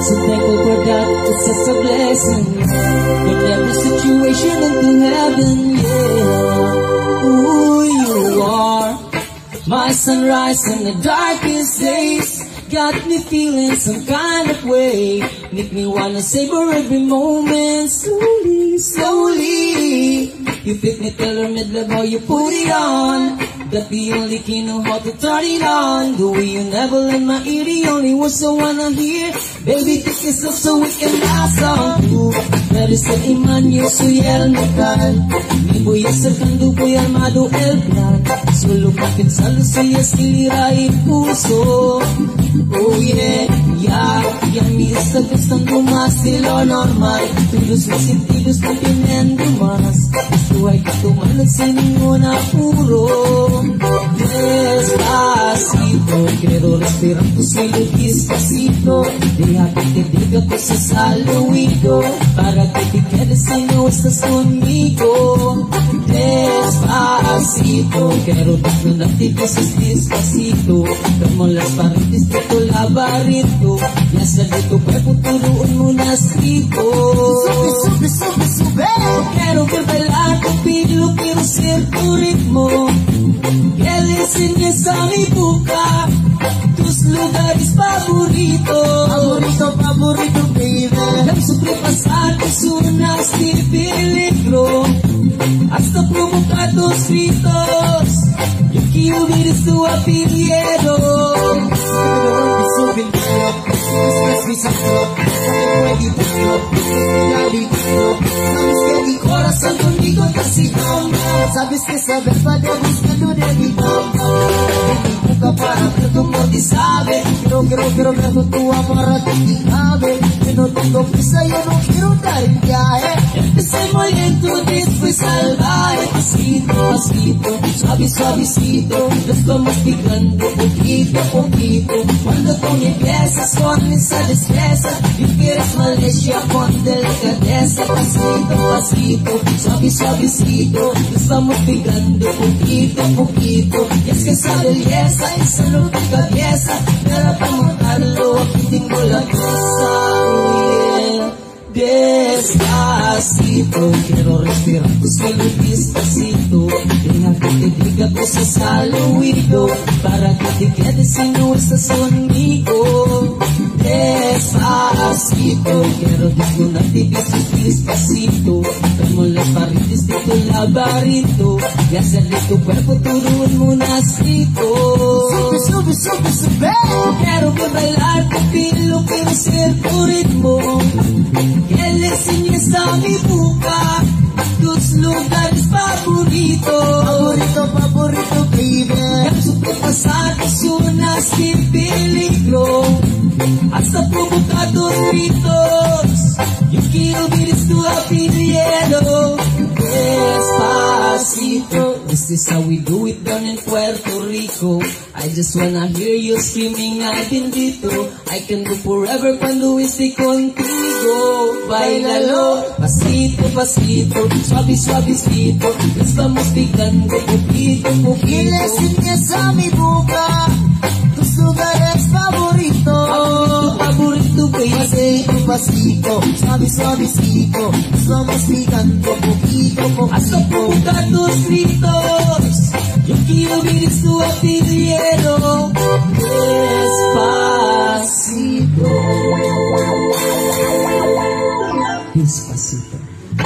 So thankful for that, it's such a blessing. Turn every situation into heaven, yeah. Ooh, you are my sunrise in the darkest days. Got me feeling some kind of way. Make me wanna savor every moment. Slowly, slowly. You pick me, tailor-made, love how you put it on. That the only key know how to turn it on. The way you never let my ear, the only words I wanna hear. Baby, take this up so we can dance on tú. Eres el imán, yo soy el metal. Me voy a acercando, voy armado el plan. Solo para pensarlo, soy escribir y pulso. Oh yeah, ya me está costando más de lo normal. Todos los sentidos están pidiendo más. Esto hay que tomarlo sin ningún apuro. Despacito, quiero respirar tu cielo despacito. Deja que te diga cosas al oído, para que te quedes si no estás conmigo. Despacito, quiero desnudarte y besos despacito. Como las paredes de tu laberinto y hacer de tu cuerpo todo un monasтрito. Sube, sube, sube, sube. Quiero ver bailar tu pelo, quiero ser tu ritmo. Que le enseñes a mi boca tus lugares favoritos. Favorito, favorito, baby. Dame sobrepasar tus zonas de peligro, hasta provocar tus gritos. Yo quiero ver tu apellido. Sabes que mi corazón conmigo está sin nombre. Sabes que saber para buscando de mi nombre. De mi boca para ver tu amor y sabe. Quiero ver tu amor a ti cabe. Yo no tengo prisa, yo no quiero dar el viaje. Empecemos lento, después salvaje. Pasito, pasito, suave, suavecito. Nos vamos picando poquito a poquito. Cuando tú me empiezas con esa destreza, y quieres malicia con delicadeza. Pasito, pasito, suave, suavecito. Nos vamos picando poquito a poquito. Y es que esa belleza, esa loca cabeza, pero para montarlo aquí tengo la cosa. Despacito, quiero respirar tu cielo despacito. Deja que te diga cosas al oído, para que te quedes si no estás conmigo. Despacito, quiero desnudarte y besos despacito. Como las paredes de tu laberinto y hacer de tu cuerpo todo un monasтрito. Sube, sube, sube, sube. Quiero ver bailar tu pelo, quiero ser tu ritmo. Que le enseñes a mi boca tus lugares favoritos. Favorito, favorito, baby. Ya supe pasar tus zonas de peligro, hasta provocar tus gritos. Yo quiero ver tu apellido. Despacito, this is how we do it down in Puerto Rico. I just wanna hear you screaming, ay bendito. I can do forever cuando esté contigo. Bailalo, pasito, pasito, suave, suavecito. Nos vamos picando poquito, poquito. Y le enseñas a mi boca tus lugares favoritos. Favorito, favorito, baby. Pasito, pasito, suave, suavecito. Nos vamos picando poquito, poquito. Hasta provocar tus gritos. Yo quiero ver tu apellido. Despacito. Despacito.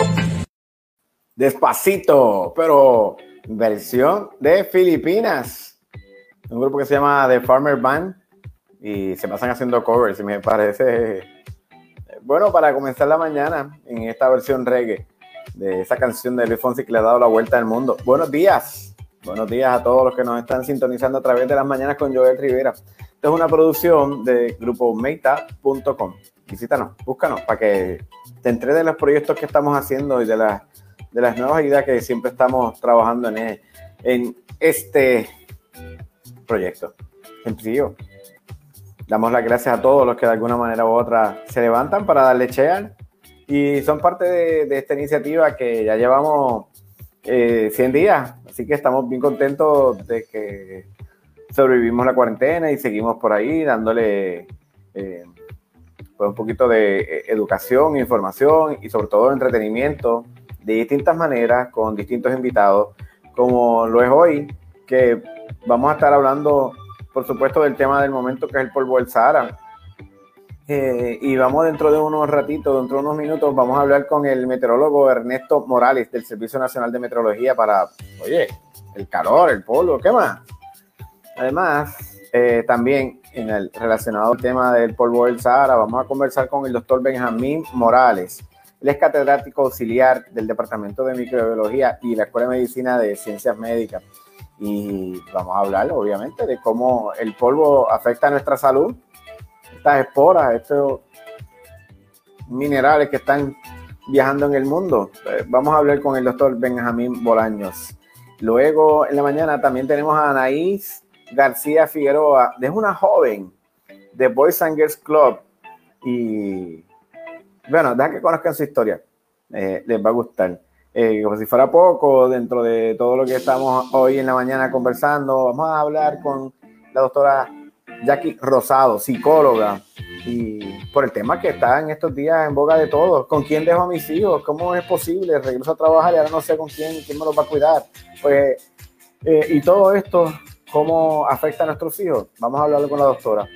Despacito, pero versión de Filipinas. Un grupo que se llama The Farmer Band y se pasan haciendo covers y me parece bueno para comenzar la mañana en esta versión reggae de esa canción de Luis Fonsi que le ha dado la vuelta al mundo. Buenos días a todos los que nos están sintonizando a través de las mañanas con Joel Rivera. Esto es una producción del grupo Meita.com. Visítanos, búscanos para que te enteres de los proyectos que estamos haciendo y de las nuevas ideas que siempre estamos trabajando en este proyecto. Sencillo. Damos las gracias a todos los que de alguna manera u otra se levantan para darle share y son parte de esta iniciativa que ya llevamos 100 días, así que estamos bien contentos de que sobrevivimos la cuarentena y seguimos por ahí dándole pues un poquito de educación, información y sobre todo entretenimiento de distintas maneras con distintos invitados, como lo es hoy, que vamos a estar hablando, por supuesto, del tema del momento, que es el polvo del Sahara. Y vamos dentro de unos ratitos, dentro de unos minutos, vamos a hablar con el meteorólogo Ernesto Morales del Servicio Nacional de Meteorología para, oye, el calor, el polvo, ¿qué más? Además, también en el relacionado al tema del polvo del Sahara, vamos a conversar con el doctor Benjamín Morales. Él es catedrático auxiliar del Departamento de Microbiología y la Escuela de Medicina de Ciencias Médicas. Y vamos a hablar, obviamente, de cómo el polvo afecta a nuestra salud. Estas esporas, estos minerales que están viajando en el mundo. Vamos a hablar con el doctor Benjamín Bolaños. Luego, en la mañana, también tenemos a Anaís García Figueroa. Es una joven de Boys and Girls Club. Y, bueno, deja que conozcan su historia. Les va a gustar. Como si fuera poco, dentro de todo lo que estamos hoy en la mañana conversando, vamos a hablar con la doctora Jackie Rosado, psicóloga, y por el tema que está en estos días en boga de todos. ¿Con quién dejo a mis hijos? ¿Cómo es posible? Regreso a trabajar y ahora no sé con quién me los va a cuidar. Pues, y todo esto, ¿cómo afecta a nuestros hijos? Vamos a hablar con la doctora.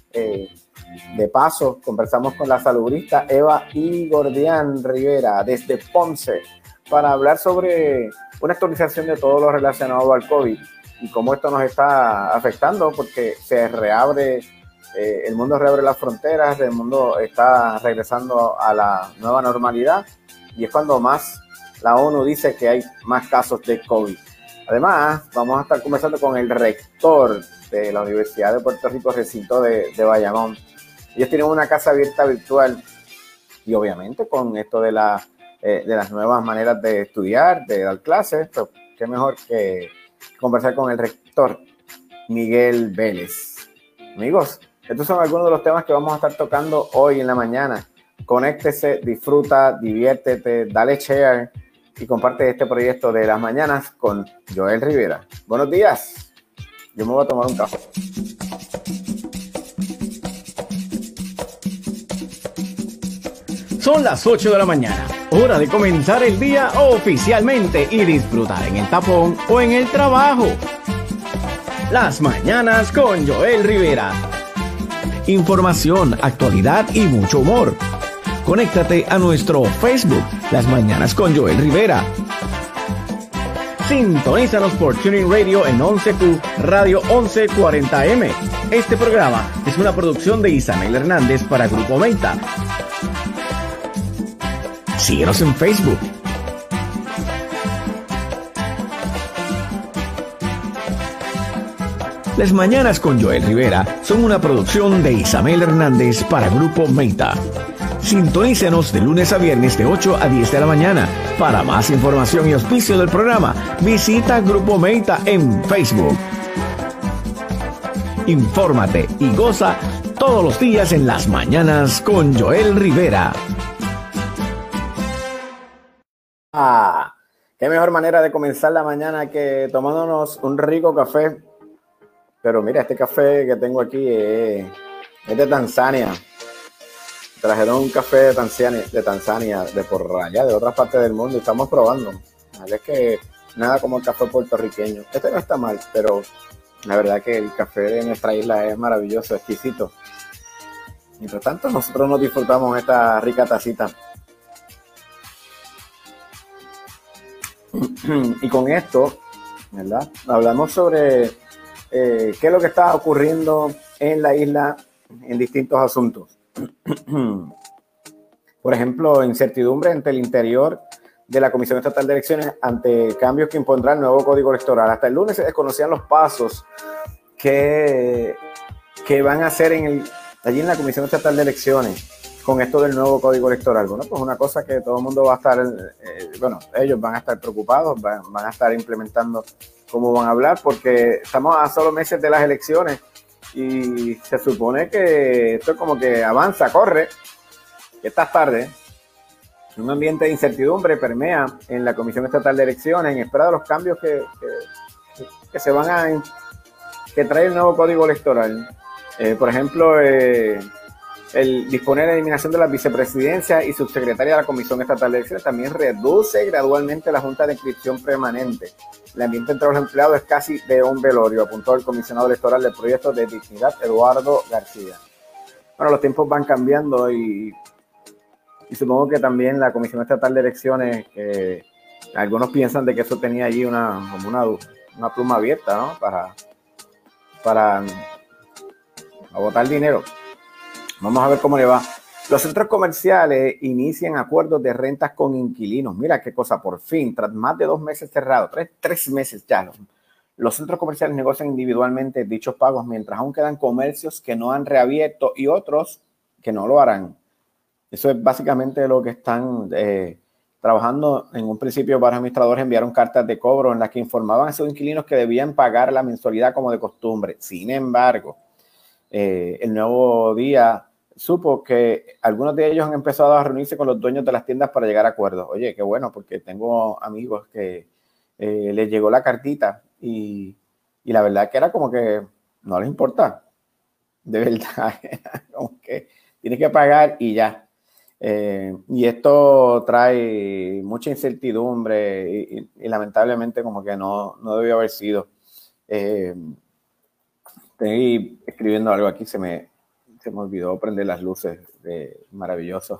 De paso, conversamos con la salubrista Eva Igordián Rivera desde Ponce para hablar sobre una actualización de todo lo relacionado al COVID y cómo esto nos está afectando, porque se reabre, el mundo reabre las fronteras, el mundo está regresando a la nueva normalidad y es cuando más la ONU dice que hay más casos de COVID. Además, vamos a estar conversando con el rector de la Universidad de Puerto Rico, recinto de Bayamón. Ellos tienen una casa abierta virtual y obviamente con esto de las nuevas maneras de estudiar, de dar clases, pues qué mejor que conversar con el rector Miguel Vélez. Amigos, estos son algunos de los temas que vamos a estar tocando hoy en la mañana. Conéctese, disfruta, diviértete, dale share y comparte este proyecto de las mañanas con Joel Rivera. Buenos días. Yo me voy a tomar un café. Son las 8 de la mañana, hora de comenzar el día oficialmente y disfrutar en el tapón o en el trabajo. Las mañanas con Joel Rivera. Información, actualidad y mucho humor. Conéctate a nuestro Facebook, Las Mañanas con Joel Rivera. Sintonízanos por Tuning Radio en 11Q, Radio 1140M. Este programa es una producción de Isabel Hernández para Grupo Meta. Síguenos en Facebook. Las Mañanas con Joel Rivera son una producción de Isabel Hernández para Grupo Meta. Sintonícenos de lunes a viernes de 8 a 10 de la mañana. Para más información y auspicio del programa, visita Grupo Meta en Facebook. Infórmate y goza todos los días en Las Mañanas con Joel Rivera. Qué mejor manera de comenzar la mañana que tomándonos un rico café. Pero mira, este café que tengo aquí es de Tanzania. Trajeron un café de Tanzania, de por allá, de otras partes del mundo, y estamos probando. Es que nada como el café puertorriqueño. Este no está mal, pero la verdad que el café de nuestra isla es maravilloso, exquisito. Mientras tanto, nosotros nos disfrutamos esta rica tacita. Y con esto, ¿verdad? Hablamos sobre qué es lo que está ocurriendo en la isla en distintos asuntos. Por ejemplo, incertidumbre ante el interior de la Comisión Estatal de Elecciones ante cambios que impondrá el nuevo Código Electoral. Hasta el lunes se desconocían los pasos que van a hacer allí en la Comisión Estatal de Elecciones con esto del nuevo Código Electoral. Bueno, pues una cosa que todo el mundo va a estar, ellos van a estar preocupados, van a estar implementando cómo van a hablar, porque estamos a solo meses de las elecciones y se supone que esto es como que avanza, corre, que estás tarde. Un ambiente de incertidumbre permea en la Comisión Estatal de Elecciones en espera de los cambios que trae el nuevo Código Electoral. Por ejemplo, el disponer la eliminación de la vicepresidencia y subsecretaria de la Comisión Estatal de Elecciones también reduce gradualmente la Junta de Inscripción Permanente. El ambiente entre los empleados es casi de un velorio, apuntó el comisionado electoral del proyecto de dignidad, Eduardo García. Bueno, los tiempos van cambiando y supongo que también la Comisión Estatal de Elecciones, algunos piensan de que eso tenía allí como una pluma abierta, ¿no? Para botar dinero. Vamos a ver cómo le va. Los centros comerciales inician acuerdos de rentas con inquilinos. Mira qué cosa, por fin, tras más de 2 meses cerrados, tres meses ya, los centros comerciales negocian individualmente dichos pagos, mientras aún quedan comercios que no han reabierto y otros que no lo harán. Eso es básicamente lo que están trabajando. En un principio, varios administradores enviaron cartas de cobro en las que informaban a sus inquilinos que debían pagar la mensualidad como de costumbre. Sin embargo, el Nuevo Día supo que algunos de ellos han empezado a reunirse con los dueños de las tiendas para llegar a acuerdos. Oye, qué bueno, porque tengo amigos que les llegó la cartita y la verdad que era como que no les importa. De verdad, como que tienes que pagar y ya. Y esto trae mucha incertidumbre y lamentablemente como que no debió haber sido. Estoy escribiendo algo aquí, se me olvidó prender las luces, maravilloso,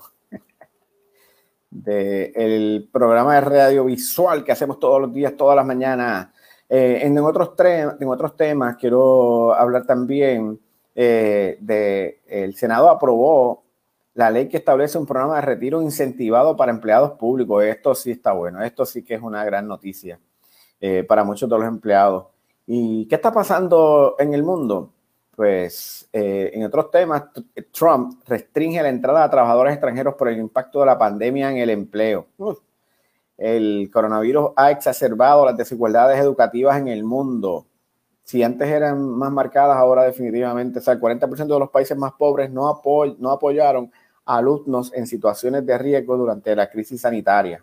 del programa de radio visual que hacemos todos los días, todas las mañanas. En otros temas quiero hablar también el Senado aprobó la ley que establece un programa de retiro incentivado para empleados públicos. Esto sí está bueno, esto sí que es una gran noticia para muchos de los empleados. ¿Y qué está pasando en el mundo? Pues en otros temas, Trump restringe la entrada a trabajadores extranjeros por el impacto de la pandemia en el empleo. El coronavirus ha exacerbado las desigualdades educativas en el mundo. Si antes eran más marcadas, ahora definitivamente. O sea, el 40% de los países más pobres no apoyaron a alumnos en situaciones de riesgo durante la crisis sanitaria.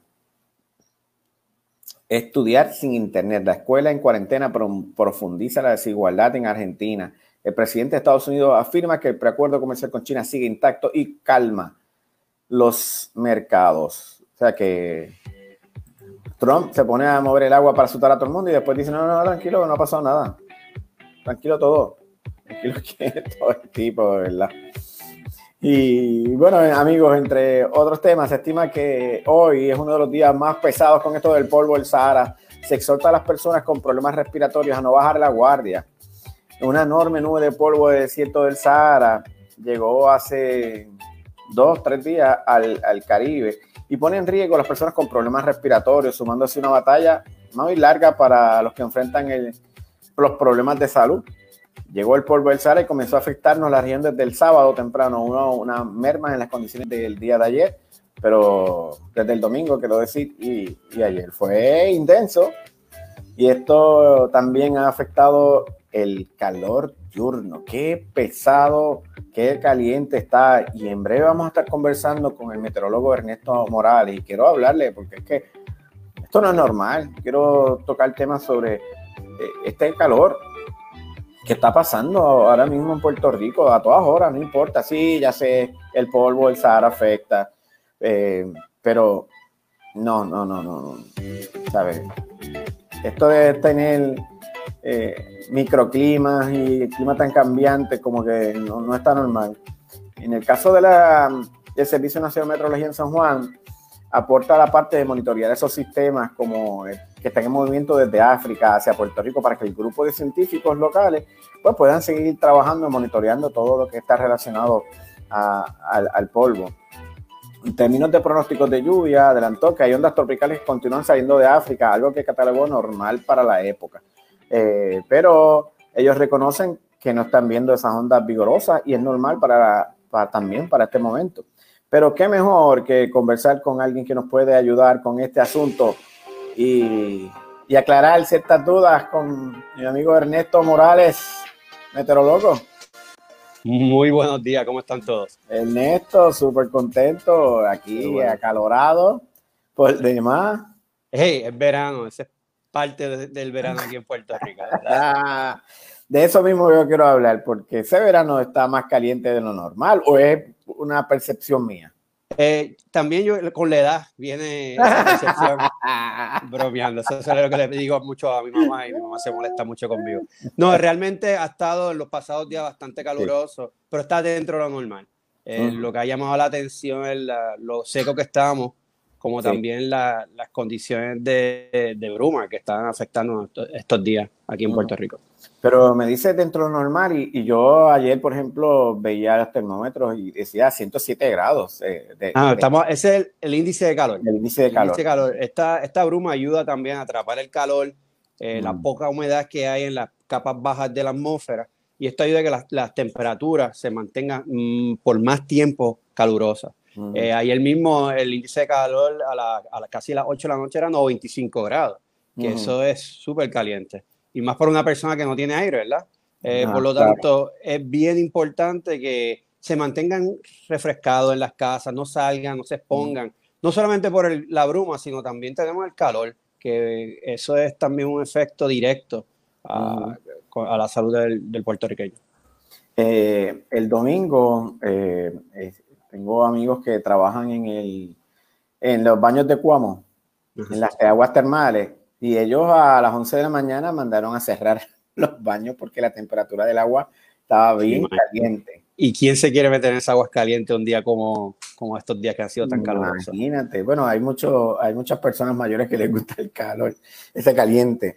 Estudiar sin internet. La escuela en cuarentena profundiza la desigualdad en Argentina. El presidente de Estados Unidos afirma que el preacuerdo comercial con China sigue intacto y calma los mercados. O sea que Trump se pone a mover el agua para asustar a todo el mundo y después dice, no, tranquilo, no ha pasado nada. Tranquilo todo. Tranquilo que todo el tipo, ¿verdad? Y bueno, amigos, entre otros temas, se estima que hoy es uno de los días más pesados con esto del polvo del Sahara. Se exhorta a las personas con problemas respiratorios a no bajar la guardia. Una enorme nube de polvo del desierto del Sahara llegó hace 2-3 días al Caribe y pone en riesgo a las personas con problemas respiratorios, sumándose una batalla muy larga para los que enfrentan los problemas de salud. Llegó el polvo del Sahara y comenzó a afectarnos la región desde el sábado temprano, una merma en las condiciones del día de ayer, pero desde el domingo, quiero decir, y ayer fue intenso. Y esto también ha afectado el calor diurno. Qué pesado, qué caliente está. Y en breve vamos a estar conversando con el meteorólogo Ernesto Morales. Y quiero hablarle porque es que esto no es normal. Quiero tocar temas sobre este calor que está pasando ahora mismo en Puerto Rico a todas horas, no importa. Sí, ya sé, el polvo del Sahara afecta, pero no, ¿sabes? Esto de tener microclimas y el clima tan cambiante como que no está normal. En el caso del Servicio Nacional de Meteorología en San Juan, aporta la parte de monitorear esos sistemas como que están en movimiento desde África hacia Puerto Rico para que el grupo de científicos locales pues puedan seguir trabajando y monitoreando todo lo que está relacionado al polvo. En términos de pronósticos de lluvia, adelantó que hay ondas tropicales que continúan saliendo de África, algo que catalogó normal para la época. Pero ellos reconocen que no están viendo esas ondas vigorosas y es normal también para este momento. Pero qué mejor que conversar con alguien que nos puede ayudar con este asunto y aclarar ciertas dudas con mi amigo Ernesto Morales, meteorólogo. Muy buenos días, ¿cómo están todos? Ernesto, súper contento, aquí bueno, acalorado por demás. Hey, es verano, esa es parte del verano aquí en Puerto Rico, ¿verdad? de eso mismo yo quiero hablar, porque ese verano está más caliente de lo normal, ¿o es una percepción mía? También yo, con la edad viene esa percepción, bromeando. Eso es lo que le digo mucho a mi mamá y mi mamá se molesta mucho conmigo. No, realmente ha estado en los pasados días bastante caluroso, sí, pero está dentro de lo normal. Lo que ha llamado la atención es lo seco que estamos, como sí, también las condiciones de bruma que están afectando estos días aquí en Puerto Rico. Pero me dice dentro de lo normal y yo ayer, por ejemplo, veía los termómetros y decía 107 grados. Ese es el índice de calor. El índice de calor. Índice de calor. Esta bruma ayuda también a atrapar el calor, la poca humedad que hay en las capas bajas de la atmósfera, y esto ayuda a que las temperaturas se mantengan por más tiempo calurosas. Ayer mismo el índice de calor a casi las 8 de la noche era 95 grados, que eso es súper caliente. Y más por una persona que no tiene aire, ¿verdad? Por lo tanto, claro, es bien importante que se mantengan refrescados en las casas, no salgan, no se expongan, no solamente por la bruma, sino también tenemos el calor, que eso es también un efecto directo a la salud del puertorriqueño. El domingo tengo amigos que trabajan en los baños de Cuamo, en las aguas termales, y ellos a las 11 de la mañana mandaron a cerrar los baños porque la temperatura del agua estaba bien caliente. ¿Y quién se quiere meter en esas aguas calientes un día como estos días que han sido tan calurosos? Imagínate, bueno, hay muchas personas mayores que les gusta el calor, ese caliente.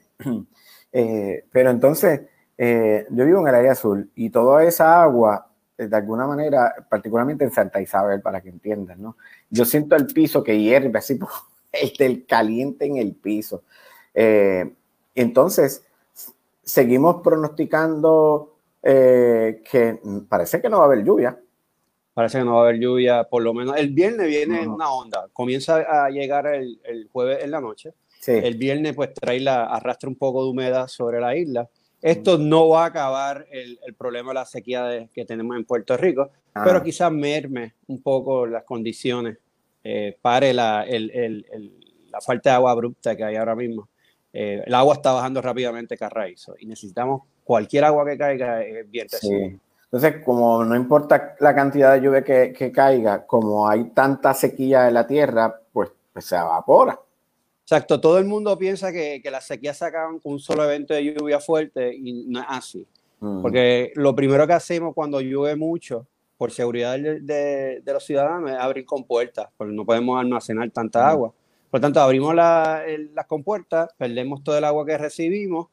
Pero entonces, yo vivo en el área azul y toda esa agua, de alguna manera, particularmente en Santa Isabel, para que entiendan, ¿no? Yo siento el piso que hierve, así, el caliente en el piso. Entonces, seguimos pronosticando que parece que no va a haber lluvia. Parece que no va a haber lluvia, por lo menos. El viernes viene una onda, comienza a llegar el jueves en la noche. Sí. El viernes pues arrastra un poco de humedad sobre la isla. Esto no va a acabar el problema de la sequía que tenemos en Puerto Rico, pero quizás merme un poco las condiciones, pare la falta de agua abrupta que hay ahora mismo. El agua está bajando rápidamente Carraízo y necesitamos cualquier agua que caiga vierte. Sí. Entonces, como no importa la cantidad de lluvia que caiga, como hay tanta sequía en la tierra, pues se evapora. Exacto, todo el mundo piensa que las sequías se acaban con un solo evento de lluvia fuerte y no es así. Porque lo primero que hacemos cuando llueve mucho, por seguridad de los ciudadanos, es abrir compuertas, porque no podemos almacenar tanta agua. Por lo tanto, abrimos las compuertas, perdemos todo el agua que recibimos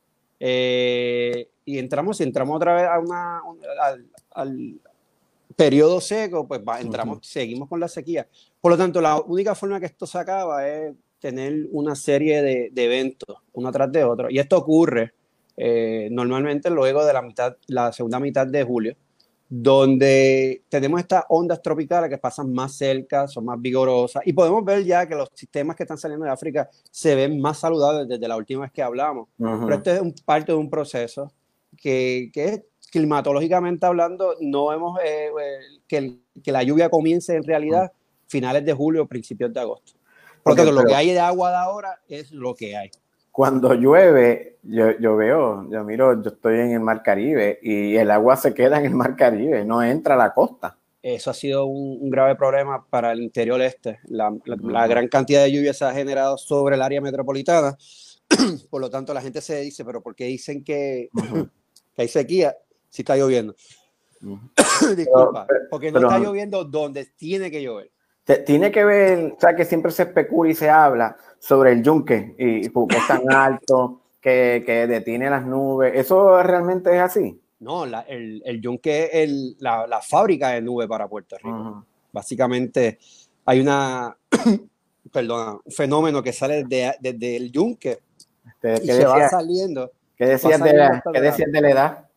y entramos otra vez al periodo seco, pues seguimos con la sequía. Por lo tanto, la única forma que esto se acaba es tener una serie de eventos, uno tras de otro. Y esto ocurre normalmente luego de la segunda mitad de julio, donde tenemos estas ondas tropicales que pasan más cerca, son más vigorosas, y podemos ver ya que los sistemas que están saliendo de África se ven más saludables desde la última vez que hablamos. Pero esto es parte de un proceso que es climatológicamente hablando, no vemos que la lluvia comience en realidad finales de julio o principios de agosto. Por lo tanto, lo que hay de agua de ahora es lo que hay. Cuando llueve, yo miro, yo estoy en el Mar Caribe y el agua se queda en el Mar Caribe, no entra a la costa. Eso ha sido un grave problema para el interior este. La gran cantidad de lluvia se ha generado sobre el área metropolitana. Por lo tanto, la gente se dice, pero ¿por qué dicen que hay sequía si está lloviendo? Disculpa, porque no está lloviendo donde tiene que llover. Tiene que ver, o sea, que siempre se especula y se habla sobre el yunque y porque es tan alto que detiene las nubes. ¿Eso realmente es así? No, el yunque es la fábrica de nubes para Puerto Rico. Básicamente hay un fenómeno que sale desde el yunque y se va saliendo. ¿Qué decías de la edad?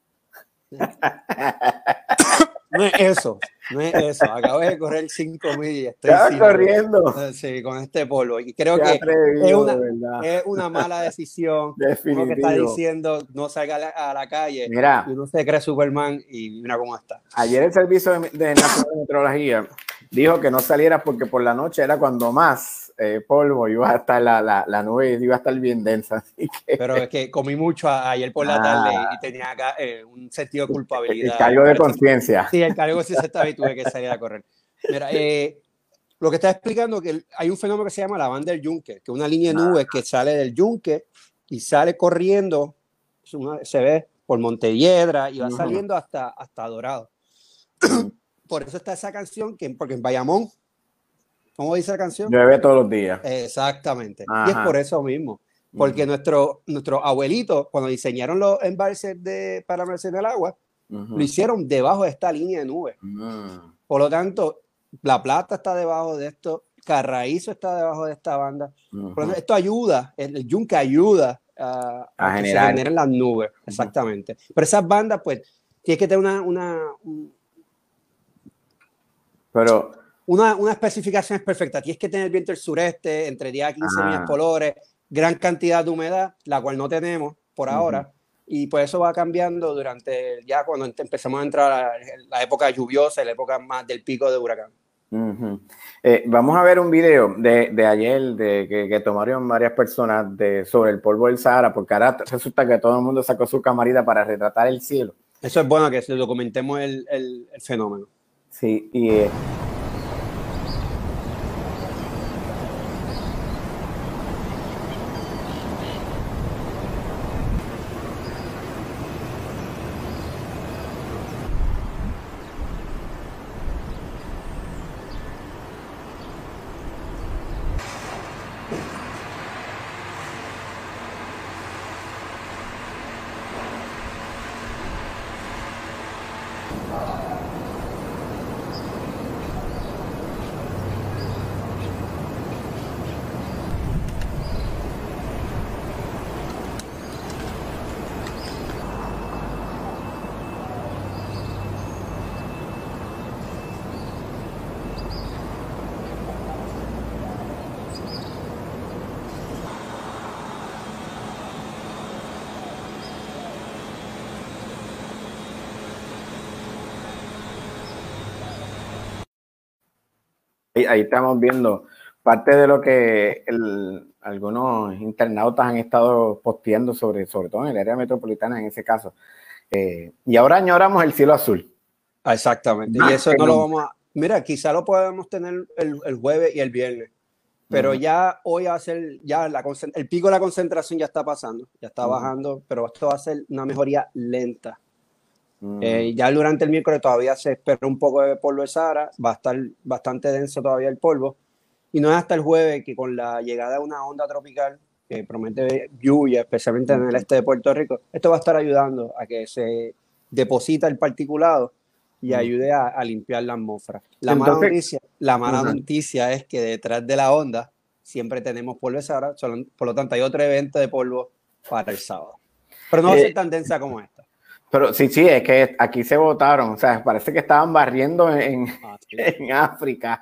No es eso. Acabo de correr 5 millas. Estaba corriendo. Sí, con este polvo. Y creo que es una mala decisión. Definitivo. Uno que está diciendo no salga a la calle. Mira, y uno se cree Superman y mira cómo está. Ayer el Servicio de Nacional de Meteorología dijo que no salieras porque por la noche era cuando más polvo iba a estar, la nube iba a estar bien densa. Así que, pero es que comí mucho ayer por la tarde y tenía acá un sentido de culpabilidad. El cargo de conciencia. Sí, el cargo de conciencia estaba y tuve que salir a correr. Mira, lo que está explicando que hay un fenómeno que se llama la banda del yunque, que es una línea de nubes que sale del yunque y sale corriendo, se ve por Montelledra y va saliendo hasta Dorado. Por eso está esa canción, porque en Bayamón, ¿cómo dice la canción? Llueve todos los días. Exactamente. Y es por eso mismo. Porque nuestro abuelito, cuando diseñaron los embalses para almacenar el agua, lo hicieron debajo de esta línea de nubes. Por lo tanto, La Plata está debajo de esto, Carraízo está debajo de esta banda. Por lo tanto, esto ayuda, el yunque ayuda a que se generen las nubes. Exactamente. Pero esas bandas, pues, tienes que tener una especificación perfecta. Tienes que tener viento del sureste, entre 10 a 15 millas por hora, gran cantidad de humedad, la cual no tenemos por ahora. Y pues eso va cambiando ya cuando empezamos a entrar a la época lluviosa, la época más del pico de huracán. Vamos a ver un video de ayer que tomaron varias personas sobre el polvo del Sahara, porque ahora resulta que todo el mundo sacó su camarita para retratar el cielo. Eso es bueno que documentemos el fenómeno. Sí, y ahí estamos viendo parte de lo que algunos internautas han estado posteando sobre todo en el área metropolitana en ese caso. Y ahora añoramos el cielo azul. Exactamente. Y eso no lo vamos a... Mira, quizá lo podemos tener el jueves y el viernes. Pero ya hoy va a ser... el pico de la concentración ya está pasando. Ya está bajando. Pero esto va a ser una mejoría lenta. Ya durante el miércoles todavía se espera un poco de polvo de Sahara. Va a estar bastante denso todavía el polvo. Y no es hasta el jueves que con la llegada de una onda tropical que promete lluvia, especialmente en el este de Puerto Rico, esto va a estar ayudando a que se deposita el particulado y ayude a limpiar la atmósfera. La mala noticia es que detrás de la onda siempre tenemos polvo de Sahara, por lo tanto hay otro evento de polvo para el sábado. Pero no va a ser tan densa como esta. Pero sí, es que aquí se votaron, o sea, parece que estaban barriendo en África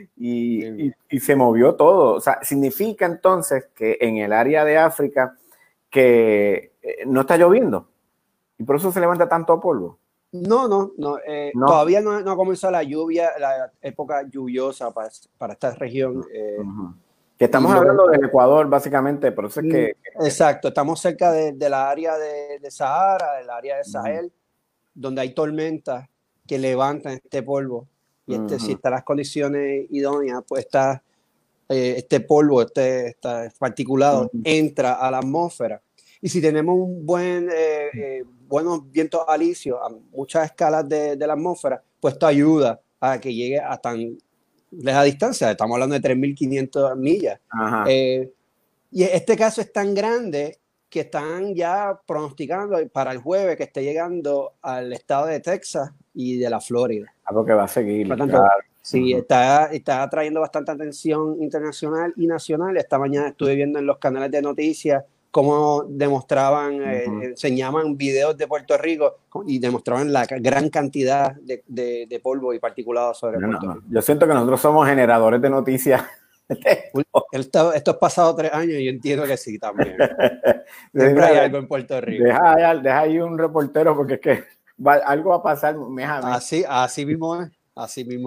y se movió todo. O sea, significa entonces que en el área de África que no está lloviendo y por eso se levanta tanto polvo. No. Todavía no ha comenzado la lluvia, la época lluviosa para esta región. Que estamos hablando del Ecuador, básicamente, por eso es que... Exacto, estamos cerca de la área de Sahara, del área de Sahel, donde hay tormentas que levantan este polvo. Y si están las condiciones idóneas, pues este polvo, este particulado, entra a la atmósfera. Y si tenemos un buenos vientos alisios a muchas escalas de la atmósfera, pues esto ayuda a que llegue a tan lejos distancia. Estamos hablando de 3.500 millas. Y este caso es tan grande que están ya pronosticando para el jueves que esté llegando al estado de Texas y de la Florida. Porque va a seguir. Por lo tanto, sí, está atrayendo bastante atención internacional y nacional. Esta mañana estuve viendo en los canales de noticias cómo demostraban, enseñaban videos de Puerto Rico y demostraban la gran cantidad de polvo y particulados sobre Puerto Rico. Yo siento que nosotros somos generadores de noticias. Esto es pasado 3 años y yo entiendo que sí también. Siempre hay algo en Puerto Rico. Deja ahí un reportero porque es que algo va a pasar. Así mismo es. Así mismo es.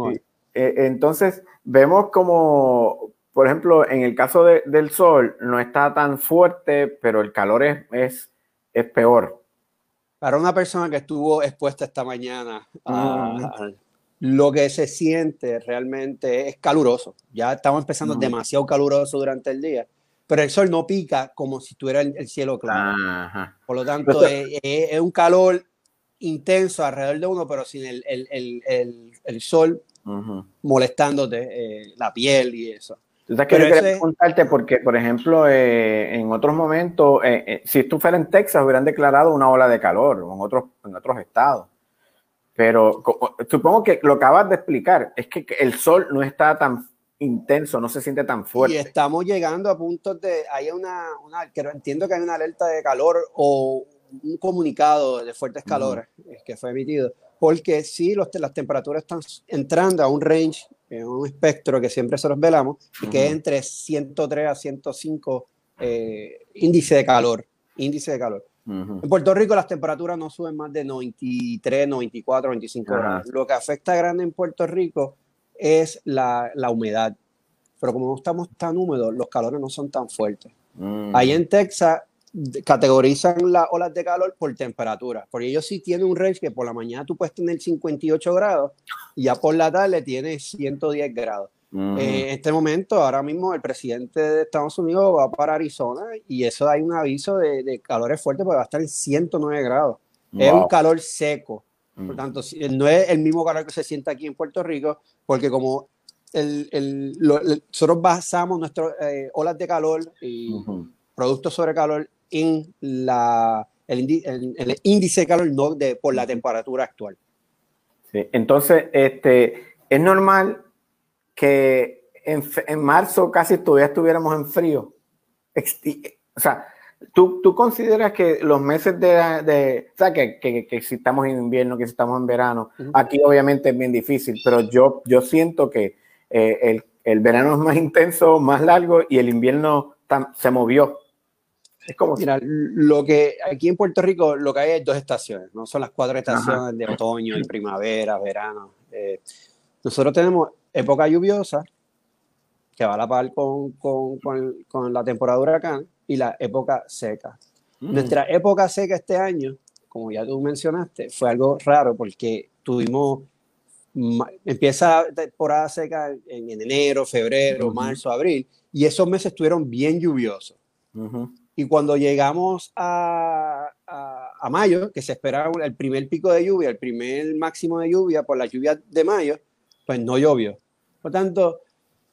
Entonces, vemos como, por ejemplo, en el caso del sol, no está tan fuerte, pero el calor es peor. Para una persona que estuvo expuesta esta mañana a lo que se siente realmente es caluroso. Ya estamos empezando demasiado caluroso durante el día, pero el sol no pica como si tuviera el cielo claro. Ajá. Por lo tanto, es un calor intenso alrededor de uno, pero sin el sol molestándote la piel y eso. Entonces, que yo quería preguntarte porque, por ejemplo, en otros momentos, si tú fueras en Texas, hubieran declarado una ola de calor, o en otros estados. Pero supongo que lo acabas de explicar, es que el sol no está tan intenso, no se siente tan fuerte. Y estamos llegando a puntos de, entiendo que hay una alerta de calor o un comunicado de fuertes calores que fue emitido, porque sí, las temperaturas están entrando a un range, un espectro que siempre nosotros velamos, que es entre 103 a 105 índice de calor. En Puerto Rico las temperaturas no suben más de 93, 94, 25 grados. Lo que afecta grande en Puerto Rico es la humedad. Pero como no estamos tan húmedos, los calores no son tan fuertes. Ahí en Texas categorizan las olas de calor por temperatura, porque ellos sí tienen un range que por la mañana tú puedes tener 58 grados y ya por la tarde tienes 110 grados. En este momento, ahora mismo, el presidente de Estados Unidos va para Arizona y eso hay un aviso de calores fuertes porque va a esestar en 109 grados. Es un calor seco. Por tanto, no es el mismo calor que se siente aquí en Puerto Rico, porque como nosotros basamos nuestras olas de calor y productos sobre calor en el índice de calor, no por la temperatura actual. Sí. Entonces, es normal que en marzo casi todavía estuviéramos en frío. O sea, ¿tú consideras que los meses o sea, que si estamos en invierno, que si estamos en verano, aquí obviamente es bien difícil, pero yo siento que el verano es más intenso, más largo y el invierno se movió. Es como mira, lo que aquí en Puerto Rico lo que hay es 2 estaciones, no son las 4 estaciones de otoño y primavera, verano. Nosotros tenemos época lluviosa, que va a la par con la temporada de huracán, y la época seca. Nuestra época seca este año, como ya tú mencionaste, fue algo raro porque empieza la temporada seca en enero, febrero, marzo, abril, y esos meses estuvieron bien lluviosos. Y cuando llegamos a mayo, que se esperaba el primer pico de lluvia, el primer máximo de lluvia por la lluvia de mayo, pues no llovió. Por tanto,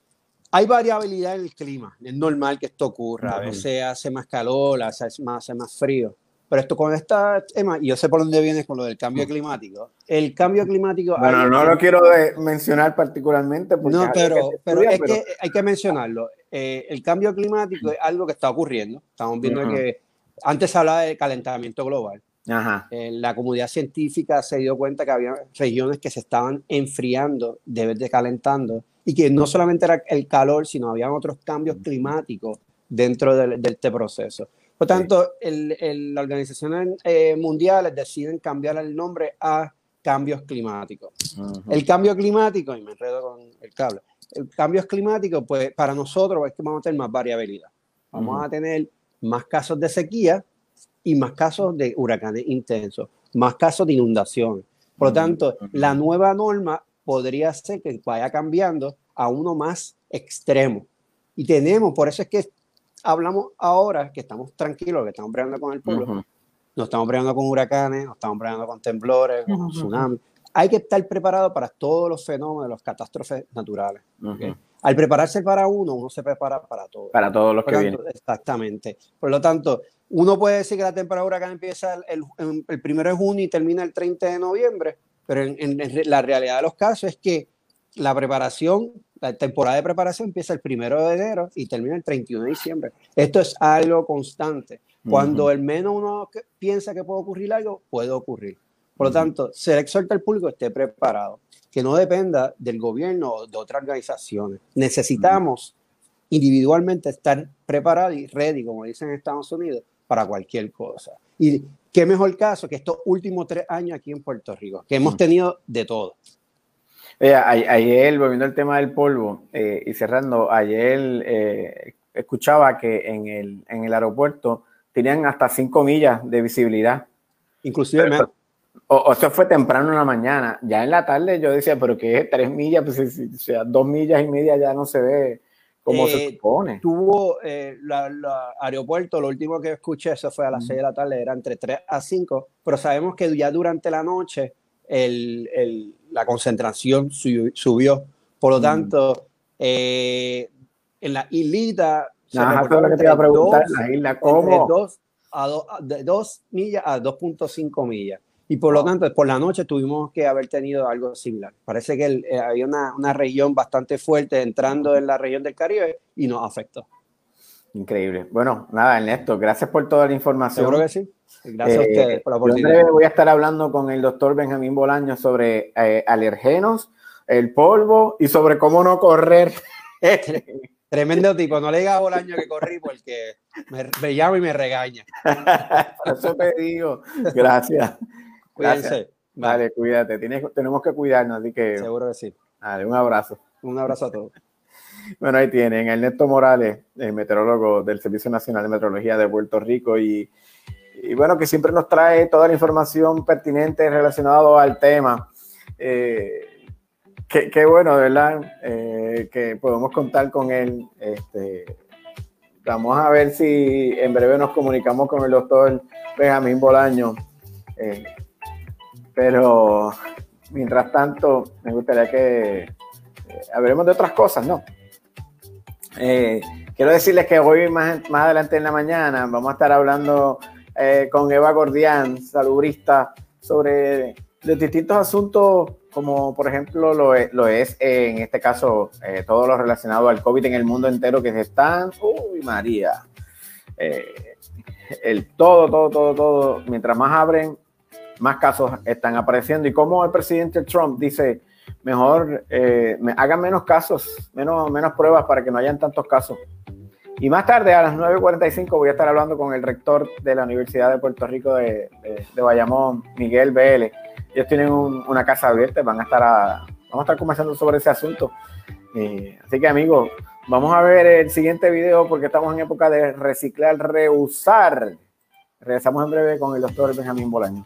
hay variabilidad en el clima. Es normal que esto ocurra. A veces hace más calor, hace más frío. Pero esto con esta tema, y yo sé por dónde vienes con lo del cambio climático. El cambio climático... Bueno, no lo quiero mencionar particularmente. Porque no, pero es que hay que mencionarlo. El cambio climático es algo que está ocurriendo. Estamos viendo que antes se hablaba de calentamiento global. La comunidad científica se dio cuenta que había regiones que se estaban enfriando, calentando, y que no solamente era el calor, sino había otros cambios climáticos dentro de este proceso. Por tanto, las organizaciones mundiales deciden cambiar el nombre a cambios climáticos. El cambio climático, y me enredo con el cable, el cambio climático, pues para nosotros es que vamos a tener más variabilidad. Vamos a tener más casos de sequía y más casos de huracanes intensos, más casos de inundaciones. Por lo tanto, la nueva norma podría ser que vaya cambiando a uno más extremo. Y por eso es que hablamos ahora que estamos tranquilos, que estamos bregando con el pueblo. No estamos bregando con huracanes, no estamos bregando con temblores, con tsunamis. Hay que estar preparado para todos los fenómenos, las catástrofes naturales. ¿Okay? Al prepararse para uno se prepara para todo. Para todos los que vienen. Exactamente. Por lo tanto, uno puede decir que la temporada de huracán empieza el 1 de junio y termina el 30 de noviembre, pero en la realidad de los casos es que la temporada de preparación empieza el 1 de enero y termina el 31 de diciembre. Esto es algo constante. Cuando el menos uno piensa que puede ocurrir algo, puede ocurrir. Por lo tanto, se le exhorta al público que esté preparado, que no dependa del gobierno o de otras organizaciones. Necesitamos individualmente estar preparados y ready, como dicen en Estados Unidos, para cualquier cosa. Y qué mejor caso que estos últimos 3 años aquí en Puerto Rico, que hemos tenido de todo. Ayer, volviendo al tema del polvo y cerrando, ayer escuchaba que en el aeropuerto tenían hasta 5 millas de visibilidad. Inclusive menos. O eso fue temprano en la mañana. Ya en la tarde yo decía, pero ¿qué es 3 millas? Pues, o sea, 2 millas y media ya no se ve como se supone. Tuvo aeropuerto, lo último que escuché, eso fue a las 6 de la tarde, era entre 3 a 5, pero sabemos que ya durante la noche la concentración subió. Por lo tanto, en la islita se reportó que te iba a preguntar, la isla, ¿cómo? De 2 millas a 2.5 millas. Y por lo tanto, por la noche tuvimos que haber tenido algo similar. Parece que había una región bastante fuerte entrando en la región del Caribe y nos afectó. Increíble. Bueno, nada, Ernesto, gracias por toda la información. Seguro que sí. Gracias a ustedes por la oportunidad. Yo voy a estar hablando con el doctor Benjamín Bolaño sobre alergenos, el polvo y sobre cómo no correr. Tremendo tipo, no le digas a Bolaño que corrí porque me llama y me regaña. Por eso te digo. Gracias. Cuídense. Vale, cuídate. Tenemos que cuidarnos, así que... Seguro que sí. Vale, un abrazo. Un abrazo a todos. Bueno, ahí tienen Ernesto Morales, el meteorólogo del Servicio Nacional de Meteorología de Puerto Rico y bueno, que siempre nos trae toda la información pertinente relacionada al tema. Qué bueno, ¿verdad? Que podemos contar con él. Vamos a ver si en breve nos comunicamos con el doctor Benjamín Bolaño. Pero mientras tanto, me gustaría que hablaremos de otras cosas, ¿no? Quiero decirles que hoy más adelante en la mañana vamos a estar hablando con Eva Gordián, salubrista, sobre los distintos asuntos, como por ejemplo lo es en este caso todo lo relacionado al COVID en el mundo entero, que se están, uy María, todo, mientras más abren, más casos están apareciendo, y como el presidente Trump dice, mejor hagan menos casos, menos pruebas para que no hayan tantos casos. Y más tarde, a las 9:45, voy a estar hablando con el rector de la Universidad de Puerto Rico de Bayamón, Miguel Vélez. Ellos tienen una casa abierta, vamos a estar conversando sobre ese asunto. Así que, amigos, vamos a ver el siguiente video porque estamos en época de reciclar, reusar. Regresamos en breve con el doctor Benjamín Bolaño.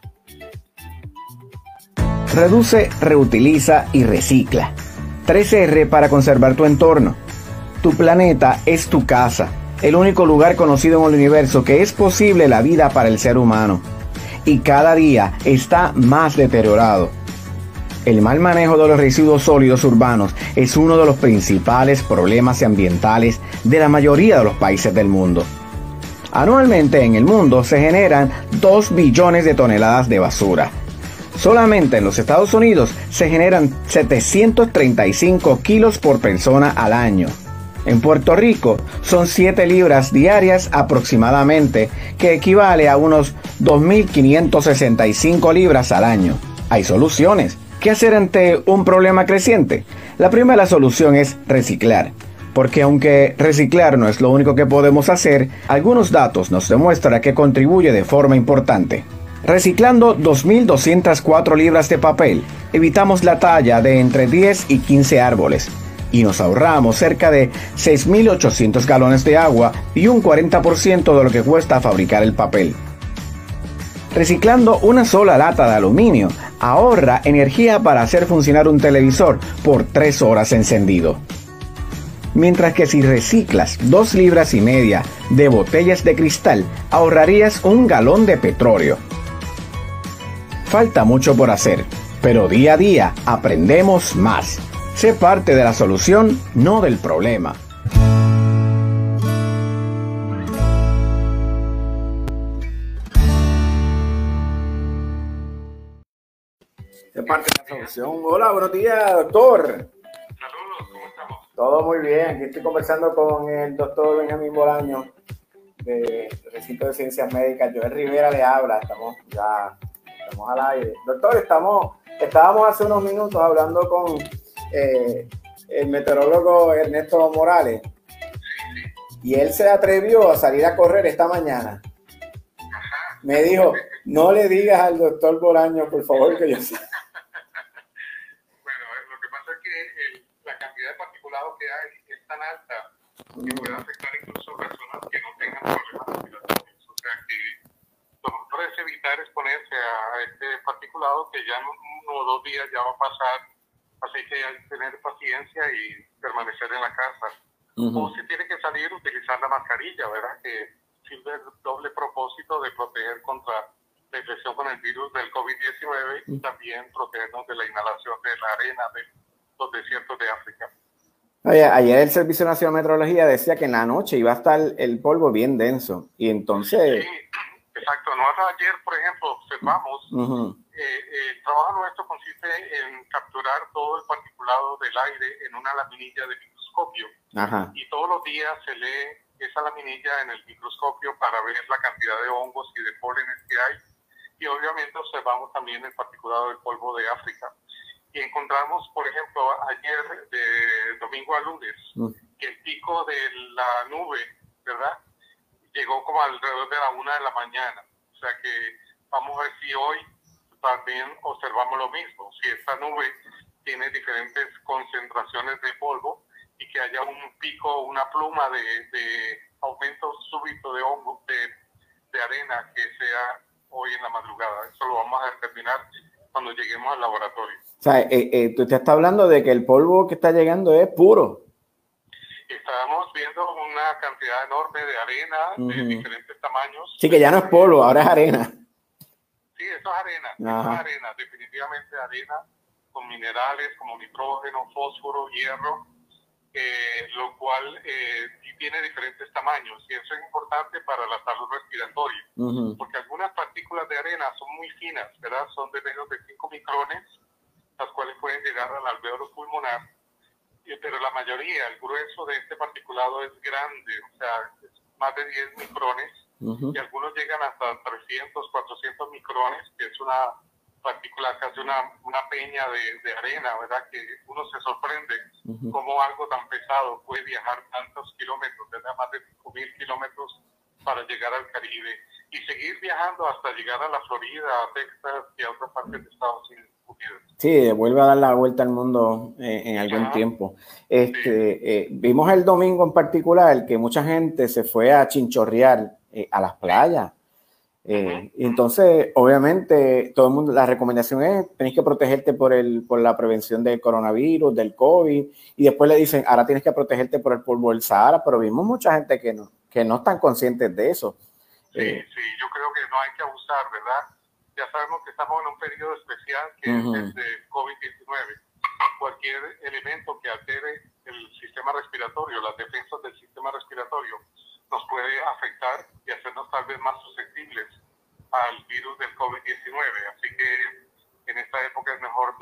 Reduce, reutiliza y recicla. 3R para conservar tu entorno. Tu planeta es tu casa, el único lugar conocido en el universo que es posible la vida para el ser humano. Y cada día está más deteriorado. El mal manejo de los residuos sólidos urbanos es uno de los principales problemas ambientales de la mayoría de los países del mundo. Anualmente en el mundo se generan 2 billones de toneladas de basura. Solamente en los Estados Unidos se generan 735 kilos por persona al año. En Puerto Rico son 7 libras diarias aproximadamente, que equivale a unos 2.565 libras al año. Hay soluciones. ¿Qué hacer ante un problema creciente? La primera solución es reciclar. Porque aunque reciclar no es lo único que podemos hacer, algunos datos nos demuestran que contribuye de forma importante. Reciclando 2.204 libras de papel, evitamos la talla de entre 10 y 15 árboles y nos ahorramos cerca de 6.800 galones de agua y un 40% de lo que cuesta fabricar el papel. Reciclando una sola lata de aluminio, ahorra energía para hacer funcionar un televisor por 3 horas encendido. Mientras que si reciclas 2,5 libras de botellas de cristal, ahorrarías 1 galón de petróleo. Falta mucho por hacer, pero día a día aprendemos más. Sé parte de la solución, no del problema. Sé parte de la solución. Hola, buenos días, doctor. Saludos, ¿cómo estamos? Todo muy bien. Aquí estoy conversando con el doctor Benjamín Bolaño del Recinto de Ciencias Médicas. Joel Rivera le habla. Estamos al aire. Doctor, estábamos hace unos minutos hablando con el meteorólogo Ernesto Morales y él se atrevió a salir a correr esta mañana. Me dijo, no le digas al doctor Bolaño, por favor, que yo sé. Bueno, lo que pasa particulado que hay es tan alta que puede afectar incluso personas que no tengan problemas respiratorios. O sea que lo mejor es evitar exponerse a este particulado que ya en 1 o 2 días ya va a pasar, así que hay que tener paciencia y permanecer en la casa. O si tiene que salir, utilizar la mascarilla, ¿verdad? Que sirve el doble propósito de proteger contra la infección con el virus del COVID-19 y también protegernos de la inhalación de la arena de los desiertos de África. Oye, ayer el Servicio Nacional de Meteorología decía que en la noche iba a estar el polvo bien denso. Y entonces... Sí, exacto. Nosotros ayer, por ejemplo, observamos, el trabajo nuestro consiste en capturar todo el particulado del aire en una laminilla de microscopio. Ajá. Y todos los días se lee esa laminilla en el microscopio para ver la cantidad de hongos y de pólenes que hay. Y obviamente observamos también el particulado del polvo de África. Y encontramos, por ejemplo, ayer de domingo a lunes, que el pico de la nube, ¿verdad?, llegó como alrededor de la 1 de la mañana. O sea que vamos a ver si hoy también observamos lo mismo. Si esta nube tiene diferentes concentraciones de polvo y que haya un pico, una pluma de aumento súbito de hongo, de arena que sea hoy en la madrugada. Eso lo vamos a determinar cuando lleguemos al laboratorio. O sea, tú te estás hablando de que el polvo que está llegando es puro. Estamos viendo una cantidad enorme de arena de diferentes tamaños. Sí, que ya no es polvo, ahora es arena. Sí, eso es arena. Eso es arena, definitivamente arena con minerales como nitrógeno, fósforo, hierro, lo cual tiene diferentes tamaños. Y eso es importante para la salud respiratoria, porque algunas partículas de arena son muy finas, ¿verdad? Son de menos de 5 micrones, las cuales pueden llegar al alveolo pulmonar. Pero la mayoría, el grueso de este particulado es grande, o sea, es más de 10 micrones, y algunos llegan hasta 300, 400 micrones, que es una partícula, casi una peña de arena, ¿verdad? Que uno se sorprende cómo algo tan pesado puede viajar tantos kilómetros, ¿verdad? Más de 5.000 kilómetros para llegar al Caribe, y seguir viajando hasta llegar a la Florida, a Texas y a otras partes de Estados Unidos. Sí, vuelve a dar la vuelta al mundo en algún tiempo. Vimos el domingo en particular que mucha gente se fue a chinchorrear a las playas. Y entonces, obviamente, todo el mundo, la recomendación es, tenés que protegerte por la prevención del coronavirus, del COVID, y después le dicen, ahora tienes que protegerte por el polvo del Sahara, pero vimos mucha gente que no están conscientes de eso. Sí, yo creo que no hay que abusar, ¿verdad? Ya sabemos que estamos en un periodo especial que es el de COVID-19. Cualquier elemento que altere el sistema respiratorio, las defensas del sistema respiratorio, nos puede afectar y hacernos tal vez más susceptibles al virus del COVID-19. Así que en esta época es mejor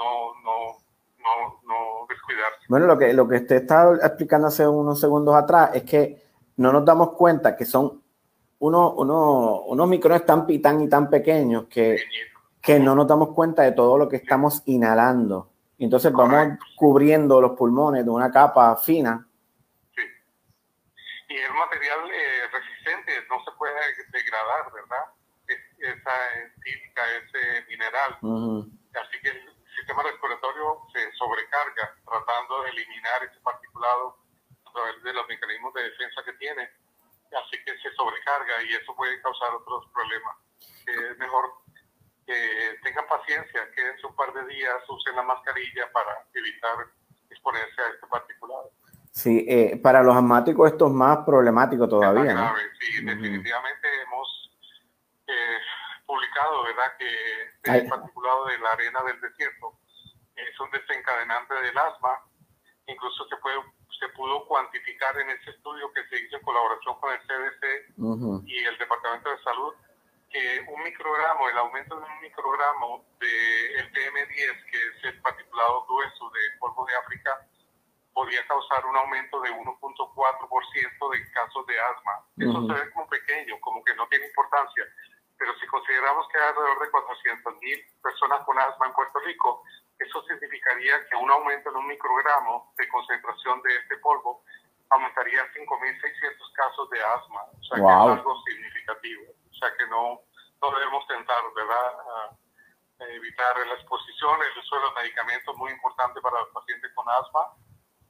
no descuidarse. Bueno, lo que usted estaba explicando hace unos segundos atrás es que no nos damos cuenta que son unos micrones tan y tan pequeños que no nos damos cuenta de todo lo que estamos inhalando. Entonces vamos cubriendo los pulmones de una capa fina. Sí. Y es un material resistente, no se puede degradar, ¿verdad? Esa sílica, ese mineral. Así que el sistema respiratorio se sobrecarga tratando de eliminar ese particulado a través de los mecanismos de defensa que tiene. Así que se sobrecarga y eso puede causar otros problemas. Es mejor que tengan paciencia, quédense un par de días, usen la mascarilla para evitar exponerse a este particulado. Sí, para los asmáticos esto es más problemático todavía, ¿no? Grave, sí, definitivamente hemos publicado, ¿verdad?, que el particulado de la arena del desierto es un desencadenante del asma. Incluso se pudo cuantificar en ese estudio que se hizo en colaboración con el CDC y el Departamento de Salud, que un microgramo, el aumento de un microgramo del PM10, que es el particulado grueso de polvo de África, podría causar un aumento de 1.4% de casos de asma. Eso se ve como pequeño, como que no tiene importancia, pero si consideramos que hay alrededor de 400,000 personas con asma en Puerto Rico, eso significaría que un aumento en un microgramo de concentración de este polvo aumentaría 5.600 casos de asma. O sea, que es algo significativo. O sea, que no debemos tentar, ¿verdad?, a evitar la exposición. El uso de los medicamentos es muy importante para los pacientes con asma.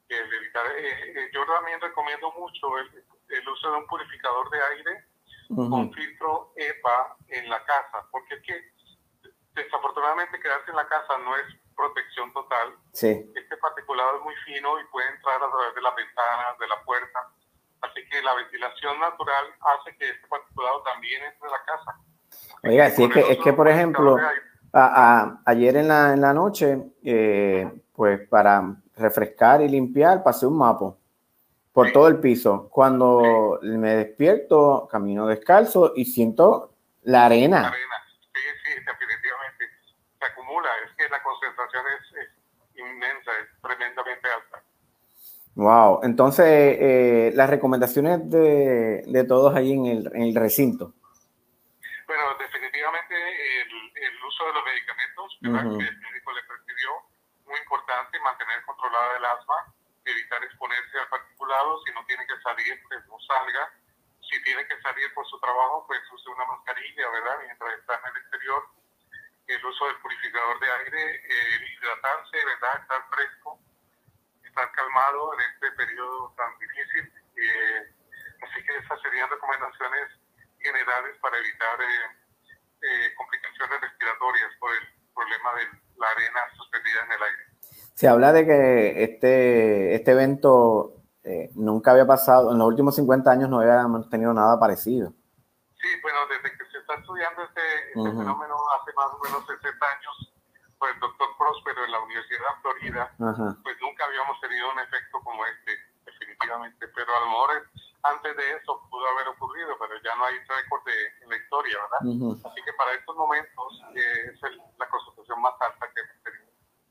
el evitar, yo también recomiendo mucho el uso de un purificador de aire con filtro EPA en la casa, porque es que desafortunadamente quedarse en la casa no es protección total. Sí. Este particulado es muy fino y puede entrar a través de las ventanas, de la puerta, así que la ventilación natural hace que este particulado también entre a la casa. Oiga, sí, es que por ejemplo, ayer en la noche, pues para refrescar y limpiar, pasé un mapa por todo el piso. Cuando me despierto, camino descalzo y siento la arena. Sí, definitivamente. Se acumula, es que la concentración es inmensa, es tremendamente alta. Wow, entonces las recomendaciones de todos ahí en el recinto. Bueno, definitivamente el uso de los medicamentos, ¿verdad? Que el médico le prescribió, muy importante, mantener controlada el asma, evitar exponerse al particulado. Si no tiene que salir, pues no salga. Si tiene que salir por su trabajo, pues use una mascarilla, ¿verdad? Mientras está en el exterior. El uso del purificador de aire, hidratarse, ¿verdad? Estar fresco, estar calmado en este periodo tan difícil. Así que esas serían recomendaciones generales para evitar complicaciones respiratorias por el problema de la arena suspendida en el aire. Se habla de que este evento nunca había pasado, en los últimos 50 años no habíamos tenido nada parecido. Sí, bueno, desde que se está estudiando este fenómeno hace más o menos 60 años, por el doctor Próspero en la Universidad de Florida, pues nunca habíamos tenido un efecto como este, definitivamente, pero a lo mejor antes de eso pudo haber ocurrido, pero ya no hay récord en la historia, ¿verdad? Así que para estos momentos es la concentración más alta que hemos tenido.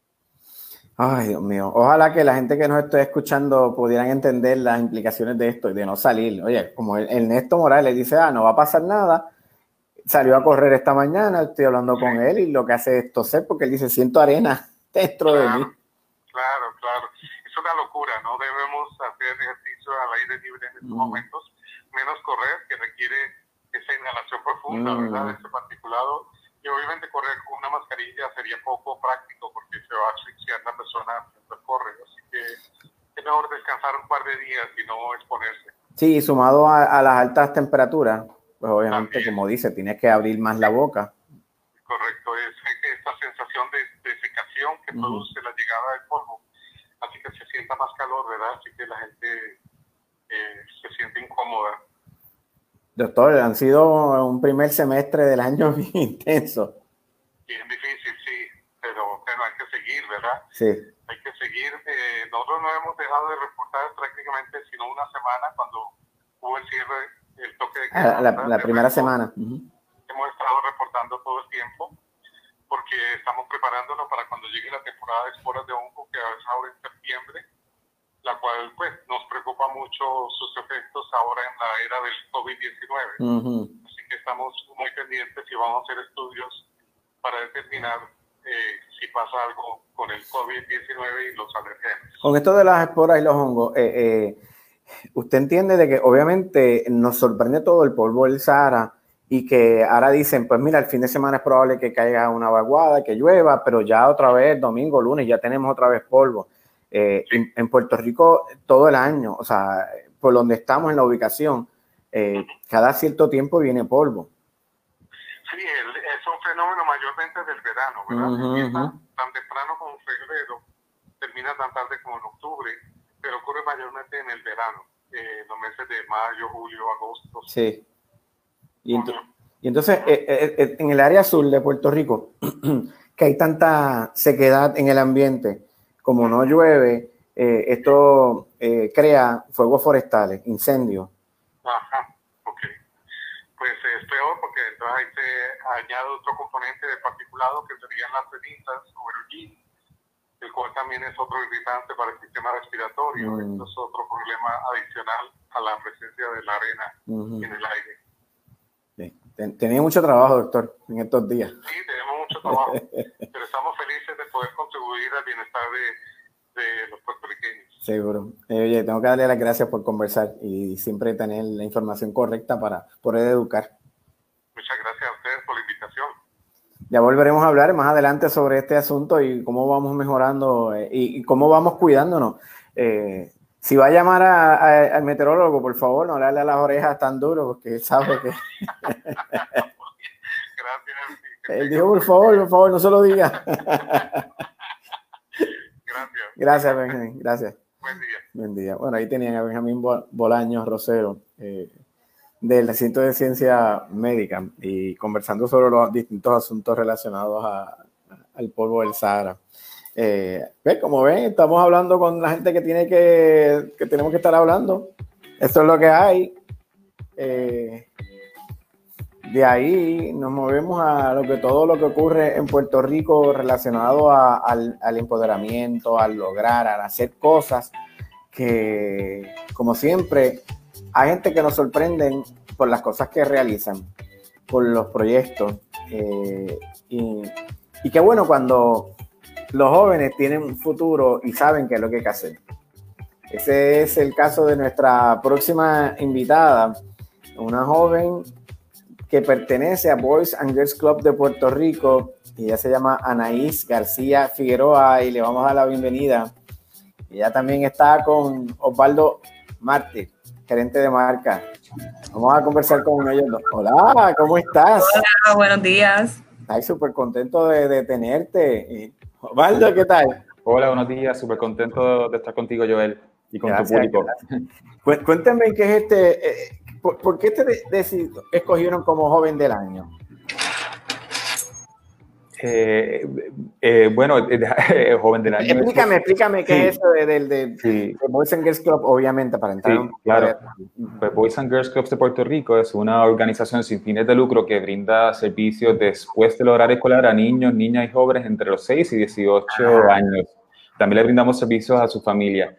Ay, Dios mío. Ojalá que la gente que nos esté escuchando pudieran entender las implicaciones de esto y de no salir. Oye, como Ernesto Morales dice, no va a pasar nada. Salió a correr esta mañana, estoy hablando con él y lo que hace es toser porque él dice, siento arena dentro de mí. Claro. Es una locura, no debemos hacer ejercicio al aire libre en estos momentos, menos correr, que requiere esa inhalación profunda, ¿verdad? De ese particulado. Y obviamente correr con una mascarilla sería poco práctico porque se va a asfixiar la persona mientras corre. Así que es mejor descansar un par de días y no exponerse. Sí, sumado a las altas temperaturas, pues obviamente, también, como dice, tienes que abrir más la boca. Correcto, es esta sensación de secación que produce la llegada del polvo. Así que se sienta más calor, ¿verdad? Así que la gente se siente incómoda. Doctor, han sido un primer semestre del año bien intenso. Bien difícil, sí, pero bueno, hay que seguir, ¿verdad? Sí. Hay que seguir. Nosotros no hemos dejado de reportar prácticamente sino una semana cuando hubo el cierre, el toque de queda. La primera semana. Hemos estado reportando todo el tiempo porque estamos preparándonos para cuando llegue la temporada de esporas de hongo, que es ahora en septiembre, la cual pues nos preocupa mucho sus efectos ahora en la era del COVID-19. Así que estamos muy pendientes y vamos a hacer estudios para determinar si pasa algo con el COVID-19 y los alergenos. Con esto de las esporas y los hongos, usted entiende de que obviamente nos sorprende todo el polvo del Sahara y que ahora dicen, pues mira, el fin de semana es probable que caiga una vaguada, que llueva, pero ya otra vez, domingo, lunes, ya tenemos otra vez polvo. En Puerto Rico todo el año, o sea, por donde estamos en la ubicación, cada cierto tiempo viene polvo. Sí, es un fenómeno mayormente del verano, ¿verdad? Empieza tan temprano como en febrero, termina tan tarde como en octubre, pero ocurre mayormente en el verano, los meses de mayo, julio, agosto. Sí. Y entonces, en el área sur de Puerto Rico, que hay tanta sequedad en el ambiente, como no llueve, esto crea fuegos forestales, incendios. Ajá, ok. Pues es peor porque entonces ahí se añade otro componente de particulado que serían las cenizas o el hollín, el cual también es otro irritante para el sistema respiratorio. Esto es otro problema adicional a la presencia de la arena en el aire. Sí. Tenía mucho trabajo, doctor, en estos días. Sí, tenemos mucho trabajo, pero estamos felices de poder contribuir al bienestar de los puertorriqueños. Seguro. Oye, tengo que darle las gracias por conversar y siempre tener la información correcta para poder educar. Muchas gracias a ustedes por la invitación. Ya volveremos a hablar más adelante sobre este asunto y cómo vamos mejorando y cómo vamos cuidándonos. Si va a llamar al meteorólogo, por favor, no le hable a las orejas tan duro, porque él sabe que... Gracias. Él dijo, por favor, no se lo diga. Gracias. Gracias, Benjamín. Gracias. Buen día. Buen día. Bueno, ahí tenían a Benjamín Bolaños Rosero, del recinto de ciencia médica, y conversando sobre los distintos asuntos relacionados al polvo del Sahara. Como ven, estamos hablando con la gente que tenemos que estar hablando. Esto es lo que hay. De ahí nos movemos a todo lo que ocurre en Puerto Rico relacionado al empoderamiento, al lograr, al hacer cosas que, como siempre, hay gente que nos sorprenden por las cosas que realizan, por los proyectos. Y qué bueno cuando los jóvenes tienen un futuro y saben qué es lo que hay que hacer. Ese es el caso de nuestra próxima invitada, una joven que pertenece a Boys and Girls Club de Puerto Rico, y ella se llama Anaís García Figueroa, y le vamos a dar la bienvenida. Ella también está con Osvaldo Mártir, gerente de marca. Vamos a conversar con ellos dos. Hola, ¿cómo estás? Hola, buenos días. Estoy súper contento de tenerte. Osvaldo, ¿qué tal? Hola, buenos días. Súper contento de estar contigo, Joel, y con tu público. Cuéntame qué es ¿por qué te escogieron como joven del año? Bueno, joven del año. Explícame qué es eso de Boys and Girls Club, obviamente, para entrar. Sí, claro. Pues Boys and Girls Clubs de Puerto Rico es una organización sin fines de lucro que brinda servicios después del horario escolar a niños, niñas y jóvenes entre los 6 y 18 años. También le brindamos servicios a su familia.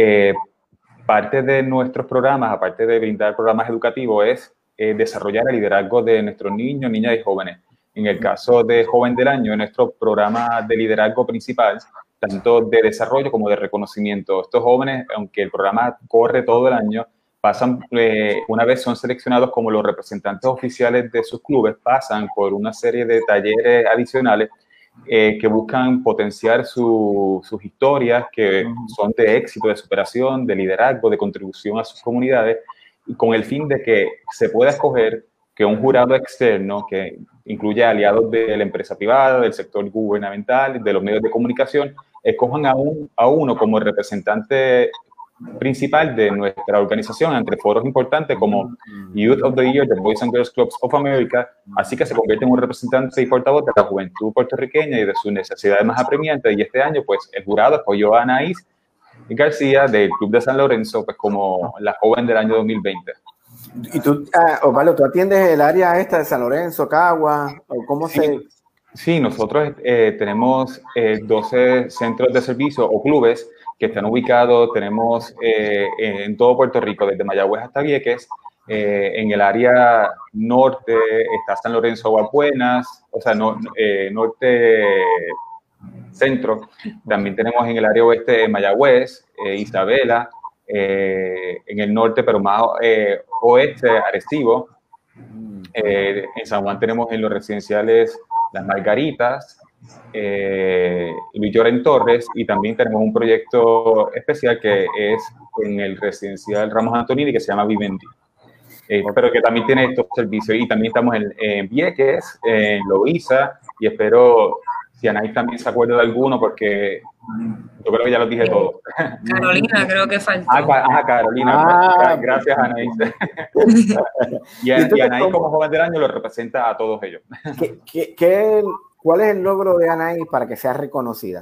Parte de nuestros programas, aparte de brindar programas educativos, es desarrollar el liderazgo de nuestros niños, niñas y jóvenes. En el caso de Joven del Año, nuestro programa de liderazgo principal, tanto de desarrollo como de reconocimiento. Estos jóvenes, aunque el programa corre todo el año, pasan, una vez son seleccionados como los representantes oficiales de sus clubes, pasan por una serie de talleres adicionales que buscan potenciar sus historias, que son de éxito, de superación, de liderazgo, de contribución a sus comunidades, con el fin de que se pueda escoger que un jurado externo, que incluye aliados de la empresa privada, del sector gubernamental, de los medios de comunicación, escojan a uno como representante principal de nuestra organización entre foros importantes como Youth of the Year, the Boys and Girls Clubs of America, así que se convierte en un representante y portavoz de la juventud puertorriqueña y de sus necesidades más apremiantes. Y este año, pues, el jurado escogió a Anaís García del Club de San Lorenzo, pues, como la joven del año 2020. Y tú, Osvaldo, ¿tú atiendes el área esta de San Lorenzo, Cagua, o cómo se...? Sí, nosotros tenemos 12 centros de servicio o clubes que están ubicados, tenemos en todo Puerto Rico, desde Mayagüez hasta Vieques. En el área norte está San Lorenzo, Aguas Buenas, o sea, norte centro. También tenemos en el área oeste Mayagüez, Isabela, en el norte, pero más oeste, Arecibo. En San Juan tenemos en los residenciales Las Margaritas, Luis Lloren Torres, y también tenemos un proyecto especial que es en el residencial Ramos Antonini, que se llama Vivendi, pero que también tiene estos servicios. Y también estamos en Vieques, en Loíza, y espero si Anaís también se acuerda de alguno, porque yo creo que ya lo dije todo. Carolina, creo que faltó. Carolina, gracias Anaís. y Anaís como joven del año lo representa a todos ellos. ¿Cuál es el logro de Anaís para que sea reconocida?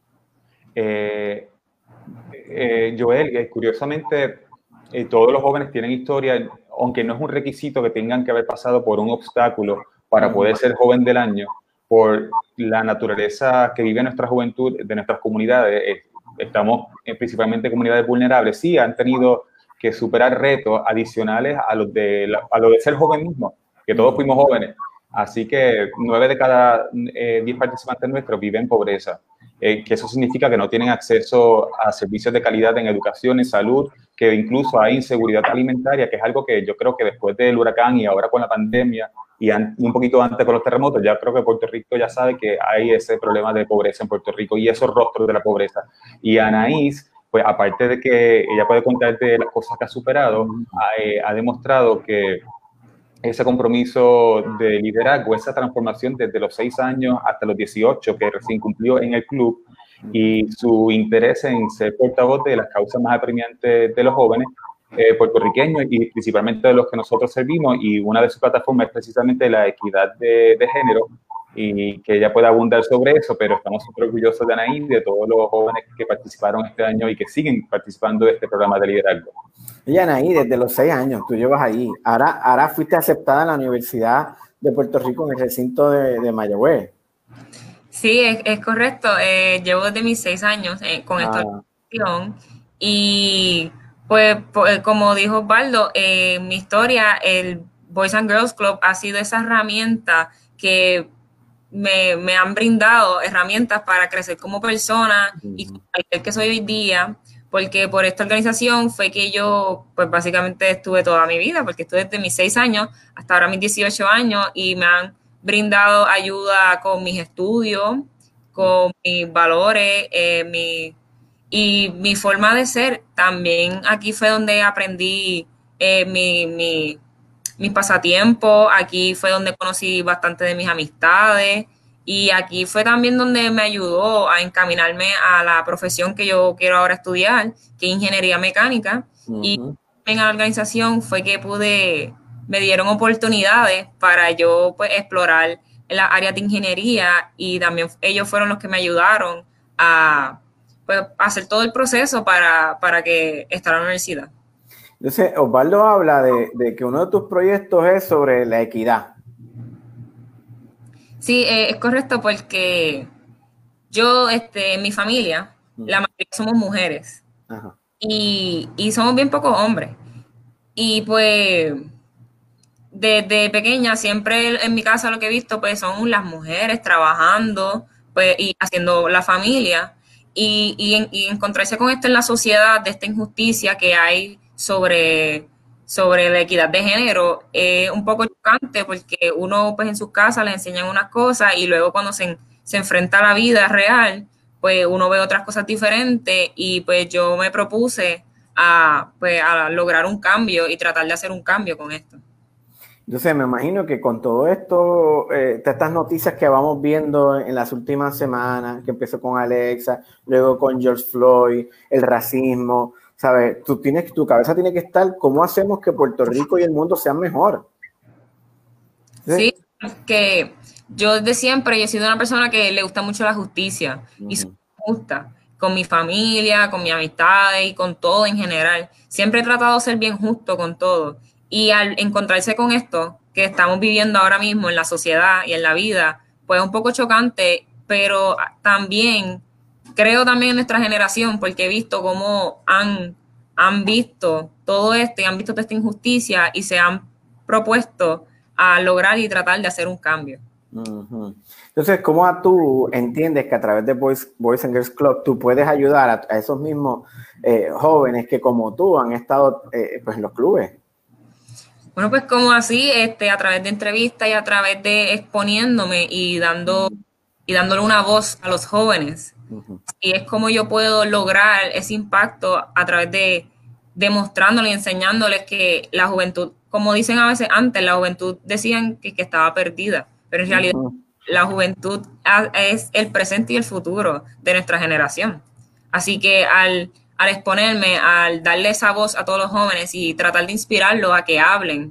Joel, curiosamente, todos los jóvenes tienen historia, aunque no es un requisito que tengan que haber pasado por un obstáculo para poder ser joven del año, por la naturaleza que vive nuestra juventud, de nuestras comunidades. Estamos principalmente en comunidades vulnerables. Sí, han tenido que superar retos adicionales a lo de ser joven mismo, que todos fuimos jóvenes. Así que 9 de cada 10 participantes nuestros viven en pobreza, que eso significa que no tienen acceso a servicios de calidad en educación, en salud, que incluso hay inseguridad alimentaria, que es algo que yo creo que después del huracán y ahora con la pandemia y un poquito antes con los terremotos. Ya creo que Puerto Rico ya sabe que hay ese problema de pobreza en Puerto Rico y esos rostros de la pobreza. Y Anaís, pues aparte de que ella puede contarte las cosas que ha superado, ha demostrado que ese compromiso de liderazgo, esa transformación desde los 6 años hasta los 18 que recién cumplió en el club, y su interés en ser portavoz de las causas más apremiantes de los jóvenes puertorriqueños y principalmente de los que nosotros servimos, y una de sus plataformas es precisamente la equidad de género, y que ella pueda abundar sobre eso, pero estamos súper orgullosos de Anaí y de todos los jóvenes que participaron este año y que siguen participando de este programa de liderazgo. Y Anaí, desde los 6 años, tú llevas ahí. Ahora fuiste aceptada en la Universidad de Puerto Rico en el recinto de Mayagüez. Sí, es correcto. Llevo desde mis 6 años con esta organización y pues como dijo Osvaldo, mi historia, el Boys and Girls Club ha sido esa herramienta que me han brindado herramientas para crecer como persona y como el que soy hoy día, porque por esta organización fue que yo pues básicamente estuve toda mi vida, porque estuve desde mis 6 años hasta ahora mis 18 años y me han brindado ayuda con mis estudios, con mis valores, y mi forma de ser. También aquí fue donde aprendí mis pasatiempos, aquí fue donde conocí bastante de mis amistades y aquí fue también donde me ayudó a encaminarme a la profesión que yo quiero ahora estudiar, que es ingeniería mecánica. Y en la organización fue que me dieron oportunidades para yo pues explorar las áreas de ingeniería y también ellos fueron los que me ayudaron a pues, hacer todo el proceso para que estar en la universidad. Entonces, Osvaldo habla de que uno de tus proyectos es sobre la equidad. Sí, es correcto, porque yo, en mi familia, la mayoría somos mujeres. Ajá. Y somos bien pocos hombres. Y pues, desde pequeña, siempre en mi casa lo que he visto, pues, son las mujeres trabajando, pues, y haciendo la familia. Y encontrarse con esto en la sociedad, de esta injusticia que hay sobre la equidad de género, es un poco chocante, porque uno pues en sus casas les enseñan unas cosas y luego cuando se enfrenta a la vida real, pues uno ve otras cosas diferentes, y pues yo me propuse a lograr un cambio y tratar de hacer un cambio con esto. Entonces me imagino que con todo esto, estas noticias que vamos viendo en las últimas semanas, que empezó con Alexa, luego con George Floyd, el racismo, ¿sabes? Tu cabeza tiene que estar, ¿cómo hacemos que Puerto Rico y el mundo sean mejor? Sí, que yo desde siempre he sido una persona que le gusta mucho la justicia y soy justa con mi familia, con mis amistades y con todo en general. Siempre he tratado de ser bien justo con todo. Y al encontrarse con esto que estamos viviendo ahora mismo en la sociedad y en la vida, pues es un poco chocante, pero también creo también en nuestra generación, porque he visto cómo han visto todo esto y han visto toda esta injusticia y se han propuesto a lograr y tratar de hacer un cambio. Entonces, ¿cómo tú entiendes que a través de Boys and Girls Club tú puedes ayudar a esos mismos jóvenes que como tú han estado pues en los clubes? Bueno, pues como así, a través de entrevistas y a través de exponiéndome y dándole una voz a los jóvenes. Y es como yo puedo lograr ese impacto a través de demostrándoles y enseñándoles que la juventud, como dicen a veces antes, la juventud decían que estaba perdida, pero en realidad la juventud es el presente y el futuro de nuestra generación. Así que al exponerme, al darle esa voz a todos los jóvenes y tratar de inspirarlos a que hablen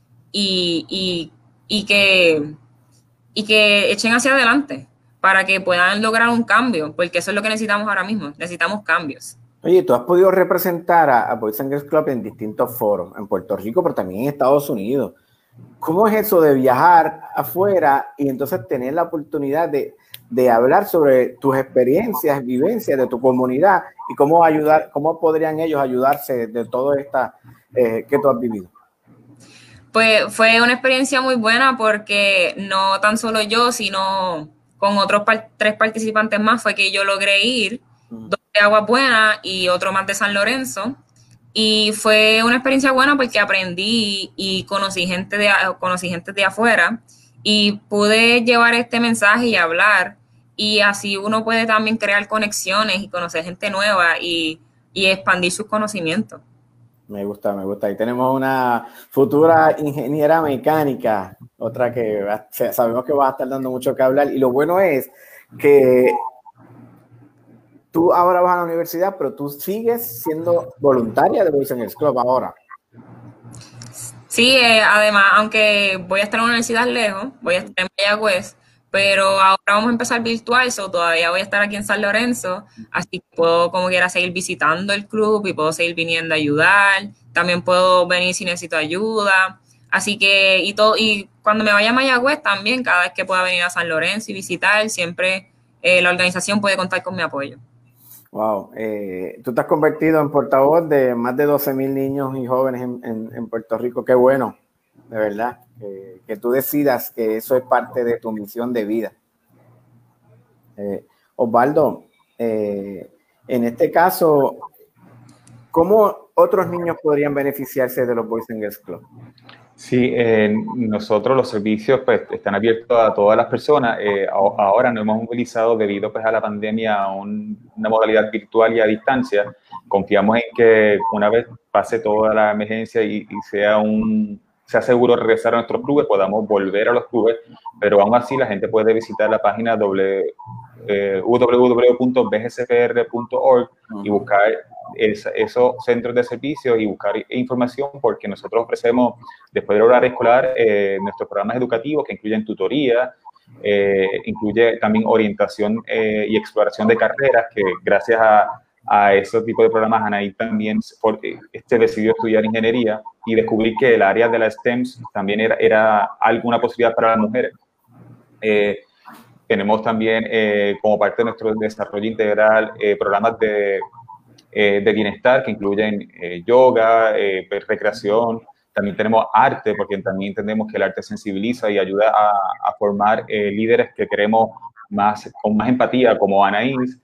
y que echen hacia adelante para que puedan lograr un cambio, porque eso es lo que necesitamos ahora mismo, necesitamos cambios. Oye, tú has podido representar a Boys and Girls Club en distintos foros, en Puerto Rico, pero también en Estados Unidos. ¿Cómo es eso de viajar afuera y entonces tener la oportunidad de hablar sobre tus experiencias, vivencias de tu comunidad y cómo podrían ellos ayudarse de todo esta que tú has vivido? Pues fue una experiencia muy buena, porque no tan solo yo, sino con otros 3 participantes más fue que yo logré ir, 2 de Aguas Buenas y otro más de San Lorenzo, Y fue una experiencia buena porque aprendí y conocí gente de afuera y pude llevar este mensaje y hablar. Y así uno puede también crear conexiones y conocer gente nueva y expandir sus conocimientos. Me gusta, me gusta. Ahí tenemos una futura ingeniera mecánica, otra que sabemos que va a estar dando mucho que hablar. Y lo bueno es que tú ahora vas a la universidad, pero tú sigues siendo voluntaria de Boys and Girls Club ahora. Sí, además, aunque voy a estar en una universidad lejos, voy a estar en Mayagüez, pero ahora vamos a empezar virtual, todavía voy a estar aquí en San Lorenzo, así que puedo como quiera seguir visitando el club y puedo seguir viniendo a ayudar, también puedo venir si necesito ayuda, así que, y cuando me vaya a Mayagüez también, cada vez que pueda venir a San Lorenzo y visitar, siempre la organización puede contar con mi apoyo. Wow, tú te has convertido en portavoz de más de 12,000 niños y jóvenes en Puerto Rico. Qué bueno, de verdad, que tú decidas que eso es parte de tu misión de vida. Osvaldo, en este caso, ¿cómo otros niños podrían beneficiarse de los Boys and Girls Club? Sí, nosotros los servicios pues están abiertos a todas las personas. Ahora nos hemos movilizado debido pues a la pandemia a una modalidad virtual y a distancia. Confiamos en que una vez pase toda la emergencia y sea seguro regresar a nuestros clubes, podamos volver a los clubes, pero aún así la gente puede visitar la página www.bgscpr.org y buscar esos centros de servicios y buscar información, porque nosotros ofrecemos, después del horario escolar, nuestros programas educativos que incluyen tutoría, incluye también orientación y exploración de carreras, que gracias a esos tipos de programas Anaí también decidió estudiar ingeniería y descubrí que el área de las STEMs también era alguna posibilidad para las mujeres. Tenemos también, como parte de nuestro desarrollo integral, programas de bienestar que incluyen yoga, recreación. También tenemos arte, porque también entendemos que el arte sensibiliza y ayuda a formar líderes que queremos con más empatía, como Anaís.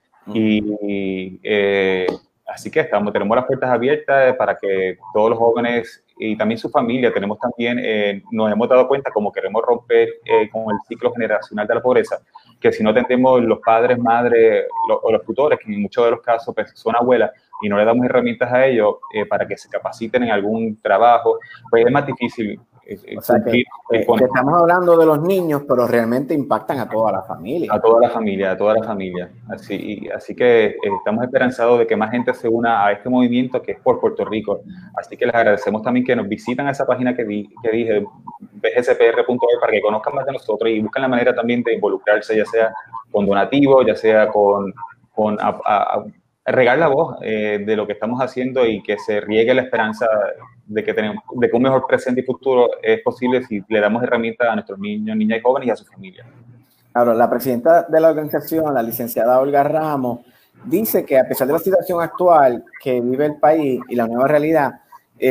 Así que tenemos las puertas abiertas para que todos los jóvenes y también su familia, nos hemos dado cuenta como queremos romper con el ciclo generacional de la pobreza, que si no tenemos los padres, madres o los tutores, que en muchos de los casos pues, son abuelas, y no le damos herramientas a ellos para que se capaciten en algún trabajo, pues es más difícil. O sea que estamos hablando de los niños, pero realmente impactan a toda la familia. A toda la familia, a toda la familia. Así que estamos esperanzados de que más gente se una a este movimiento que es por Puerto Rico. Así que les agradecemos también que nos visitan a esa página que dije, bgscpr.org, para que conozcan más de nosotros y busquen la manera también de involucrarse, ya sea con donativos, ya sea con regar la voz de lo que estamos haciendo y que se riegue la esperanza de que un mejor presente y futuro es posible si le damos herramientas a nuestros niños, niñas y jóvenes y a sus familias. Ahora, la presidenta de la organización, la licenciada Olga Ramos, dice que a pesar de la situación actual que vive el país y la nueva realidad,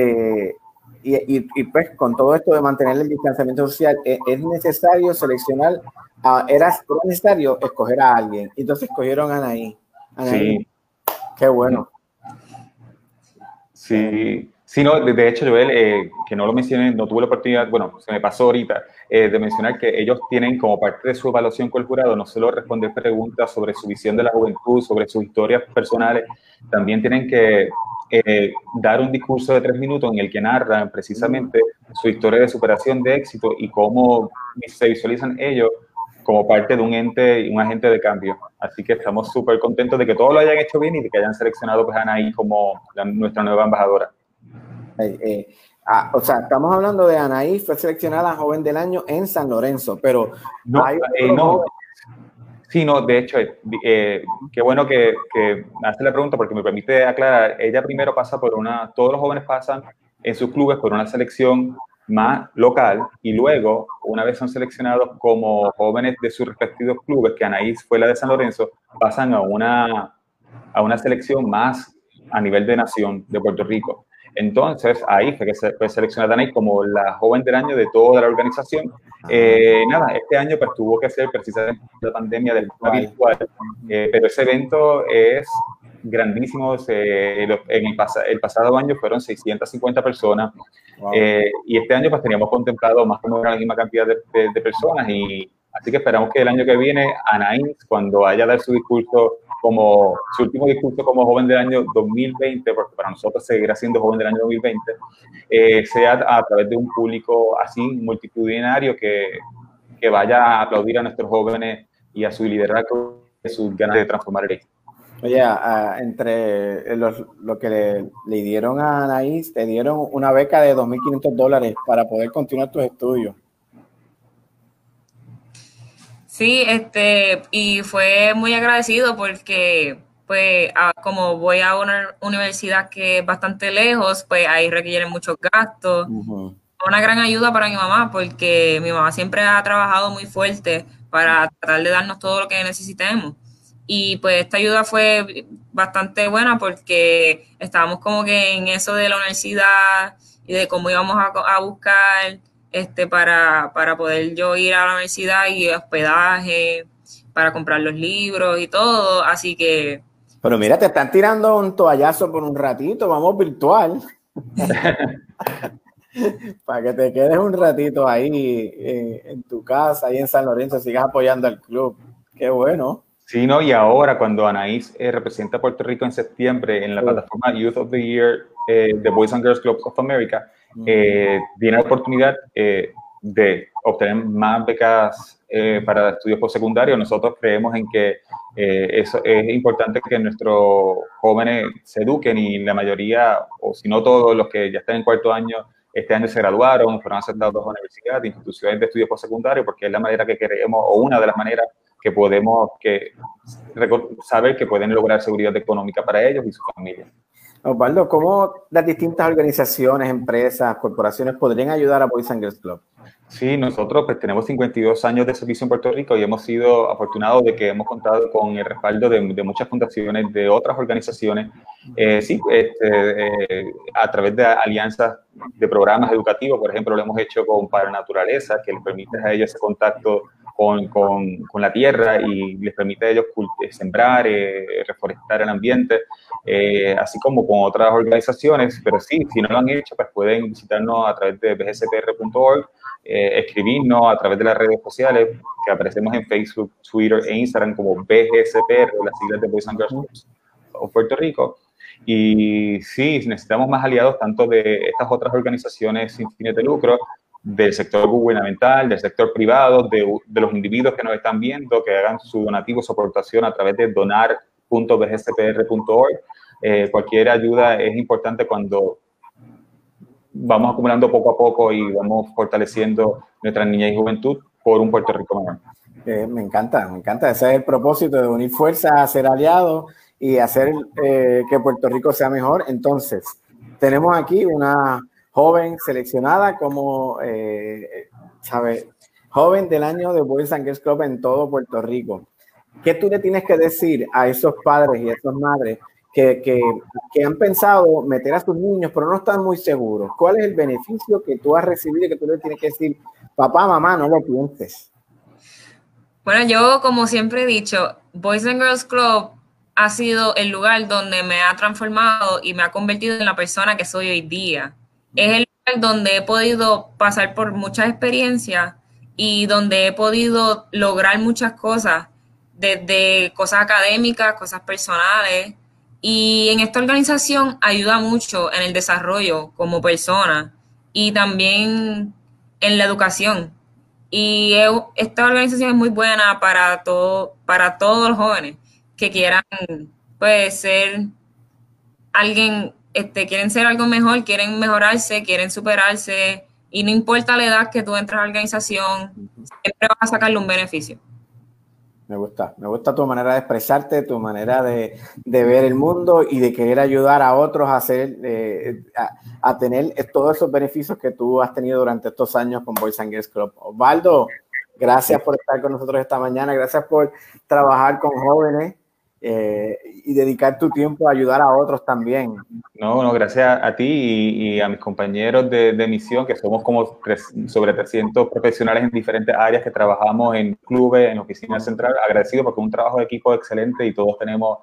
y pues con todo esto de mantener el distanciamiento social, es necesario seleccionar, era necesario escoger a alguien. Entonces escogieron a Anaí. Sí. Qué bueno. Sí, no, de hecho, Joel, que no lo mencioné, no tuve la oportunidad, bueno, se me pasó ahorita, de mencionar que ellos tienen como parte de su evaluación con el jurado no solo responder preguntas sobre su visión de la juventud, sobre sus historias personales, también tienen que dar un discurso de 3 minutos en el que narran precisamente su historia de superación, de éxito y cómo se visualizan ellos como parte de un agente de cambio. Así que estamos súper contentos de que todos lo hayan hecho bien y de que hayan seleccionado pues, a Anaí como nuestra nueva embajadora. O sea, estamos hablando de Anaí, fue seleccionada Joven del Año en San Lorenzo, pero no. Sí, no, de hecho, qué bueno que me hace la pregunta porque me permite aclarar. Ella primero pasa todos los jóvenes pasan en sus clubes por una selección más local y luego, una vez son seleccionados como jóvenes de sus respectivos clubes, que Anaís fue la de San Lorenzo, pasan a una selección más a nivel de nación de Puerto Rico. Entonces, ahí fue que fue seleccionada Anaís como la joven del año de toda la organización. Este año pues tuvo que ser precisamente la pandemia del virtual, pero ese evento es grandísimos. El pasado año fueron 650 personas. Wow. Y este año pues teníamos contemplado más o menos la misma cantidad de personas, y así que esperamos que el año que viene Anaís, cuando vaya a dar su discurso su último discurso como joven del año 2020, porque para nosotros seguirá siendo joven del año 2020, sea a través de un público así multitudinario que vaya a aplaudir a nuestros jóvenes y a su liderazgo y sus ganas de transformar el país. Oye, entre lo que le dieron a Anaís, te dieron una beca de $2,500 para poder continuar tus estudios. Sí, y fue muy agradecido porque, pues, como voy a una universidad que es bastante lejos, pues ahí requieren muchos gastos. Uh-huh. Una gran ayuda para mi mamá, porque mi mamá siempre ha trabajado muy fuerte para tratar de darnos todo lo que necesitemos. Y pues esta ayuda fue bastante buena porque estábamos como que en eso de la universidad y de cómo íbamos a buscar para poder yo ir a la universidad y hospedaje, para comprar los libros y todo, así que... Pero mira, te están tirando un toallazo por un ratito, vamos virtual. Para que te quedes un ratito ahí en tu casa, ahí en San Lorenzo, sigas apoyando al club. Qué bueno. Sí, no, y ahora cuando Anaís representa a Puerto Rico en septiembre en la plataforma Youth of the Year de Boys and Girls Clubs of America, tiene la oportunidad de obtener más becas para estudios postsecundarios. Nosotros creemos en que eso es importante, que nuestros jóvenes se eduquen, y la mayoría, o si no todos los que ya están en cuarto año, este año se graduaron, fueron aceptados a universidades, instituciones de estudios postsecundarios, porque es la manera que queremos, o una de las maneras que podemos saber que pueden lograr seguridad económica para ellos y su familia. Osvaldo, ¿cómo las distintas organizaciones, empresas, corporaciones podrían ayudar a Boys and Girls Club? Sí, nosotros pues tenemos 52 años de servicio en Puerto Rico y hemos sido afortunados de que hemos contado con el respaldo de muchas fundaciones, de otras organizaciones, a través de alianzas de programas educativos. Por ejemplo, lo hemos hecho con Padre Naturaleza, que les permite a ellos ese contacto con la tierra y les permite a ellos sembrar, reforestar el ambiente, así como con otras organizaciones. Pero sí, si no lo han hecho, pues pueden visitarnos a través de bgscpr.org, escribirnos a través de las redes sociales, que aparecemos en Facebook, Twitter e Instagram como BGSPR, las siglas de Boys and Girls Clubs of Puerto Rico. Y sí, necesitamos más aliados tanto de estas otras organizaciones sin fines de lucro, del sector gubernamental, del sector privado, de los individuos que nos están viendo, que hagan su donativo, su aportación a través de donar.bgscpr.org. Cualquier ayuda es importante cuando vamos acumulando poco a poco y vamos fortaleciendo nuestra niñez y juventud por un Puerto Rico mejor. Me encanta. Ese es el propósito, de unir fuerzas, a ser aliados y hacer que Puerto Rico sea mejor. Entonces, tenemos aquí una joven seleccionada como, joven del año de Boys and Girls Club en todo Puerto Rico. ¿Qué tú le tienes que decir a esos padres y a esas madres que han pensado meter a sus niños, pero no están muy seguros? ¿Cuál es el beneficio que tú has recibido y que tú le tienes que decir, papá, mamá, no lo pienses? Bueno, yo, como siempre he dicho, Boys and Girls Club ha sido el lugar donde me ha transformado y me ha convertido en la persona que soy hoy día. Es el lugar donde he podido pasar por muchas experiencias y donde he podido lograr muchas cosas, desde cosas académicas, cosas personales. Y en esta organización ayuda mucho en el desarrollo como persona y también en la educación. Y esta organización es muy buena para todos los jóvenes que quieran, pues, ser alguien, quieren ser algo mejor, quieren mejorarse, quieren superarse, y no importa la edad que tú entres a la organización, siempre vas a sacarle un beneficio. Me gusta tu manera de expresarte, tu manera de ver el mundo y de querer ayudar a otros a tener todos esos beneficios que tú has tenido durante estos años con Boys and Girls Club. Osvaldo, gracias por estar con nosotros esta mañana, gracias por trabajar con jóvenes y dedicar tu tiempo a ayudar a otros también. No, gracias a ti y a mis compañeros de misión, que somos como sobre 300 profesionales en diferentes áreas que trabajamos en clubes, en oficinas centrales. Agradecido porque es un trabajo de equipo excelente y todos tenemos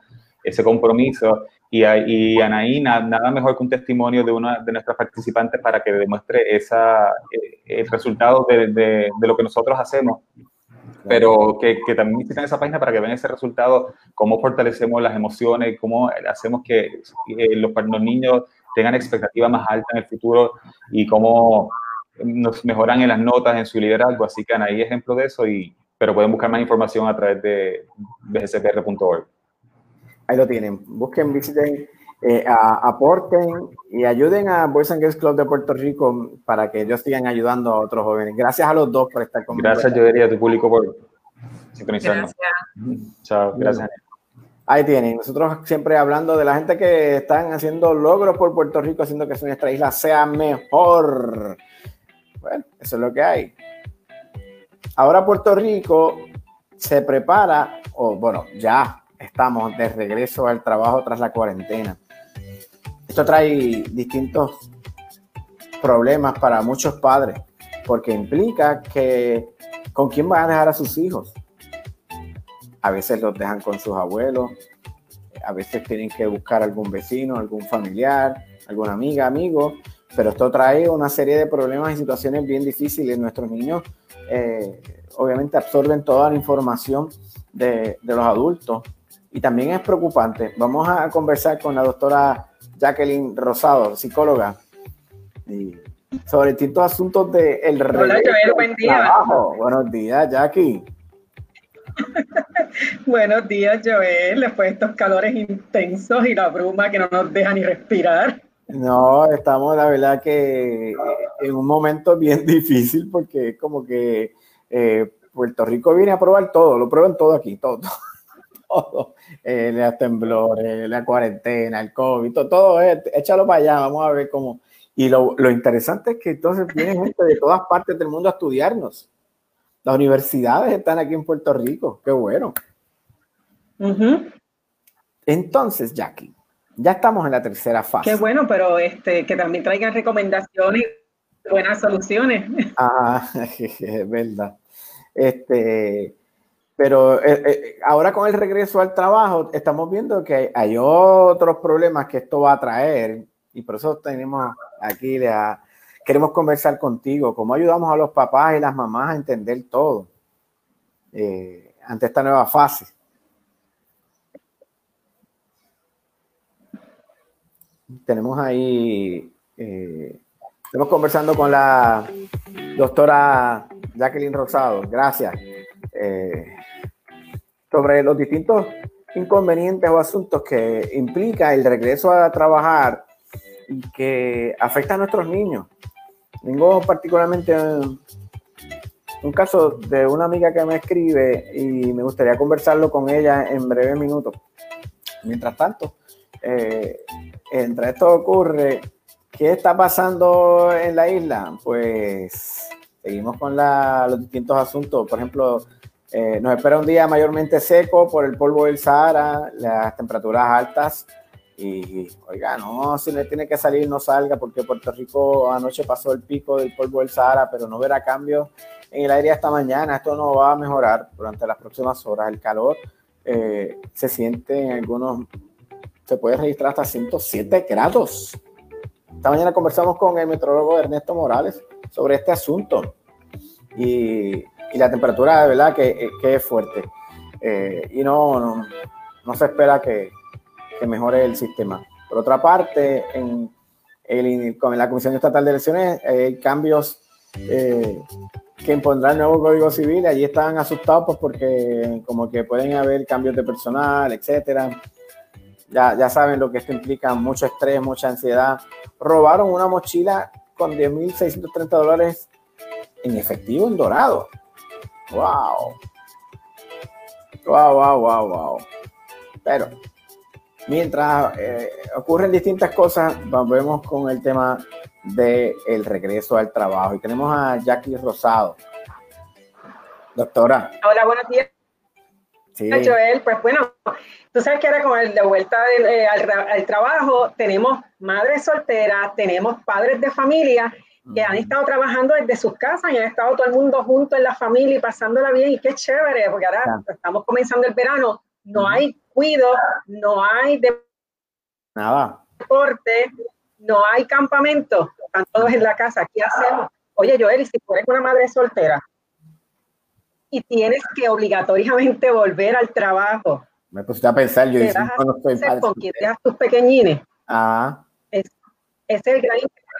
ese compromiso. Y Anaí, nada mejor que un testimonio de una de nuestras participantes para que demuestre el resultado de lo que nosotros hacemos, pero que también visiten esa página para que vean ese resultado, cómo fortalecemos las emociones, cómo hacemos que los niños tengan expectativas más altas en el futuro y cómo nos mejoran en las notas, en su liderazgo. Así que Anaí es ejemplo de eso, pero pueden buscar más información a través de bgcpr.org. Ahí lo tienen. Busquen, visiten, aporten y ayuden a Boys and Girls Club de Puerto Rico para que ellos sigan ayudando a otros jóvenes. Gracias a los dos por estar conmigo. Gracias, Joel, y a tu público por sintonizarnos. Gracias. Chao, gracias. Ahí tienen. Nosotros siempre hablando de la gente que están haciendo logros por Puerto Rico, haciendo que nuestra isla sea mejor. Bueno, eso es lo que hay. Ahora Puerto Rico se prepara, ya estamos de regreso al trabajo tras la cuarentena. Esto trae distintos problemas para muchos padres, porque implica que ¿con quién van a dejar a sus hijos? A veces los dejan con sus abuelos, a veces tienen que buscar algún vecino, algún familiar, alguna amiga, amigo, pero esto trae una serie de problemas y situaciones bien difíciles. Nuestros niños obviamente absorben toda la información de los adultos. Y también es preocupante. Vamos a conversar con la doctora Jacqueline Rosado, psicóloga, sobre distintos asuntos del Hola, Joel, buen día. Buenos días, Jackie. Buenos días, Joel. Después de estos calores intensos y la bruma que no nos deja ni respirar. No, estamos, la verdad, que en un momento bien difícil, porque es como que Puerto Rico viene a probar todo, lo prueban todo aquí, todo. Los temblores, la cuarentena, el COVID, todo, échalo para allá, vamos a ver cómo. Y lo interesante es que entonces viene gente de todas partes del mundo a estudiarnos. Las universidades están aquí en Puerto Rico, qué bueno. Entonces, Jackie, ya estamos en la tercera fase. Qué bueno, pero que también traigan recomendaciones y buenas soluciones. Es verdad. Pero ahora con el regreso al trabajo estamos viendo que hay otros problemas que esto va a traer, y por eso tenemos aquí, queremos conversar contigo, cómo ayudamos a los papás y las mamás a entender todo ante esta nueva fase. Tenemos ahí, estamos conversando con la doctora Jacqueline Rosado, gracias. Sobre los distintos inconvenientes o asuntos que implica el regreso a trabajar y que afecta a nuestros niños. Tengo particularmente un caso de una amiga que me escribe y me gustaría conversarlo con ella en breves minutos. Mientras tanto, entre esto ocurre, ¿qué está pasando en la isla? Pues seguimos con los distintos asuntos. Por ejemplo, nos espera un día mayormente seco por el polvo del Sahara, las temperaturas altas. Y, oiga, no, si le tiene que salir, no salga, porque Puerto Rico anoche pasó el pico del polvo del Sahara, pero no verá cambios en el aire hasta mañana. Esto no va a mejorar durante las próximas horas. El calor se siente en algunos, se puede registrar hasta 107 grados. Esta mañana conversamos con el meteorólogo Ernesto Morales sobre este asunto. Y la temperatura, de verdad, que es fuerte. Y no se espera que mejore el sistema. Por otra parte, con la Comisión Estatal de Elecciones hay cambios que impondrá el nuevo Código Civil. Allí están asustados pues, porque como que pueden haber cambios de personal, etcétera. Ya saben lo que esto implica, mucho estrés, mucha ansiedad. Robaron una mochila con $10,630 en efectivo en dorado. ¡Wow! Pero mientras ocurren distintas cosas, volvemos con el tema del regreso al trabajo. Y tenemos a Jackie Rosado. Doctora. Hola, buenos días. Sí. Joel, pues bueno, tú sabes que ahora con el de vuelta al trabajo tenemos madres solteras, tenemos padres de familia que han estado trabajando desde sus casas y han estado todo el mundo junto en la familia y pasándola bien, y qué chévere, porque ahora estamos comenzando el verano, no hay descuido, no hay deporte, no hay campamento, están todos en la casa. ¿Qué hacemos? Oye, Joel, si tú eres una madre soltera y tienes que obligatoriamente volver al trabajo, me puse a pensar, yo dije, no estoy padre, ¿con quién dejas tus pequeñines? Ese es el gran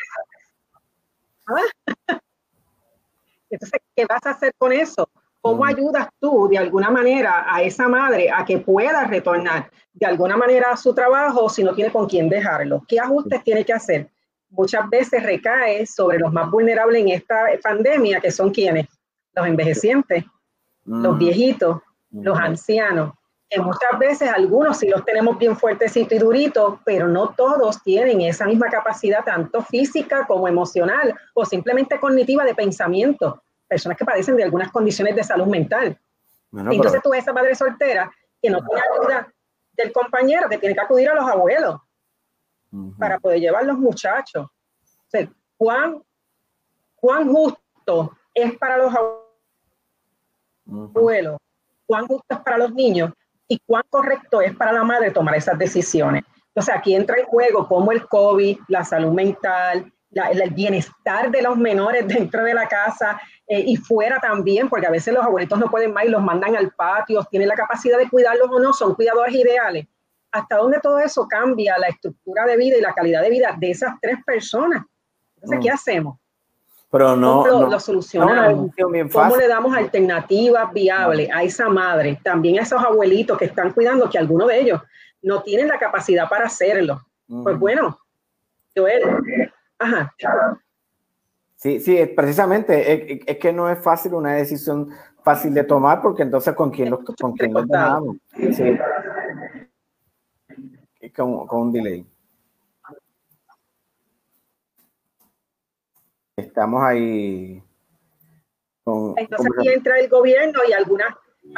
Entonces, ¿qué vas a hacer con eso? ¿Cómo ayudas tú de alguna manera a esa madre a que pueda retornar de alguna manera a su trabajo si no tiene con quién dejarlo? ¿Qué ajustes tiene que hacer? Muchas veces recae sobre los más vulnerables en esta pandemia, que son quienes, los envejecientes, los viejitos, los ancianos, que muchas veces algunos sí los tenemos bien fuertecitos y duritos, pero no todos tienen esa misma capacidad, tanto física como emocional o simplemente cognitiva de pensamiento. Personas que padecen de algunas condiciones de salud mental. Bueno, entonces tú ves a esa madre soltera que no tiene ayuda del compañero, que tiene que acudir a los abuelos para poder llevar los muchachos. O sea, ¿cuán justo es para los abuelos? ¿Cuán justo es para los niños? ¿Y cuán correcto es para la madre tomar esas decisiones? Entonces aquí entra en juego como el COVID, la salud mental, el bienestar de los menores dentro de la casa y fuera también, porque a veces los abuelitos no pueden más y los mandan al patio, tienen la capacidad de cuidarlos o no, son cuidadores ideales. ¿Hasta dónde todo eso cambia la estructura de vida y la calidad de vida de esas tres personas? Entonces, ¿qué hacemos? Pero ¿Cómo lo solucionamos? ¿Cómo le damos alternativas viables a esa madre? También a esos abuelitos que están cuidando, que algunos de ellos no tienen la capacidad para hacerlo. Pues bueno, Joel. Ajá. Sí, precisamente, es que no es fácil, una decisión fácil de tomar, porque entonces ¿con quién los dejamos? Sí. Con un delay. Estamos ahí. Entonces aquí entra el gobierno y algunas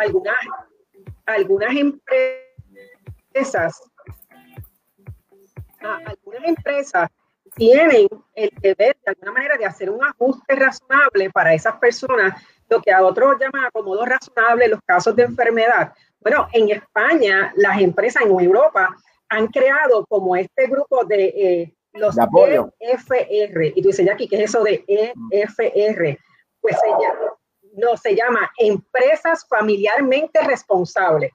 empresas tienen el deber de alguna manera de hacer un ajuste razonable para esas personas, lo que a otros llaman acomodo razonable en los casos de enfermedad. Bueno, en España, las empresas en Europa han creado como este grupo de los EFR. Y tú dices, Jackie, ¿qué es eso de EFR? Pues se llama Empresas Familiarmente Responsables.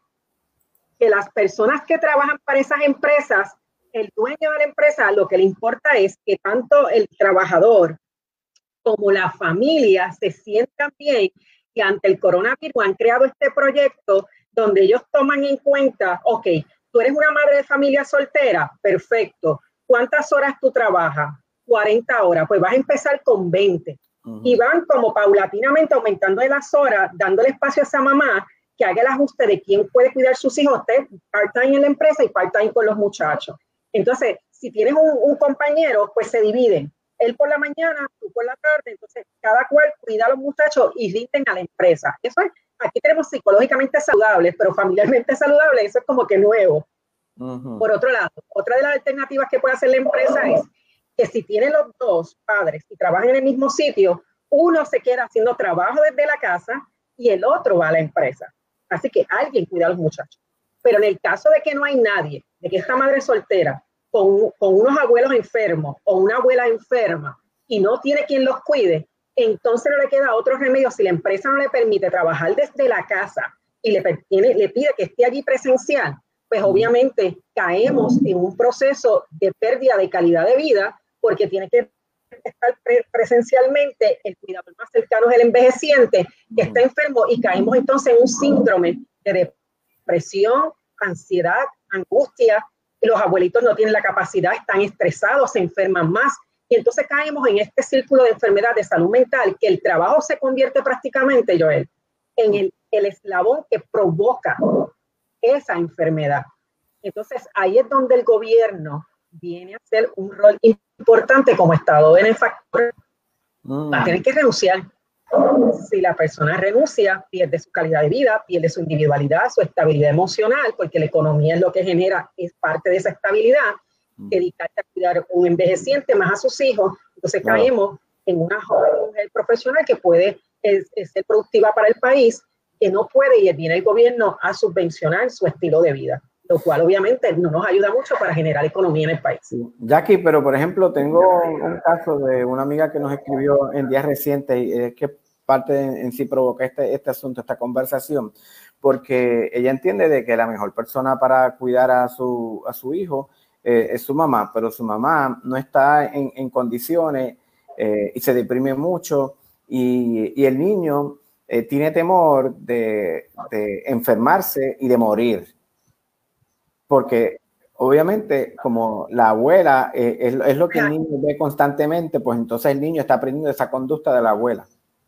Que las personas que trabajan para esas empresas, el dueño de la empresa, lo que le importa es que tanto el trabajador como la familia se sientan bien, y ante el coronavirus han creado este proyecto donde ellos toman en cuenta, ok, tú eres una madre de familia soltera, perfecto. ¿Cuántas horas tú trabajas? 40 horas, pues vas a empezar con 20. Y van como paulatinamente aumentando de las horas, dándole espacio a esa mamá que haga el ajuste de quién puede cuidar sus hijos, part-time en la empresa y part-time con los muchachos. Entonces, si tienes un compañero, pues se dividen. Él por la mañana, tú por la tarde, entonces cada cual cuida a los muchachos y rinden a la empresa. Eso es, aquí tenemos psicológicamente saludables, pero familiarmente saludables, eso es como que nuevo. Por otro lado, otra de las alternativas que puede hacer la empresa es que si tienen los dos padres y trabajan en el mismo sitio, uno se queda haciendo trabajo desde la casa y el otro va a la empresa. Así que alguien cuida a los muchachos. Pero en el caso de que no hay nadie, de que esta madre soltera con unos abuelos enfermos o una abuela enferma y no tiene quien los cuide, entonces no le queda otro remedio. Si la empresa no le permite trabajar desde la casa y le pide que esté allí presencial, pues obviamente caemos en un proceso de pérdida de calidad de vida, porque tiene que estar presencialmente, el cuidador más cercano es el envejeciente que está enfermo, y caemos entonces en un síndrome de depresión, ansiedad, angustia, y los abuelitos no tienen la capacidad, están estresados, se enferman más, y entonces caemos en este círculo de enfermedad de salud mental, que el trabajo se convierte prácticamente, Joel, en el eslabón que provoca esa enfermedad. Entonces ahí es donde el gobierno viene a hacer un rol importante como Estado benefactor. Va a tener que renunciar. Si la persona renuncia, pierde su calidad de vida, pierde su individualidad, su estabilidad emocional, porque la economía es lo que genera, es parte de esa estabilidad. Dedicarte a cuidar un envejeciente más a sus hijos, entonces caemos en una joven mujer profesional que puede ser productiva para el país, que no puede, y viene el gobierno a subvencionar su estilo de vida. lo cual obviamente no nos ayuda mucho para generar economía en el país. Jackie, pero por ejemplo, tengo un caso de una amiga que nos escribió en días recientes y es que parte en sí provoca este asunto, esta conversación, porque ella entiende de que la mejor persona para cuidar a su hijo es su mamá, pero su mamá no está en condiciones y se deprime mucho y el niño tiene temor de enfermarse y de morir. Porque obviamente como la abuela es lo que el niño ve constantemente, pues entonces el niño está aprendiendo esa conducta de la abuela.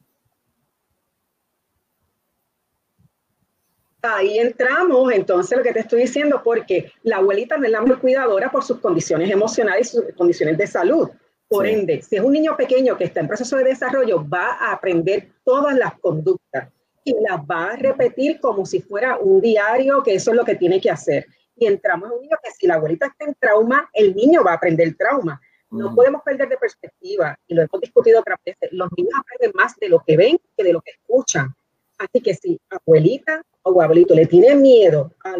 Ahí entramos, entonces, lo que te estoy diciendo, porque la abuelita no es la mejor cuidadora por sus condiciones emocionales y sus condiciones de salud. Por ende, si es un niño pequeño que está en proceso de desarrollo, va a aprender todas las conductas y las va a repetir como si fuera un diario, que eso es lo que tiene que hacer. Y entramos en un niño que si la abuelita está en trauma, el niño va a aprender trauma. No podemos perder de perspectiva, y lo hemos discutido otras veces, los niños aprenden más de lo que ven que de lo que escuchan. Así que si abuelita o abuelito le tiene miedo al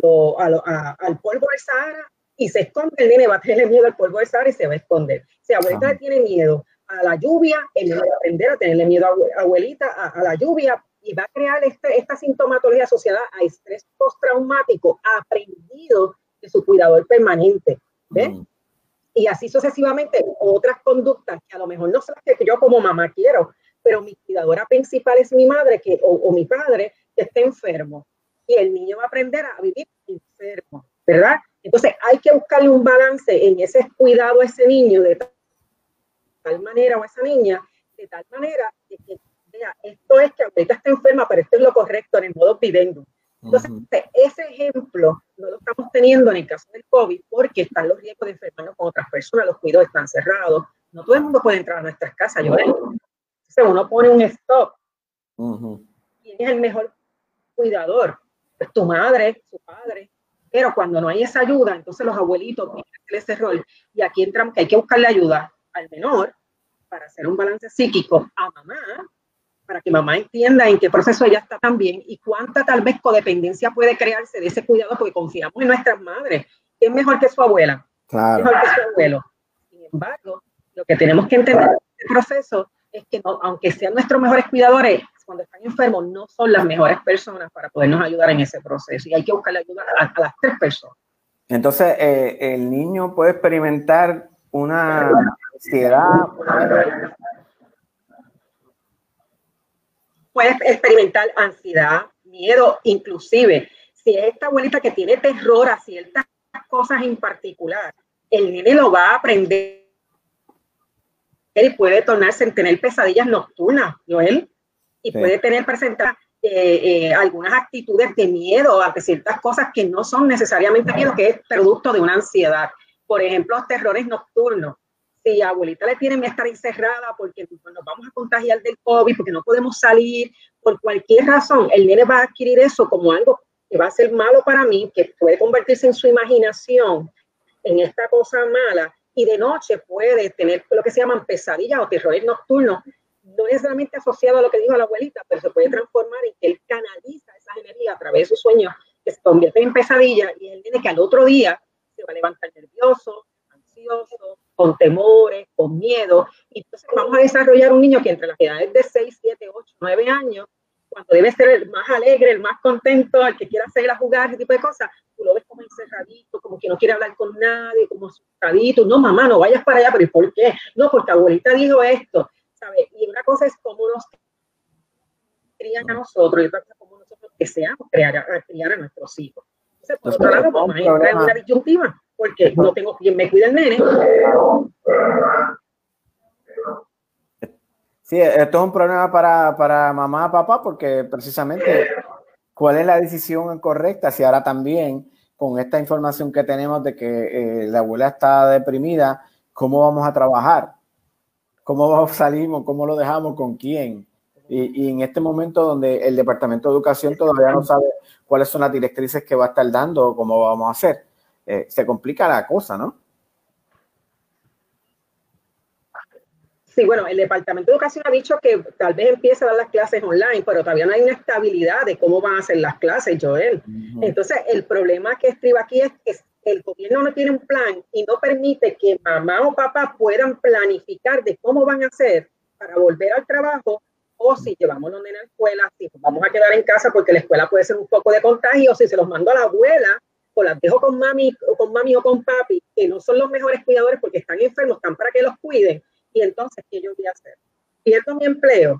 polvo del Sahara y se esconde, el nene va a tener miedo al polvo del Sahara y se va a esconder. Si abuelita le tiene miedo a la lluvia, el nene va a aprender a tenerle miedo a abuelita a la lluvia y va a crear esta sintomatología asociada a estrés postraumático aprendido de su cuidador permanente. ¿Ves? Y así sucesivamente otras conductas que a lo mejor no son las que yo como mamá quiero, pero mi cuidadora principal es mi madre o mi padre que esté enfermo. Y el niño va a aprender a vivir enfermo, ¿verdad? Entonces hay que buscarle un balance en ese cuidado a ese niño de tal manera o a esa niña, de tal manera que vea, esto es que ahorita está enferma, pero esto es lo correcto en el modo viviendo. Entonces, ese ejemplo no lo estamos teniendo en el caso del COVID porque están los riesgos de enfermarnos con otras personas, los cuidados están cerrados, no todo el mundo puede entrar a nuestras casas, Joel. Entonces uno pone un stop. ¿Quién es el mejor cuidador? Pues tu madre, su padre. Pero cuando no hay esa ayuda, entonces los abuelitos tienen ese rol. Y aquí entramos que hay que buscarle ayuda al menor para hacer un balance psíquico a mamá, para que mamá entienda en qué proceso ella está también y cuánta tal vez codependencia puede crearse de ese cuidado porque confiamos en nuestras madres. ¿Quién es mejor que su abuela? Claro. ¿Quién es mejor que su abuelo? Sin embargo, lo que tenemos que entender en este proceso es que no, aunque sean nuestros mejores cuidadores, cuando están enfermos no son las mejores personas para podernos ayudar en ese proceso y hay que buscarle ayuda a las tres personas. Entonces, el niño puede experimentar una ansiedad. Puede experimentar ansiedad, miedo, inclusive si es esta abuelita que tiene terror a ciertas cosas en particular, el nene lo va a aprender y puede tornarse en tener pesadillas nocturnas, Joel, y puede presentar algunas actitudes de miedo a ciertas cosas que no son necesariamente miedo, que es producto de una ansiedad. Por ejemplo, los terrores nocturnos. Si a abuelita le tienen que estar encerrada porque nos vamos a contagiar del COVID, porque no podemos salir, por cualquier razón, el nene va a adquirir eso como algo que va a ser malo para mí, que puede convertirse en su imaginación, en esta cosa mala, y de noche puede tener lo que se llaman pesadillas o terrores nocturnos, no necesariamente asociado a lo que dijo la abuelita, pero se puede transformar en que él canaliza esas energías a través de sus sueños, que se convierten en pesadillas, y él nene que al otro día se va a levantar nervioso, ansioso, con temores, con miedo, y entonces vamos a desarrollar un niño que entre las edades de 6, 7, 8, 9 años, cuando debe ser el más alegre, el más contento, el que quiera salir a jugar, ese tipo de cosas, tú lo ves como encerradito, como que no quiere hablar con nadie, como asustadito. No, mamá, no vayas para allá, pero ¿y por qué? No, porque abuelita dijo esto, ¿sabes? Y una cosa es cómo nos crían a nosotros, y otra cosa es cómo nosotros deseamos criar a nuestros hijos. Entonces, por otro lado, mamá entra en una disyuntiva, porque no tengo quien me cuide el nene. Sí, esto es un problema para mamá, papá, porque precisamente cuál es la decisión correcta, si ahora también con esta información que tenemos de que la abuela está deprimida, ¿cómo vamos a trabajar? ¿Cómo salimos? ¿Cómo lo dejamos? ¿Con quién? Y en este momento donde el Departamento de Educación todavía no sabe cuáles son las directrices que va a estar dando o cómo vamos a hacer, se complica la cosa, ¿no? Sí, bueno, el Departamento de Educación ha dicho que tal vez empiece a dar las clases online, pero todavía no hay una estabilidad de cómo van a ser las clases, Joel. Entonces, el problema que estriba aquí es que el gobierno no tiene un plan y no permite que mamá o papá puedan planificar de cómo van a hacer para volver al trabajo, o si llevamos los nenes a la escuela, si nos vamos a quedar en casa porque la escuela puede ser un poco de contagio, si se los mando a la abuela o las dejo con mami o con papi, que no son los mejores cuidadores porque están enfermos, están para que los cuiden, y entonces, ¿qué yo voy a hacer? Pierdo mi empleo,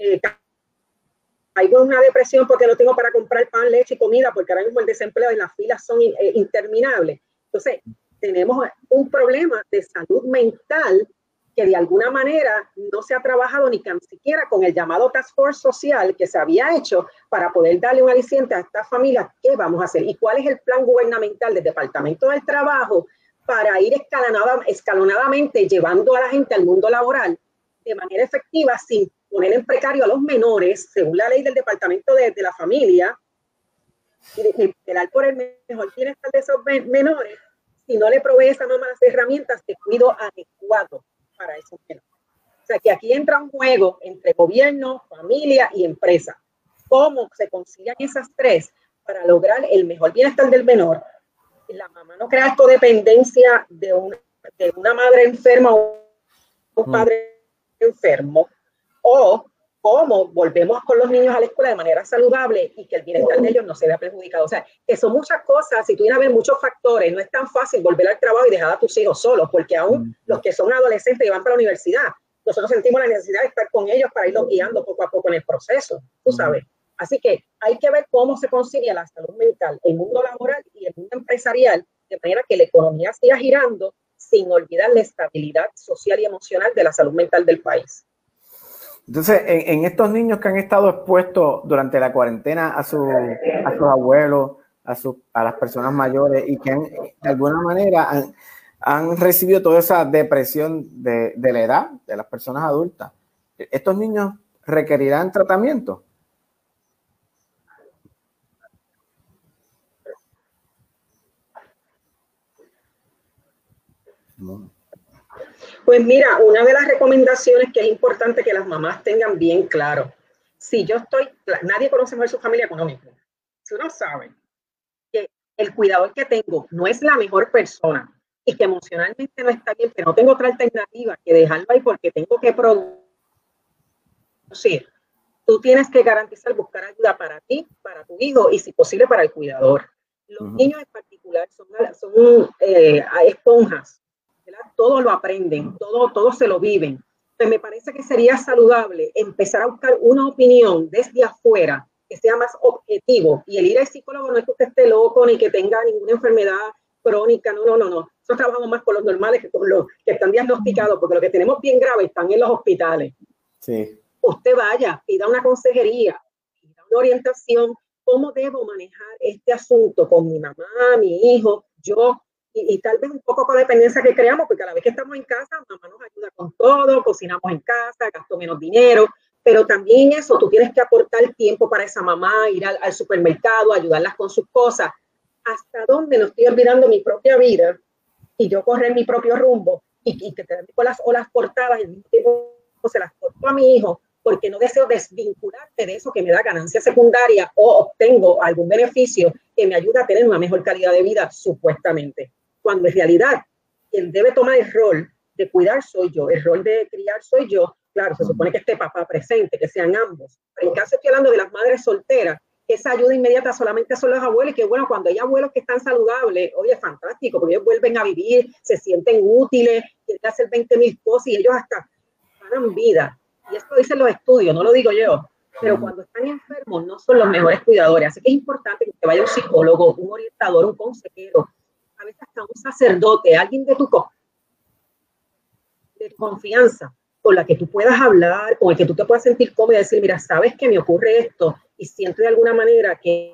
caigo en una depresión porque no tengo para comprar pan, leche y comida, porque ahora mismo el desempleo y las filas son interminables. Entonces, tenemos un problema de salud mental que de alguna manera no se ha trabajado ni siquiera con el llamado Task Force Social que se había hecho para poder darle un aliciente a estas familias. ¿Qué vamos a hacer? ¿Y cuál es el plan gubernamental del Departamento del Trabajo para ir escalonadamente llevando a la gente al mundo laboral de manera efectiva sin poner en precario a los menores, según la ley del Departamento de la Familia, y velar por el mejor bienestar de esos menores, si no le provee esa mamá las herramientas de cuidado adecuado para esos menores? O sea, que aquí entra un juego entre gobierno, familia y empresa. ¿Cómo se concilian esas tres para lograr el mejor bienestar del menor? La mamá no crea codependencia de una madre enferma o un padre enfermo, o cómo volvemos con los niños a la escuela de manera saludable y que el bienestar de ellos no se vea perjudicado. O sea, que son muchas cosas, si tú vienes a ver muchos factores, no es tan fácil volver al trabajo y dejar a tus hijos solos, porque aún los que son adolescentes y van para la universidad, nosotros sentimos la necesidad de estar con ellos para irlos guiando poco a poco en el proceso, tú sabes. Así que hay que ver cómo se concilia la salud mental, el mundo laboral y el mundo empresarial, de manera que la economía siga girando sin olvidar la estabilidad social y emocional de la salud mental del país. Entonces, en estos niños que han estado expuestos durante la cuarentena a sus abuelos, a las personas mayores y que de alguna manera han recibido toda esa depresión de la edad de las personas adultas, ¿estos niños requerirán tratamiento? No. Pues mira, una de las recomendaciones que es importante que las mamás tengan bien claro, si yo nadie conoce mejor su familia que uno mismo. Si uno sabe que el cuidador que tengo no es la mejor persona y que emocionalmente no está bien, pero no tengo otra alternativa que dejarlo ahí porque tengo que producir, tú tienes que garantizar buscar ayuda para ti, para tu hijo y si posible para el cuidador. Los niños en particular son esponjas. Todo lo aprenden, todo se lo viven. Entonces me parece que sería saludable empezar a buscar una opinión desde afuera que sea más objetivo. Y el ir al psicólogo no es que usted esté loco ni que tenga ninguna enfermedad crónica, no. Nosotros trabajamos más con los normales que con los que están diagnosticados, porque los que tenemos bien graves están en los hospitales. Sí. Usted vaya, pida una consejería, pida una orientación, cómo debo manejar este asunto con mi mamá, mi hijo, yo. Y tal vez un poco con dependencia que creamos, porque a la vez que estamos en casa, mamá nos ayuda con todo, cocinamos en casa, gasto menos dinero, pero también eso, tú tienes que aportar tiempo para esa mamá, ir al supermercado, ayudarlas con sus cosas. ¿Hasta dónde no estoy olvidando mi propia vida y yo correr mi propio rumbo y que te con las olas cortadas y al mismo tiempo se las corto a mi hijo porque no deseo desvincularte de eso que me da ganancia secundaria o obtengo algún beneficio que me ayuda a tener una mejor calidad de vida, supuestamente? Cuando en realidad quien debe tomar el rol de cuidar soy yo, el rol de criar soy yo. Claro, se supone que esté papá presente, que sean ambos. Pero en caso estoy hablando de las madres solteras, que esa ayuda inmediata solamente son los abuelos, y que bueno, cuando hay abuelos que están saludables, oye, es fantástico, porque ellos vuelven a vivir, se sienten útiles, quieren hacer 20,000 cosas y ellos hasta ganan vida. Y esto dicen los estudios, no lo digo yo. Pero cuando están enfermos no son los mejores cuidadores. Así que es importante que te vaya un psicólogo, un orientador, un consejero, a veces hasta un sacerdote, alguien de tu confianza, con la que tú puedas hablar, con el que tú te puedas sentir cómodo y decir, mira, sabes que me ocurre esto y siento de alguna manera que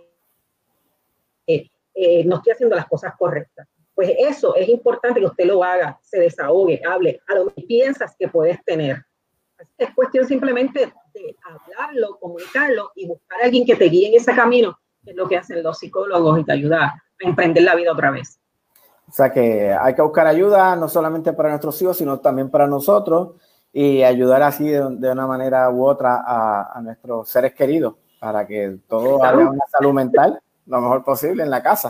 no estoy haciendo las cosas correctas. Pues eso es importante que usted lo haga, se desahogue, hable a lo que piensas que puedes tener. Así que es cuestión simplemente de hablarlo, comunicarlo y buscar a alguien que te guíe en ese camino, que es lo que hacen los psicólogos y te ayuda a emprender la vida otra vez. O sea que hay que buscar ayuda no solamente para nuestros hijos, sino también para nosotros. y ayudar así de una manera u otra a nuestros seres queridos para que todos haya una salud mental lo mejor posible en la casa.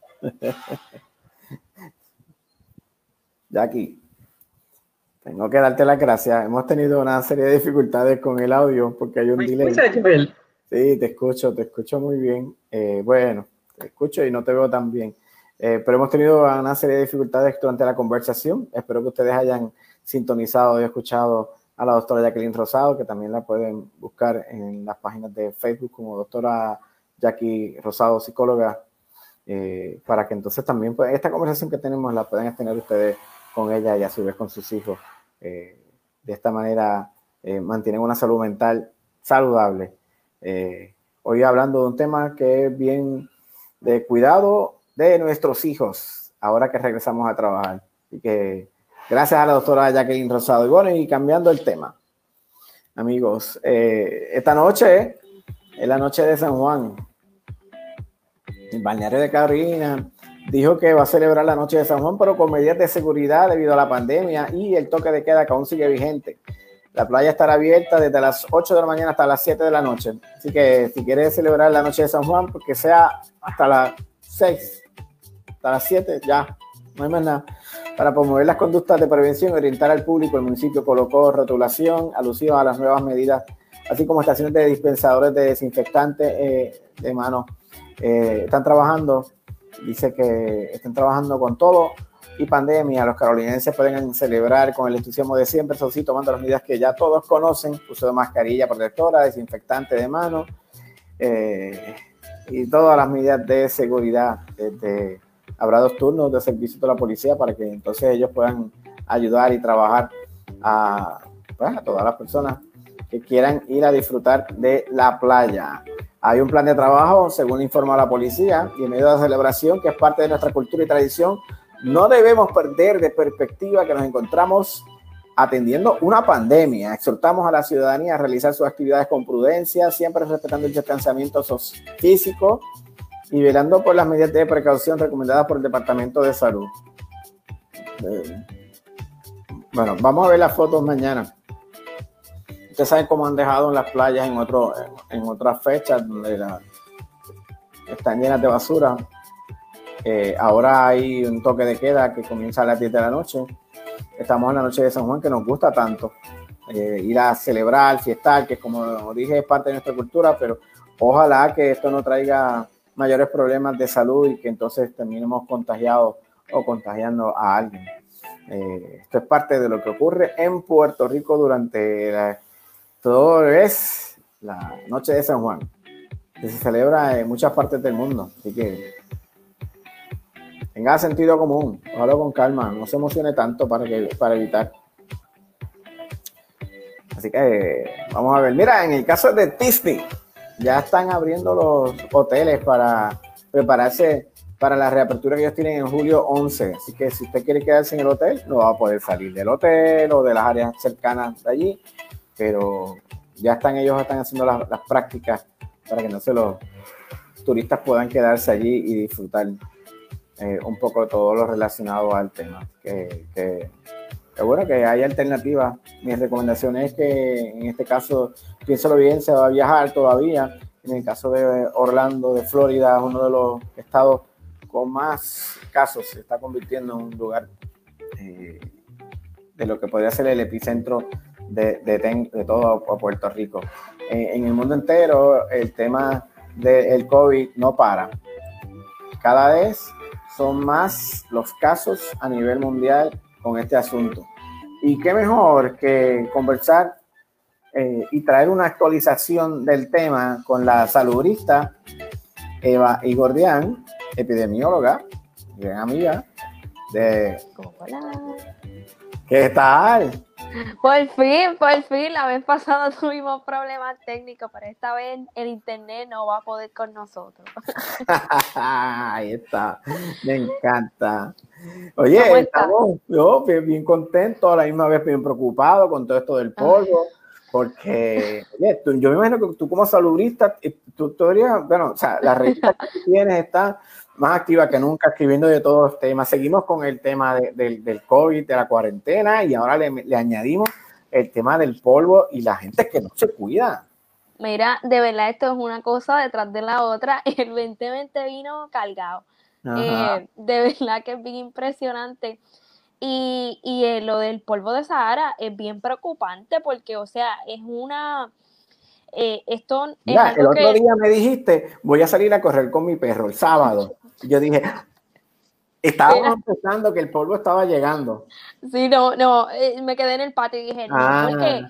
Jackie, tengo que darte las gracias. Hemos tenido una serie de dificultades con el audio porque hay un delay. Sí, te escucho muy bien. Bueno, te escucho y no te veo tan bien. Pero hemos tenido una serie de dificultades durante la conversación. Espero que ustedes hayan sintonizado y escuchado a la doctora Jacqueline Rosado, que también la pueden buscar en las páginas de Facebook como doctora Jackie Rosado, psicóloga, para que entonces también pues, esta conversación que tenemos la puedan tener ustedes con ella y a su vez con sus hijos. De esta manera mantienen una salud mental saludable. Hoy hablando de un tema que es bien de cuidado de nuestros hijos, ahora que regresamos a trabajar. Así que gracias a la doctora Jacqueline Rosado. Y bueno, y cambiando el tema, amigos, esta noche es la noche de San Juan. El balneario de Carolina dijo que va a celebrar la noche de San Juan, pero con medidas de seguridad debido a la pandemia y el toque de queda que aún sigue vigente. La playa estará abierta desde las 8 de la mañana hasta las 7 de la noche. Así que si quieres celebrar la noche de San Juan, porque sea hasta las 6, hasta las 7, ya, no hay más nada. Para promover las conductas de prevención y orientar al público, el municipio colocó rotulación alusiva a las nuevas medidas, así como estaciones de dispensadores de desinfectantes de manos. Están trabajando, dice que están trabajando con todo y pandemia. Los carolinenses pueden celebrar con el entusiasmo de siempre, eso sí, tomando las medidas que ya todos conocen: uso de mascarilla protectora, desinfectante de manos y todas las medidas de seguridad. Habrá 2 turnos de servicio de la policía para que entonces ellos puedan ayudar y trabajar a todas las personas que quieran ir a disfrutar de la playa. Hay un plan de trabajo, según informa la policía, y en medio de la celebración, que es parte de nuestra cultura y tradición, no debemos perder de perspectiva que nos encontramos atendiendo una pandemia. Exhortamos a la ciudadanía a realizar sus actividades con prudencia, siempre respetando el distanciamiento físico y velando por las medidas de precaución recomendadas por el Departamento de Salud. Bueno, vamos a ver las fotos mañana. Ustedes saben cómo han dejado en las playas en otras fechas donde están llenas de basura. Ahora hay un toque de queda que comienza a las 10 de la noche. Estamos en la noche de San Juan, que nos gusta tanto. Ir a celebrar, fiestar, que como dije es parte de nuestra cultura, pero ojalá que esto no traiga mayores problemas de salud y que entonces terminemos contagiados o contagiando a alguien. Esto es parte de lo que ocurre en Puerto Rico durante todo es la noche de San Juan, que se celebra en muchas partes del mundo. Así que tenga sentido común, hágalo con calma, no se emocione tanto para evitar. Así que vamos a ver. Mira, en el caso de Disney, ya están abriendo los hoteles para prepararse para la reapertura que ellos tienen en julio 11. Así que si usted quiere quedarse en el hotel, no va a poder salir del hotel o de las áreas cercanas de allí, pero ya ellos están haciendo las prácticas para que entonces los turistas puedan quedarse allí y disfrutar un poco de todo lo relacionado al tema. Que bueno, que hay alternativas. Mi recomendación es que en este caso, piénsalo bien, se va a viajar todavía. En el caso de Orlando, de Florida, uno de los estados con más casos, se está convirtiendo en un lugar de lo que podría ser el epicentro de todo Puerto Rico. En el mundo entero, el tema del COVID no para. Cada vez son más los casos a nivel mundial con este asunto. Y qué mejor que conversar y traer una actualización del tema con la saludista Eva Igordián, epidemióloga, gran amiga de... Hola. ¿Qué tal? Por fin, la vez pasada tuvimos problemas técnicos, pero esta vez el internet no va a poder con nosotros. Ahí está, me encanta. Oye, estamos bien contentos, a la misma vez bien preocupados con todo esto del polvo, porque oye, yo me imagino que tú como saludista, tú deberías, bueno, o sea, la revista que tienes está más activa que nunca, escribiendo de todos los temas. Seguimos con el tema del COVID, de la cuarentena, y ahora le añadimos el tema del polvo y la gente que no se cuida. Mira, de verdad esto es una cosa detrás de la otra. El 2020 vino cargado. De verdad que es bien impresionante. Y lo del polvo de Sahara es bien preocupante porque, o sea, es una... esto Mira, es el otro día me dijiste, voy a salir a correr con mi perro el sábado. Yo dije, estábamos pensando que el polvo estaba llegando. Sí, no, me quedé en el patio y dije, no, porque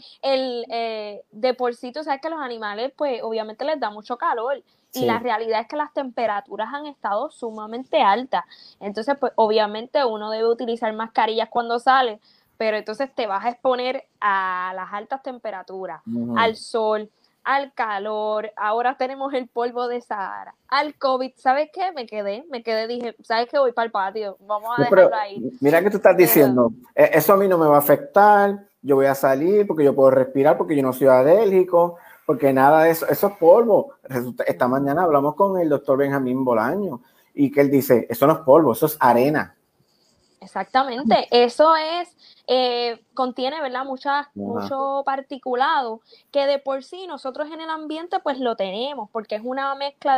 de por sí, tú sabes que los animales, pues, obviamente les da mucho calor. Y la realidad es que las temperaturas han estado sumamente altas. Entonces, pues, obviamente uno debe utilizar mascarillas cuando sale, pero entonces te vas a exponer a las altas temperaturas, al sol, al calor, ahora tenemos el polvo de Sahara, al COVID. ¿Sabes qué? Me quedé, dije, ¿sabes qué? Voy para el patio, vamos a dejarlo ahí. Mira que tú estás diciendo, eso a mí no me va a afectar, yo voy a salir porque yo puedo respirar, porque yo no soy alérgico, porque nada de eso es polvo. Esta mañana hablamos con el doctor Benjamín Bolaño y que él dice, eso no es polvo, eso es arena. Exactamente, eso es, contiene, ¿verdad? Mucho particulado que de por sí nosotros en el ambiente pues lo tenemos, porque es una mezcla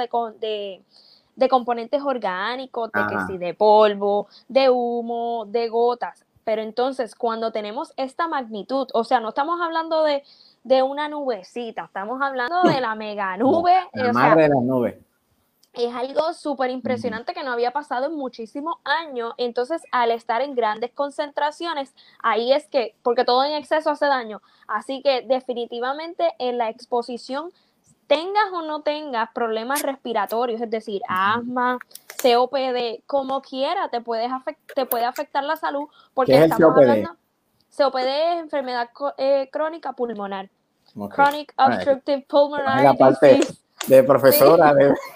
de componentes orgánicos, de polvo, de humo, de gotas. Pero entonces cuando tenemos esta magnitud, o sea, no estamos hablando de una nubecita, estamos hablando de la mega nube. La madre de las nubes. Es algo súper impresionante que no había pasado en muchísimos años. Entonces, al estar en grandes concentraciones, ahí es que, porque todo en exceso hace daño. Así que definitivamente en la exposición, tengas o no tengas problemas respiratorios, es decir, asma, COPD, como quiera, te puede afectar la salud, porque estamos hablando, COPD es enfermedad crónica pulmonar. Chronic Obstructive Pulmonary Disease. De profesora.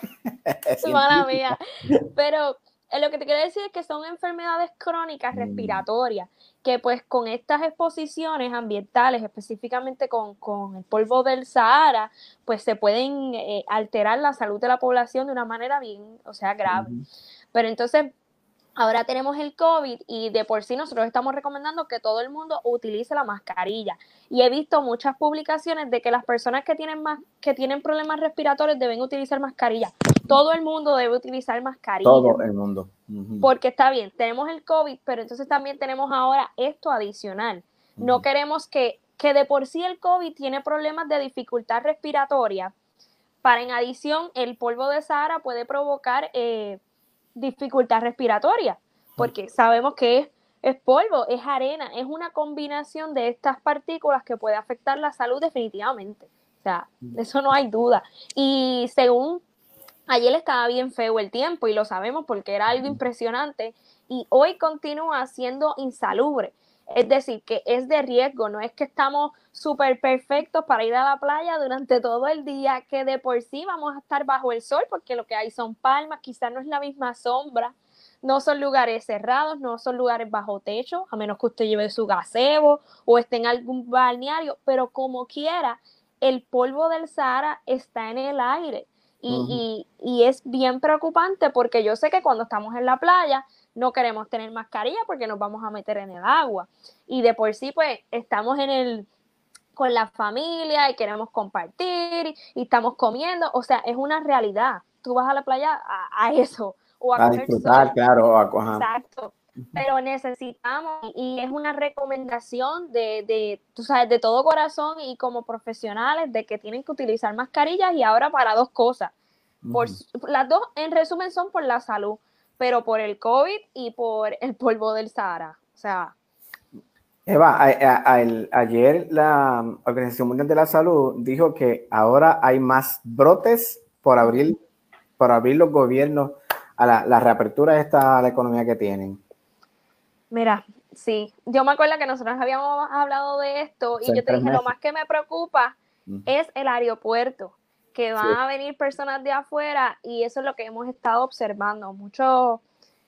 Sí. Mala mía. Pero lo que te quiero decir es que son enfermedades crónicas respiratorias que pues con estas exposiciones ambientales, específicamente con el polvo del Sahara, pues se pueden alterar la salud de la población de una manera bien, o sea, grave. Pero entonces, ahora tenemos el COVID y de por sí nosotros estamos recomendando que todo el mundo utilice la mascarilla. Y he visto muchas publicaciones de que las personas que tienen problemas respiratorios deben utilizar mascarilla. Todo el mundo debe utilizar mascarilla. Todo el mundo. Porque está bien, tenemos el COVID, pero entonces también tenemos ahora esto adicional. No queremos que de por sí el COVID tiene problemas de dificultad respiratoria. Para en adición, el polvo de Sahara puede provocar dificultad respiratoria, porque sabemos que es polvo, es arena, es una combinación de estas partículas que puede afectar la salud definitivamente. O sea, de eso no hay duda. Y según ayer estaba bien feo el tiempo y lo sabemos porque era algo impresionante y hoy continúa siendo insalubre. Es decir, que es de riesgo, no es que estamos súper perfectos para ir a la playa durante todo el día, que de por sí vamos a estar bajo el sol porque lo que hay son palmas, quizás no es la misma sombra, no son lugares cerrados, no son lugares bajo techo, a menos que usted lleve su gazebo o esté en algún balneario, pero como quiera, el polvo del Sahara está en el aire y es bien preocupante porque yo sé que cuando estamos en la playa no queremos tener mascarilla porque nos vamos a meter en el agua. Y de por sí, pues, estamos con la familia y queremos compartir y estamos comiendo. O sea, es una realidad. Tú vas a la playa a eso. O a disfrutar, sol. Claro. Exacto. Pero necesitamos, y es una recomendación tú sabes, de todo corazón y como profesionales, de que tienen que utilizar mascarillas y ahora para dos cosas. Las dos, en resumen, son por la salud, pero por el COVID y por el polvo del Sahara. O sea. Eva, ayer la Organización Mundial de la Salud dijo que ahora hay más brotes por abrir los gobiernos a la reapertura a la economía que tienen. Mira, sí, yo me acuerdo que nosotros habíamos hablado de esto y yo te dije, lo más que me preocupa es el aeropuerto, que van a venir personas de afuera y eso es lo que hemos estado observando, muchas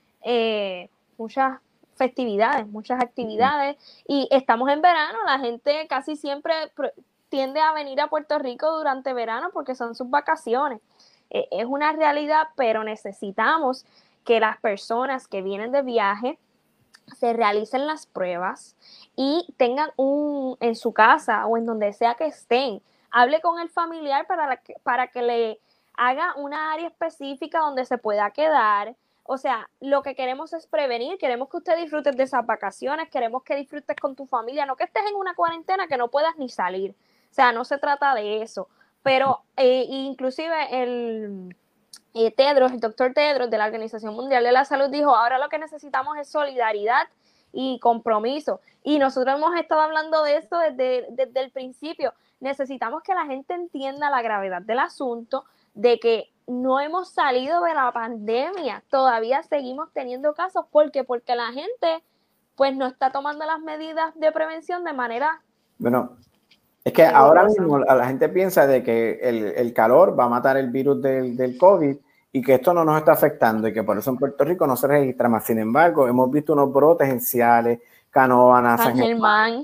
festividades, muchas actividades y estamos en verano, la gente casi siempre tiende a venir a Puerto Rico durante verano porque son sus vacaciones. Es una realidad, pero necesitamos que las personas que vienen de viaje se realicen las pruebas y tengan en su casa o en donde sea que estén, hable con el familiar para que le haga una área específica donde se pueda quedar. O sea, lo que queremos es prevenir, queremos que usted disfrutes de esas vacaciones, queremos que disfrutes con tu familia, no que estés en una cuarentena que no puedas ni salir. O sea, no se trata de eso. Pero inclusive el doctor Tedros de la Organización Mundial de la Salud dijo, ahora lo que necesitamos es solidaridad y compromiso. Y nosotros hemos estado hablando de esto desde el principio. Necesitamos que la gente entienda la gravedad del asunto, de que no hemos salido de la pandemia, todavía seguimos teniendo casos. ¿Por qué? Porque la gente pues no está tomando las medidas de prevención de manera... Bueno, es que ahora mismo la gente piensa de que el calor va a matar el virus del COVID y que esto no nos está afectando y que por eso en Puerto Rico no se registra más. Sin embargo, hemos visto unos brotes en Ciales, Canóvanas, San Germán.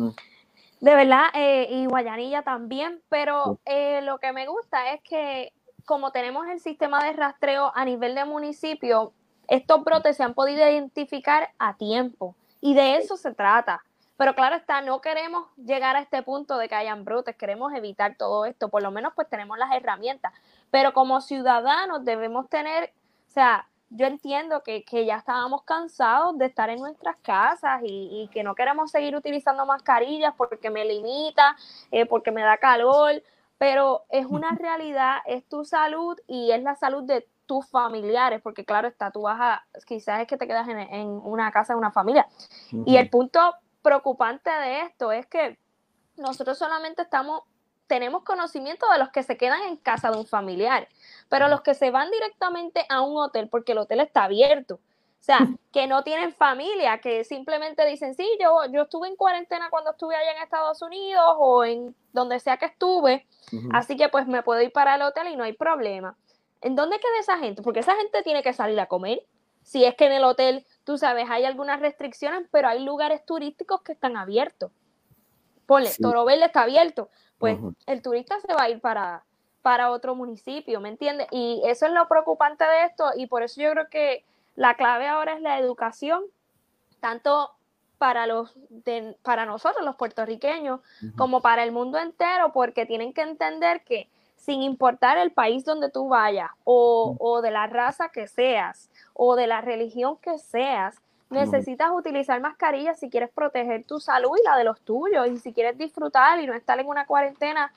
De verdad, y Guayanilla también, pero lo que me gusta es que como tenemos el sistema de rastreo a nivel de municipio, estos brotes se han podido identificar a tiempo y de eso se trata. Pero claro está, no queremos llegar a este punto de que hayan brotes, queremos evitar todo esto, por lo menos pues tenemos las herramientas, pero como ciudadanos debemos tener, o sea, yo entiendo que ya estábamos cansados de estar en nuestras casas y que no queremos seguir utilizando mascarillas porque me limita, porque me da calor, pero es una realidad, es tu salud y es la salud de tus familiares, porque claro está, tú quizás es que te quedas en una casa de una familia. Y el punto preocupante de esto es que nosotros solamente tenemos conocimiento de los que se quedan en casa de un familiar, pero los que se van directamente a un hotel porque el hotel está abierto, o sea, que no tienen familia, que simplemente dicen, sí, yo estuve en cuarentena cuando estuve allá en Estados Unidos o en donde sea que estuve, así que pues me puedo ir para el hotel y no hay problema. ¿En dónde queda esa gente? Porque esa gente tiene que salir a comer. Si es que en el hotel, tú sabes, hay algunas restricciones, pero hay lugares turísticos que están abiertos. Ponle, Toro Verde está abierto, pues el turista se va a ir para otro municipio, ¿me entiendes? Y eso es lo preocupante de esto y por eso yo creo que la clave ahora es la educación, tanto para nosotros los puertorriqueños como para el mundo entero, porque tienen que entender que sin importar el país donde tú vayas o de la raza que seas o de la religión que seas, necesitas utilizar mascarillas si quieres proteger tu salud y la de los tuyos y si quieres disfrutar y no estar en una cuarentena,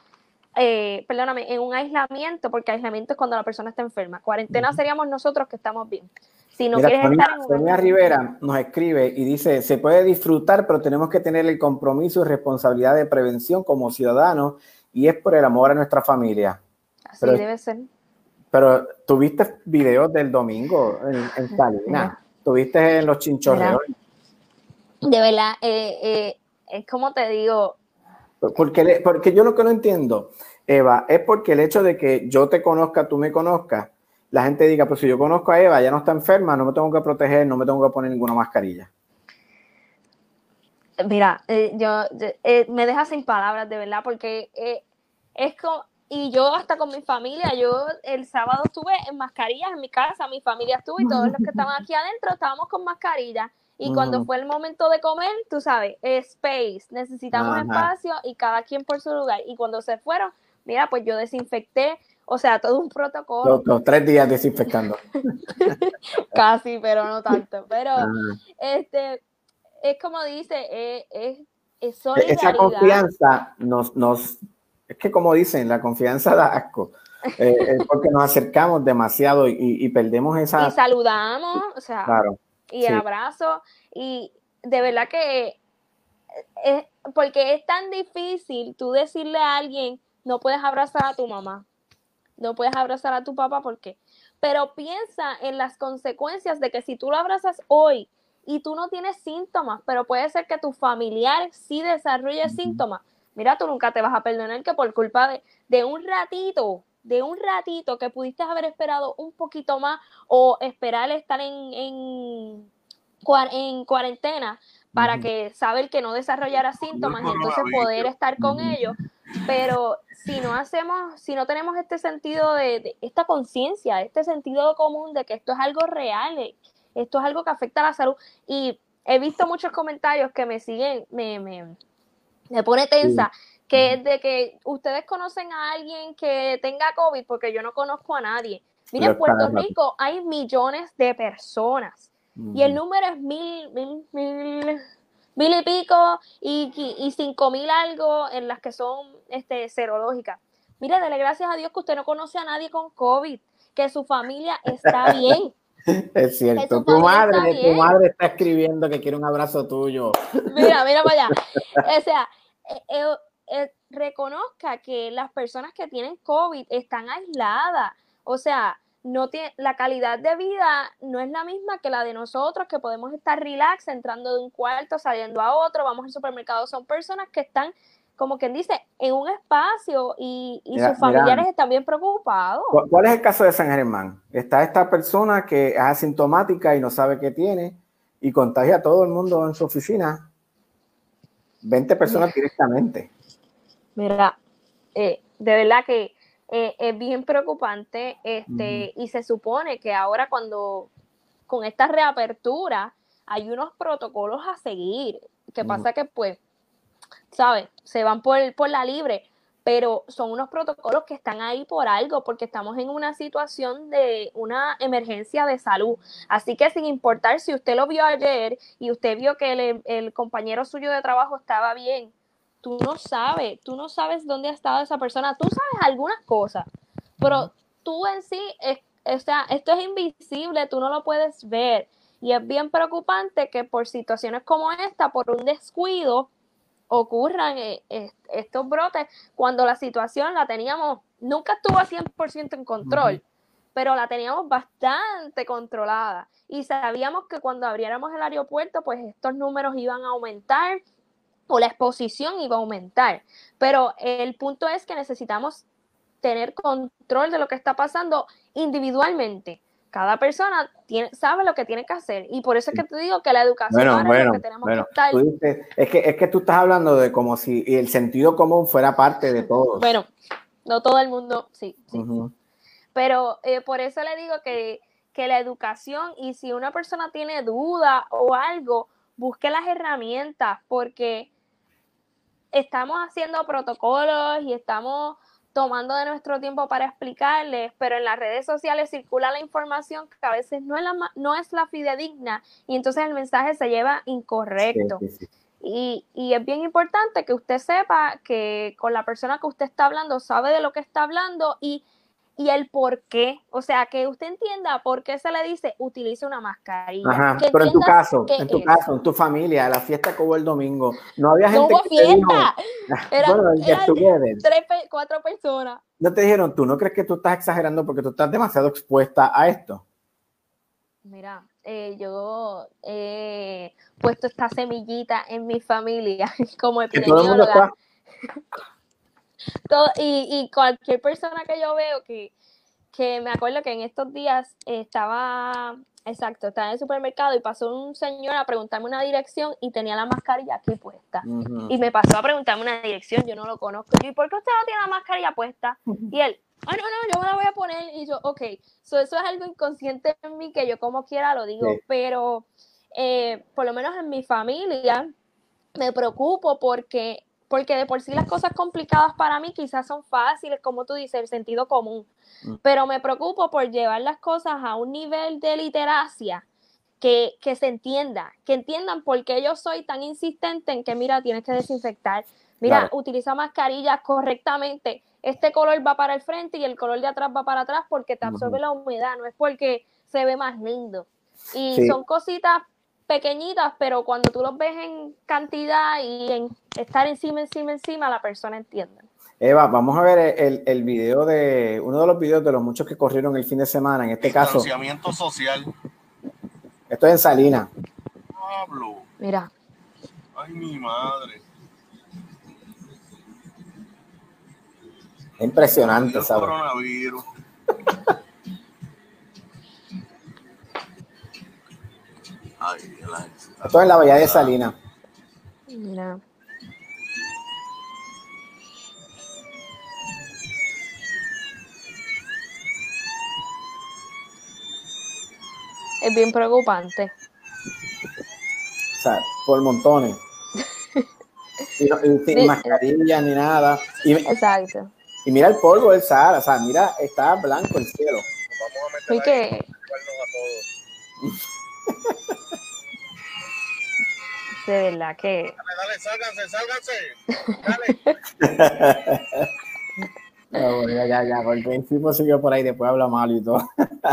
en un aislamiento, porque aislamiento es cuando la persona está enferma. Cuarentena seríamos nosotros que estamos bien. Si no quieres estar en Sonia Rivera nos escribe y dice, se puede disfrutar, pero tenemos que tener el compromiso y responsabilidad de prevención como ciudadanos y es por el amor a nuestra familia. Así debe ser. Pero tuviste videos del domingo en Salinas, tuviste en los chinchorreos. De verdad, es como te digo. Porque yo lo que no entiendo, Eva, es porque el hecho de que yo te conozca, tú me conozcas, la gente diga, pues si yo conozco a Eva, ya no está enferma, no me tengo que proteger, no me tengo que poner ninguna mascarilla. Mira, me deja sin palabras, de verdad, porque es como, y yo hasta con mi familia, yo el sábado estuve en mascarillas en mi casa, mi familia estuvo y todos los que estaban aquí adentro estábamos con mascarillas. Y cuando fue el momento de comer, tú sabes, space, necesitamos espacio y cada quien por su lugar. Y cuando se fueron, mira, pues yo desinfecté, o sea, todo un protocolo. Los 3 días desinfectando. Casi, pero no tanto. Pero es como dice, es solidaridad. Esa confianza es que como dicen, la confianza da asco. Es porque nos acercamos demasiado y perdemos esa... Y saludamos, o sea... Claro. Y el abrazo, y de verdad que porque es tan difícil tú decirle a alguien, no puedes abrazar a tu mamá, no puedes abrazar a tu papá, ¿por qué? Pero piensa en las consecuencias de que si tú lo abrazas hoy y tú no tienes síntomas, pero puede ser que tu familiar sí desarrolle síntomas, mira, tú nunca te vas a perdonar que por culpa de un ratito que pudiste haber esperado un poquito más o esperar estar en cuarentena para que saber que no desarrollara síntomas y entonces poder estar con ellos, pero si no tenemos este sentido de esta conciencia, este sentido común de que esto es algo real, esto es algo que afecta a la salud y he visto muchos comentarios que me siguen, me pone tensa, que es de que ustedes conocen a alguien que tenga COVID, porque yo no conozco a nadie. Mira, en Puerto Rico hay millones de personas y el número es mil y pico y 5,000 algo en las que son serológicas. Mire, dele gracias a Dios que usted no conoce a nadie con COVID, que su familia está bien. Es cierto, tu madre está escribiendo que quiere un abrazo tuyo. Mira para allá. O sea, reconozca que las personas que tienen COVID están aisladas. O sea, la calidad de vida no es la misma que la de nosotros, que podemos estar relax, entrando de un cuarto, saliendo a otro, vamos al supermercado. Son personas que están, como quien dice, en un espacio y sus familiares están bien preocupados. ¿Cuál es el caso de San Germán? Está esta persona que es asintomática y no sabe qué tiene y contagia a todo el mundo en su oficina. 20 personas directamente. Mira, de verdad que es bien preocupante y se supone que ahora con esta reapertura hay unos protocolos a seguir. Que pasa que pues, ¿sabes? Se van por la libre, pero son unos protocolos que están ahí por algo, porque estamos en una situación de una emergencia de salud. Así que sin importar si usted lo vio ayer y usted vio que el compañero suyo de trabajo estaba bien, tú no sabes dónde ha estado esa persona. Tú sabes algunas cosas, pero tú en sí, o sea, esto es invisible, tú no lo puedes ver. Y es bien preocupante que por situaciones como esta, por un descuido, ocurran estos brotes cuando la situación la teníamos, nunca estuvo a 100% en control, pero la teníamos bastante controlada y sabíamos que cuando abriéramos el aeropuerto, pues estos números iban a aumentar o la exposición iba a aumentar, pero el punto es que necesitamos tener control de lo que está pasando individualmente. Cada persona sabe lo que tiene que hacer y por eso es que te digo que la educación ahora es lo que tenemos que estar. Es que tú estás hablando de como si el sentido común fuera parte de todos. Bueno, no todo el mundo, sí. Pero por eso le digo que la educación, y si una persona tiene duda o algo, busque las herramientas, porque estamos haciendo protocolos y estamos tomando de nuestro tiempo para explicarles, pero en las redes sociales circula la información que a veces no es la fidedigna y entonces el mensaje se lleva incorrecto. Sí. Y es bien importante que usted sepa que con la persona que usted está hablando sabe de lo que está hablando y el por qué. O sea, que usted entienda por qué se le dice utilice una mascarilla. Ajá, pero en tu caso, en tu familia, la fiesta que hubo el domingo, no había gente no hubo fiesta. Eran 4 personas. ¿No te dijeron, tú no crees que tú estás exagerando porque tú estás demasiado expuesta a esto? Mira, yo he puesto esta semillita en mi familia como epidemióloga. Y cualquier persona que yo veo que me acuerdo que en estos días estaba en el supermercado y pasó un señor a preguntarme una dirección y tenía la mascarilla aquí puesta. Y me pasó a preguntarme una dirección, yo no lo conozco. ¿Y por qué usted no tiene la mascarilla puesta? Y él, no, yo me la voy a poner. Y yo, ok, eso es algo inconsciente en mí que yo como quiera lo digo, pero por lo menos en mi familia me preocupo porque de por sí las cosas complicadas para mí quizás son fáciles, como tú dices, el sentido común, pero me preocupo por llevar las cosas a un nivel de literacia que se entienda, que entiendan por qué yo soy tan insistente en que, mira, tienes que desinfectar, mira, utiliza mascarillas correctamente, este color va para el frente y el color de atrás va para atrás porque te absorbe la humedad, no es porque se ve más lindo. Y son cositas pequeñitas, pero cuando tú los ves en cantidad y en estar encima, la persona entiende. Eva, vamos a ver el video uno de los videos de los muchos que corrieron el fin de semana, en este caso. Distanciamiento social. Esto es en Salinas. Pablo. Mira. Ay, mi madre. Es impresionante, ¿sabes? Coronavirus. Ay, esto es en la bahía de Salinas. Mira. Es bien preocupante. sea, por montones. Y sin mascarilla ni nada. Exacto. Y mira el polvo del Sahara, o sea, mira, está blanco el cielo. Vamos a meter ¿Y qué? De verdad que... Dale, sálganse. No, bueno, ya, porque el tipo siguió por ahí, después habla mal y todo.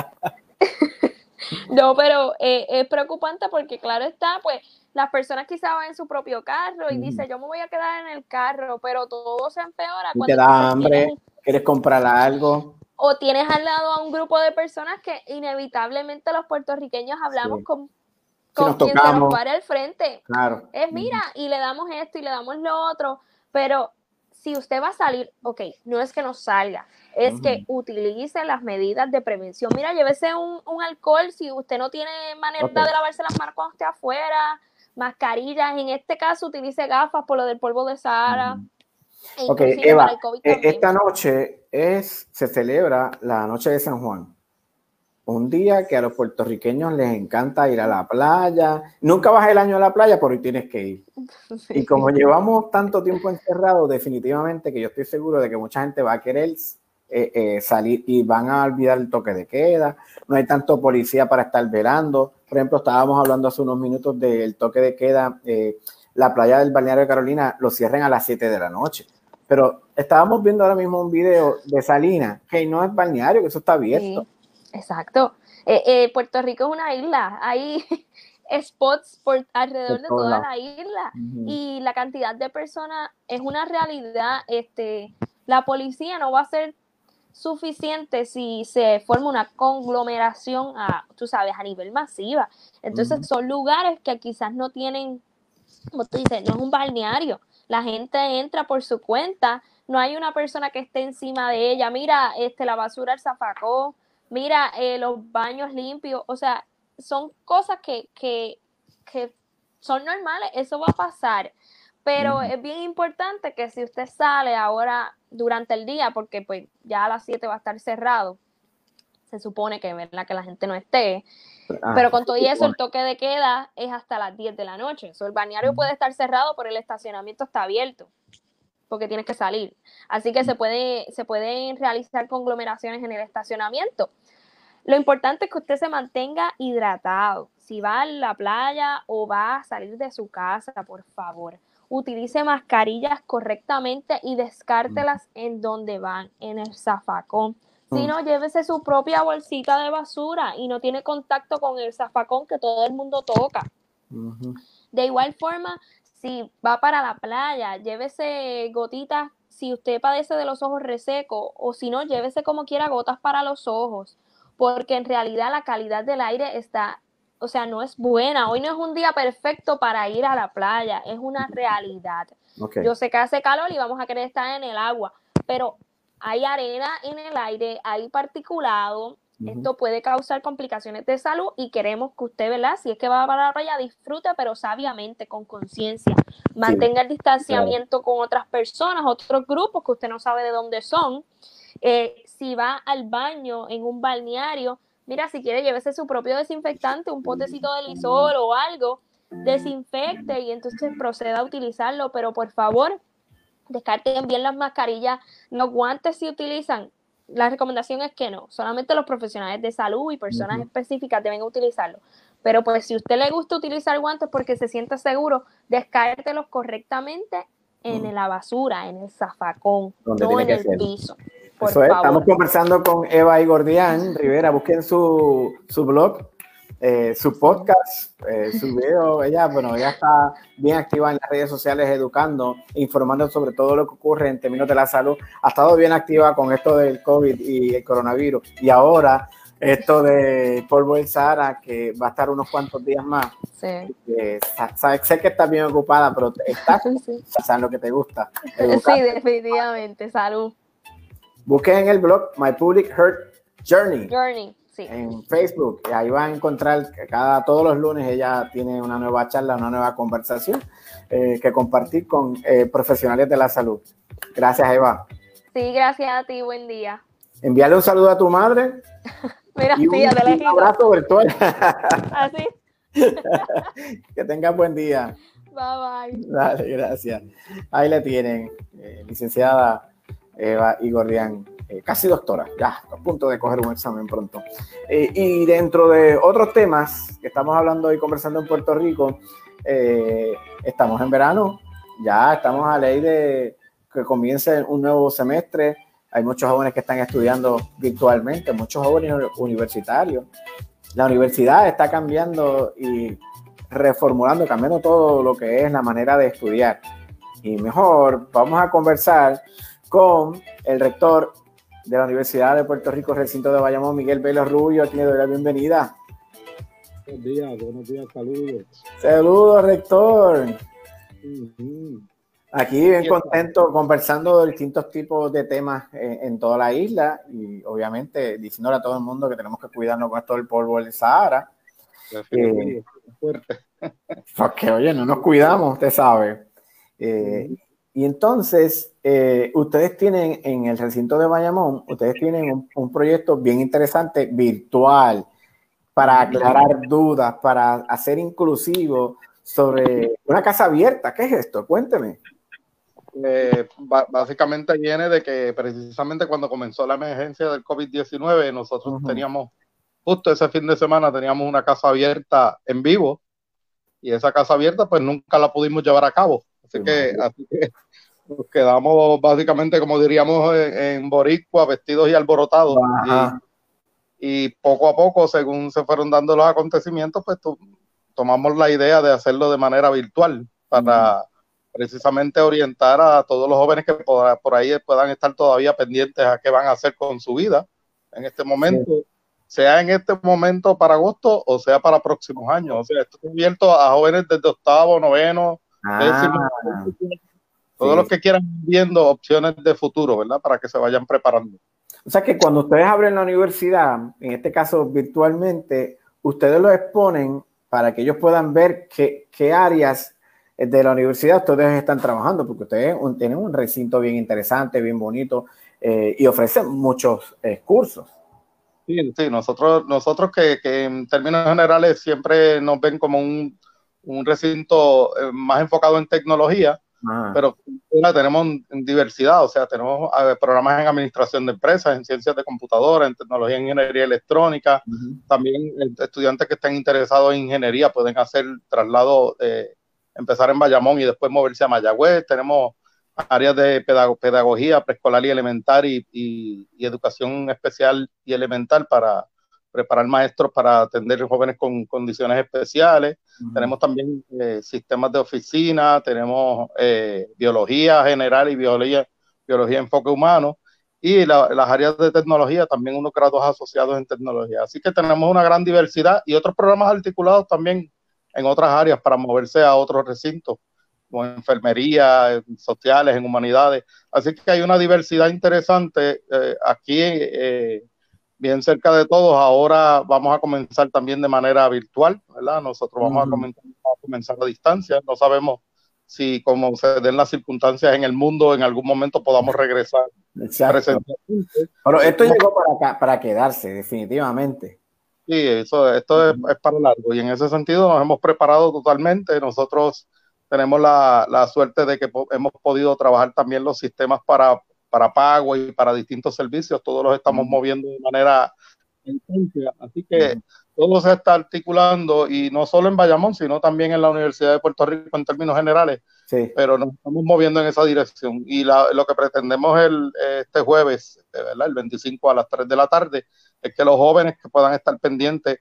No, pero es preocupante porque claro está, pues las personas quizás van en su propio carro y dicen, yo me voy a quedar en el carro, pero todo se empeora Y cuando te da hambre, quieres comprar algo. O tienes al lado a un grupo de personas que inevitablemente los puertorriqueños hablamos con quien se nos pare al frente. Claro. Mira, y le damos esto y le damos lo otro, pero si usted va a salir, ok, no es que no salga, es que utilice las medidas de prevención. Mira, llévese un alcohol si usted no tiene manera de lavarse las manos cuando esté afuera, mascarillas, en este caso utilice gafas por lo del polvo de Sahara. Ok, Eva, esta noche se celebra la noche de San Juan. Un día que a los puertorriqueños les encanta ir a la playa. Nunca vas el año a la playa, pero hoy tienes que ir. Sí. Y como llevamos tanto tiempo encerrados, definitivamente que yo estoy seguro de que mucha gente va a querer salir y van a olvidar el toque de queda. No hay tanto policía para estar velando. Por ejemplo, estábamos hablando hace unos minutos del toque de queda. La playa del Balneario de Carolina lo cierran a las 7 de la noche. Pero estábamos viendo ahora mismo un video de Salinas, que no es balneario, que eso está abierto. Sí. Exacto. Puerto Rico es una isla, hay spots por alrededor de toda la isla y la cantidad de personas es una realidad. La policía no va a ser suficiente si se forma una conglomeración tú sabes, a nivel masiva. Entonces son lugares que quizás no tienen, como tú dices, no es un balneario. La gente entra por su cuenta, no hay una persona que esté encima de ella. Mira, la basura al zafacón. Mira, los baños limpios, o sea, son cosas que son normales, eso va a pasar, pero es bien importante que si usted sale ahora durante el día, porque pues ya a las 7 va a estar cerrado, se supone que, ¿verdad? Que la gente no esté, pero con todo eso el toque de queda es hasta las 10 de la noche, el balneario puede estar cerrado, pero el estacionamiento está abierto, porque tienes que salir. Así que se pueden realizar conglomeraciones en el estacionamiento. Lo importante es que usted se mantenga hidratado. Si va a la playa o va a salir de su casa, por favor, utilice mascarillas correctamente y descártelas en donde van, en el zafacón. Si no, llévese su propia bolsita de basura y no tiene contacto con el zafacón que todo el mundo toca. De igual forma, si va para la playa, llévese gotitas, si usted padece de los ojos resecos, o si no, llévese como quiera gotas para los ojos, porque en realidad la calidad del aire no es buena. Hoy no es un día perfecto para ir a la playa, es una realidad. Yo sé que hace calor y vamos a querer estar en el agua, pero hay arena en el aire, hay particulado. Esto puede causar complicaciones de salud y queremos que usted, ¿verdad? Si es que va para la playa, disfrute, pero sabiamente, con conciencia. Mantenga el distanciamiento con otras personas, otros grupos que usted no sabe de dónde son. Si va al baño en un balneario, mira, si quiere, llévese su propio desinfectante, un potecito de Lysol o algo, desinfecte y entonces proceda a utilizarlo, pero por favor, descarten bien las mascarillas, los guantes si utilizan. La recomendación es que no, solamente los profesionales de salud y personas específicas deben utilizarlo. Pero pues si a usted le gusta utilizar guantes porque se siente seguro, descártelos correctamente en la basura, en el zafacón, no en el piso. Por Eso es, favor. estamos conversando con Eva Igordián Rivera. Busquen su blog, su podcast, su video. Ella está bien activa en las redes sociales, educando, informando sobre todo lo que ocurre en términos de la salud. Ha estado bien activa con esto del COVID y el coronavirus. Y ahora esto de polvo del Sahara, que va a estar unos cuantos días más. Sí. Sé que estás bien ocupada, pero estás en lo que te gusta. Sí, definitivamente. Salud. Busquen en el blog My Public Health Journey. Sí. En Facebook, y ahí van a encontrar que todos los lunes ella tiene una nueva charla, una nueva conversación que compartir con profesionales de la salud. Gracias, Eva. Sí, gracias a ti, buen día. Envíale un saludo a tu madre. Mira, y un abrazo virtual. Así. Que tengas buen día. Bye bye. Dale, gracias. Ahí le tienen, licenciada Eva Igorrián, casi doctora, ya a punto de coger un examen pronto. Y dentro de otros temas que estamos hablando y conversando en Puerto Rico, estamos en verano, ya estamos a ley de que comience un nuevo semestre. Hay muchos jóvenes que están estudiando virtualmente, muchos jóvenes universitarios. La universidad está cambiando y reformulando, cambiando todo lo que es la manera de estudiar. Y mejor, vamos a conversar con el rector de la Universidad de Puerto Rico, recinto de Bayamón, Miguel Vélez Rubio, a quien le doy la bienvenida. Buenos días, saludos. Saludos, rector. Aquí bien contento conversando de distintos tipos de temas en toda la isla y obviamente diciéndole a todo el mundo que tenemos que cuidarnos con esto del polvo del Sahara. Porque, oye, no nos cuidamos, usted sabe. Y entonces, ustedes tienen en el recinto de Bayamón, ustedes tienen un proyecto bien interesante virtual para aclarar dudas, para hacer inclusivo sobre una casa abierta. ¿Qué es esto? Cuénteme. Básicamente viene de que precisamente cuando comenzó la emergencia del COVID-19, nosotros teníamos, justo ese fin de semana, teníamos una casa abierta en vivo y esa casa abierta pues nunca la pudimos llevar a cabo. Así que nos quedamos básicamente, como diríamos en boricua, vestidos y alborotados. Y poco a poco, según se fueron dando los acontecimientos, pues tomamos la idea de hacerlo de manera virtual para precisamente orientar a todos los jóvenes que por ahí puedan estar todavía pendientes a qué van a hacer con su vida en este momento, sea en este momento para agosto o sea para próximos años. O sea, esto está abierto a jóvenes desde octavo, noveno, décimo, todos los que quieran viendo opciones de futuro, ¿verdad? Para que se vayan preparando. O sea que cuando ustedes abren la universidad, en este caso virtualmente, ustedes lo exponen para que ellos puedan ver qué áreas de la universidad ustedes están trabajando, porque ustedes tienen un recinto bien interesante, bien bonito, y ofrecen muchos cursos. Sí, nosotros que en términos generales siempre nos ven como un recinto más enfocado en tecnología, pero tenemos diversidad, o sea, tenemos programas en administración de empresas, en ciencias de computadora, en tecnología e ingeniería electrónica, también estudiantes que estén interesados en ingeniería pueden hacer traslado, empezar en Bayamón y después moverse a Mayagüez. Tenemos áreas de pedagogía preescolar y elemental y educación especial y elemental para preparar maestros para atender jóvenes con condiciones especiales. Tenemos también sistemas de oficina, tenemos biología general y biología enfoque humano, y las áreas de tecnología, también unos grados asociados en tecnología. Así que tenemos una gran diversidad y otros programas articulados también en otras áreas para moverse a otros recintos, como en enfermería, en sociales, en humanidades. Así que hay una diversidad interesante aquí, bien cerca de todos. Ahora vamos a comenzar también de manera virtual, ¿verdad? Nosotros vamos a comenzar a distancia. No sabemos si, como se den las circunstancias en el mundo, en algún momento podamos regresar presencialmente. Pero esto llegó para quedarse, definitivamente. Sí, esto es para largo, y en ese sentido nos hemos preparado totalmente. Nosotros tenemos la suerte de que hemos podido trabajar también los sistemas para pago y para distintos servicios. Todos los estamos moviendo de manera intensa, así que todo se está articulando, y no solo en Bayamón, sino también en la Universidad de Puerto Rico en términos generales, pero nos estamos moviendo en esa dirección. Y lo que pretendemos este jueves, ¿verdad? El 25 a las 3 de la tarde, es que los jóvenes que puedan estar pendientes,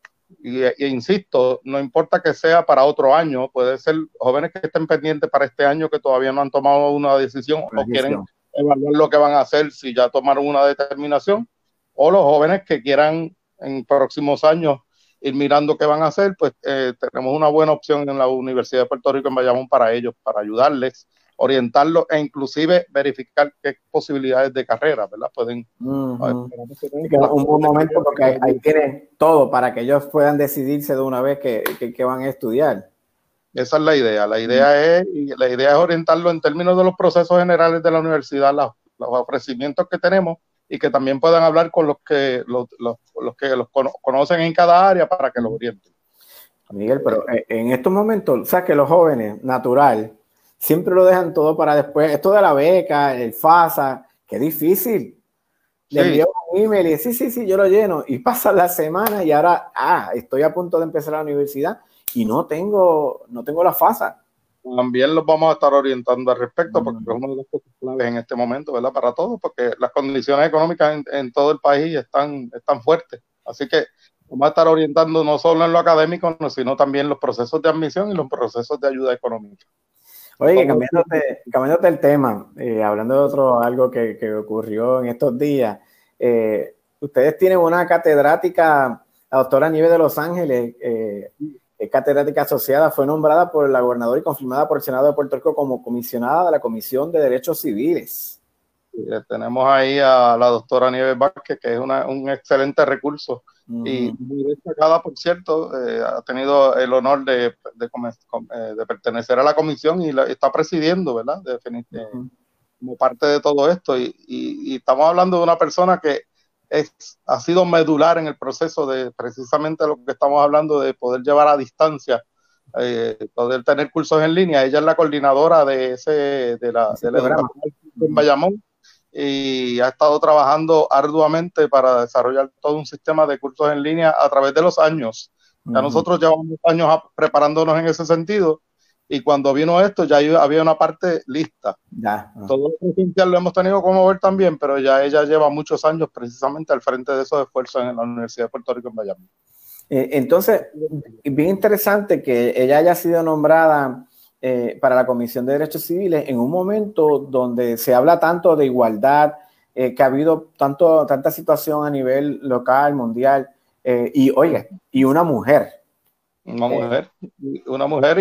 y insisto, no importa que sea para otro año, puede ser jóvenes que estén pendientes para este año que todavía no han tomado una decisión o quieren evaluar lo que van a hacer si ya tomaron una determinación, o los jóvenes que quieran en próximos años ir mirando qué van a hacer. Pues tenemos una buena opción en la Universidad de Puerto Rico en Bayamón para ellos, para ayudarles, orientarlos e inclusive verificar qué posibilidades de carrera, ¿verdad? Pueden un buen momento, porque ahí tienen todo para que ellos puedan decidirse de una vez que van a estudiar. Esa es la idea. La idea es orientarlo en términos de los procesos generales de la universidad, los ofrecimientos que tenemos, y que también puedan hablar con los que los conocen en cada área para que los orienten. Miguel, pero en estos momentos, o sea, que los jóvenes, natural, siempre lo dejan todo para después. Esto de la beca, el FASA, qué difícil. Le envío un email y sí, yo lo lleno. Y pasa la semana y ahora, estoy a punto de empezar la universidad y no tengo la FASA. También los vamos a estar orientando al respecto, porque es una de las cosas claves en este momento, ¿verdad? Para todos, porque las condiciones económicas en todo el país están fuertes. Así que vamos a estar orientando no solo en lo académico, sino también los procesos de admisión y los procesos de ayuda económica. Oye, cambiándote el tema, hablando de algo que ocurrió en estos días, ustedes tienen una catedrática, la doctora Nieves de Los Ángeles, catedrática asociada, fue nombrada por la gobernadora y confirmada por el Senado de Puerto Rico como comisionada de la Comisión de Derechos Civiles. Tenemos ahí a la doctora Nieves Vázquez, que es un excelente recurso y muy destacada, por cierto. Ha tenido el honor de pertenecer a la comisión y está presidiendo, ¿verdad? Definitivamente, como parte de todo esto. Y estamos hablando de una persona que ha sido medular en el proceso de precisamente lo que estamos hablando, de poder llevar a distancia, poder tener cursos en línea. Ella es la coordinadora de la en Bayamón, y ha estado trabajando arduamente para desarrollar todo un sistema de cursos en línea a través de los años. Ya nosotros llevamos años preparándonos en ese sentido, y cuando vino esto ya había una parte lista. Todo lo presencial lo hemos tenido como ver también, pero ya ella lleva muchos años precisamente al frente de esos esfuerzos en la Universidad de Puerto Rico en Bayamón. Entonces, bien interesante que ella haya sido nombrada para la Comisión de Derechos Civiles en un momento donde se habla tanto de igualdad, que ha habido tanta situación a nivel local, mundial, y una mujer. Una mujer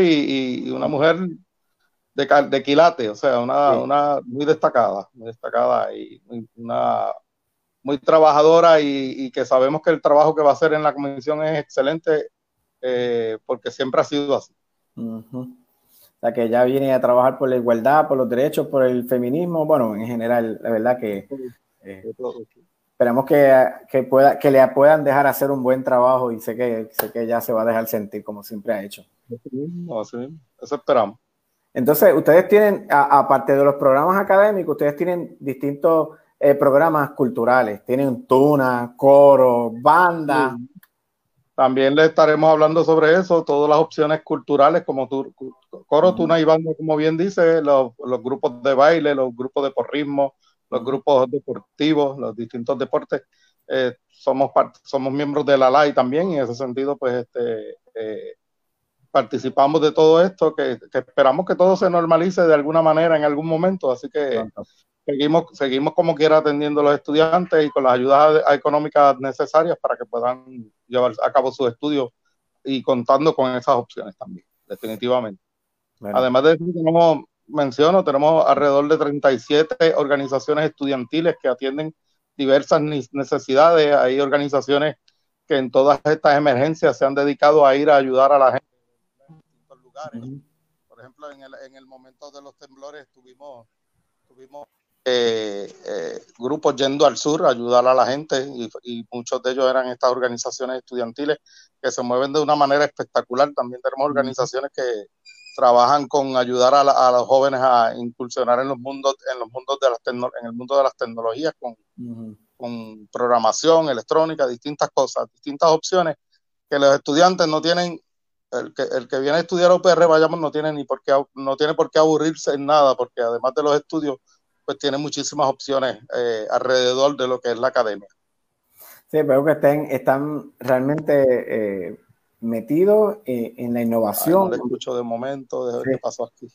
de quilate, o sea, una muy destacada y muy trabajadora, y que sabemos que el trabajo que va a hacer en la comisión es excelente, porque siempre ha sido así. O sea, que ya viene a trabajar por la igualdad, por los derechos, por el feminismo, bueno, en general, la verdad que esperamos que le puedan dejar hacer un buen trabajo, y sé que ya se va a dejar sentir como siempre ha hecho. Eso esperamos. Entonces, ustedes tienen, aparte de los programas académicos, ustedes tienen distintos programas culturales. Tienen tuna, coro, banda. También le estaremos hablando sobre eso, todas las opciones culturales, como coro, tuna y banda, como bien dice, los grupos de baile, los grupos de porrismo, los grupos deportivos, los distintos deportes. Somos miembros de la LAI también, y en ese sentido, pues, participamos de todo esto, que esperamos que todo se normalice de alguna manera en algún momento, así que seguimos como quiera atendiendo a los estudiantes y con las ayudas económicas necesarias para que puedan llevar a cabo sus estudios, y contando con esas opciones también, definitivamente. Bueno. Además de eso, tenemos alrededor de 37 organizaciones estudiantiles que atienden diversas necesidades. Hay organizaciones que en todas estas emergencias se han dedicado a ir a ayudar a la gente en distintos lugares. Por ejemplo, en el momento de los temblores tuvimos grupos yendo al sur a ayudar a la gente, y muchos de ellos eran estas organizaciones estudiantiles que se mueven de una manera espectacular. También tenemos organizaciones que trabajan con ayudar a los jóvenes a incursionar en el mundo de las tecnologías, con programación electrónica, distintas cosas, distintas opciones que los estudiantes no tienen. El que viene a estudiar UPR Bayamón no tiene por qué aburrirse en nada, porque además de los estudios, pues tiene muchísimas opciones alrededor de lo que es la academia. Sí, veo que están realmente metidos en la innovación. No le escucho de momento, de ver qué pasó aquí.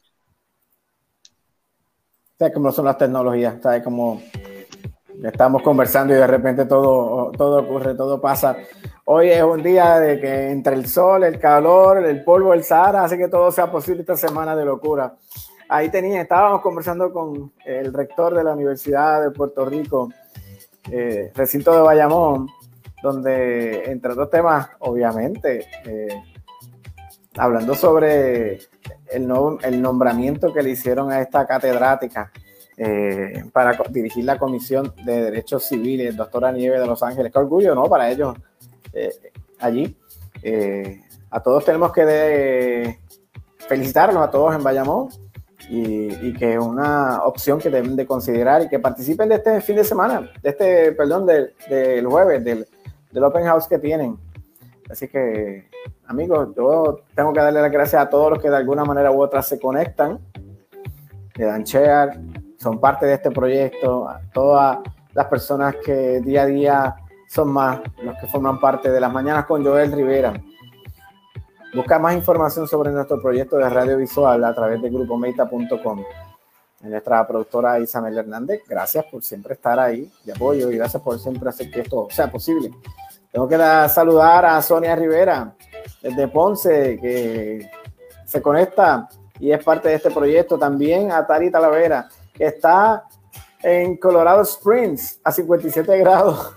¿Sabes cómo son las tecnologías? ¿Sabes cómo estamos conversando y de repente todo ocurre, todo pasa? Hoy es un día de que entre el sol, el calor, el polvo, el Sahara, hace que todo sea posible esta semana de locura. Ahí estábamos conversando con el rector de la Universidad de Puerto Rico, recinto de Bayamón, donde, entre otros temas, obviamente, hablando sobre el nombramiento que le hicieron a esta catedrática para dirigir la Comisión de Derechos Civiles, doctora Nieves de Los Ángeles. Qué orgullo, ¿no? Para ellos allí. a todos tenemos que felicitarlos a todos en Bayamón y que es una opción que deben de considerar y que participen de este fin de semana, del jueves, del Open House que tienen. Así que, amigos, yo tengo que darle las gracias a todos los que de alguna manera u otra se conectan, le dan share, son parte de este proyecto, a todas las personas que día a día son más los que forman parte de las Mañanas con Joel Rivera. Busca más información sobre nuestro proyecto de radiovisual a través de grupomeita.com. Nuestra productora Isabel Hernández, gracias por siempre estar ahí de apoyo y gracias por siempre hacer que esto sea posible. Tengo que saludar a Sonia Rivera desde Ponce, que se conecta y es parte de este proyecto. También a Tari Talavera, que está en Colorado Springs a 57 grados.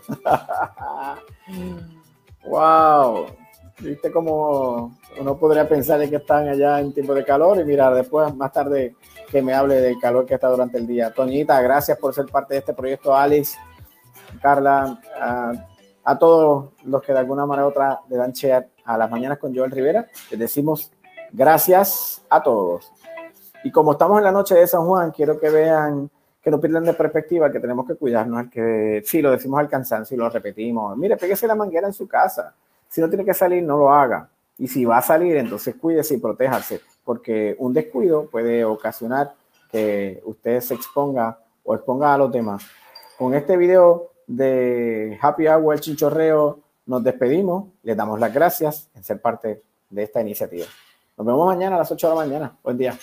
¡Wow! ¿Viste cómo uno podría pensar de que están allá en tiempo de calor? Y mira, después, más tarde, que me hable del calor que está durante el día. Toñita, gracias por ser parte de este proyecto. Alex, Carla, a todos los que de alguna manera u otra le dan share a las Mañanas con Joel Rivera, les decimos gracias a todos. Y como estamos en la noche de San Juan, quiero que vean, que no pierdan de perspectiva que tenemos que cuidarnos, que sí, lo decimos al cansancio y lo repetimos. Mire, pégese la manguera en su casa. Si no tiene que salir, no lo haga. Y si va a salir, entonces cuídese y protéjase, porque un descuido puede ocasionar que usted se exponga o exponga a los demás. Con este video de Happy Hour, el Chinchorreo, nos despedimos. Les damos las gracias en ser parte de esta iniciativa. Nos vemos mañana a las 8 de la mañana. Buen día.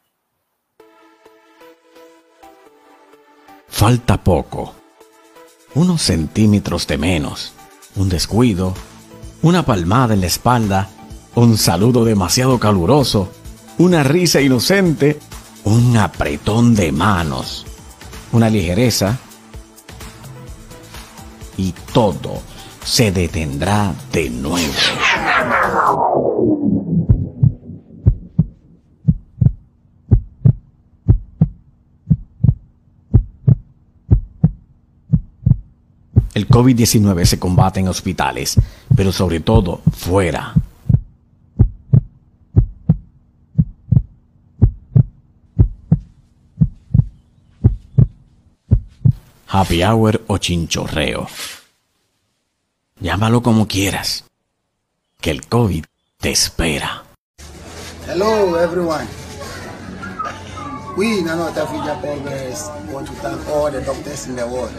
Falta poco. Unos centímetros de menos. Un descuido. Una palmada en la espalda. Un saludo demasiado caluroso. Una risa inocente. Un apretón de manos. Una ligereza. Y todo se detendrá de nuevo. El COVID-19 se combate en hospitales, pero sobre todo fuera. Happy Hour o Chinchorreo. Llámalo como quieras, que el COVID te espera. Hello everyone. We, Nano Tafija Progress, want to thank all the doctors in the world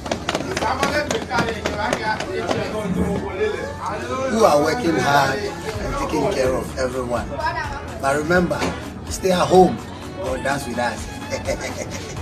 who are working hard and taking care of everyone. But remember, stay at home or dance with us.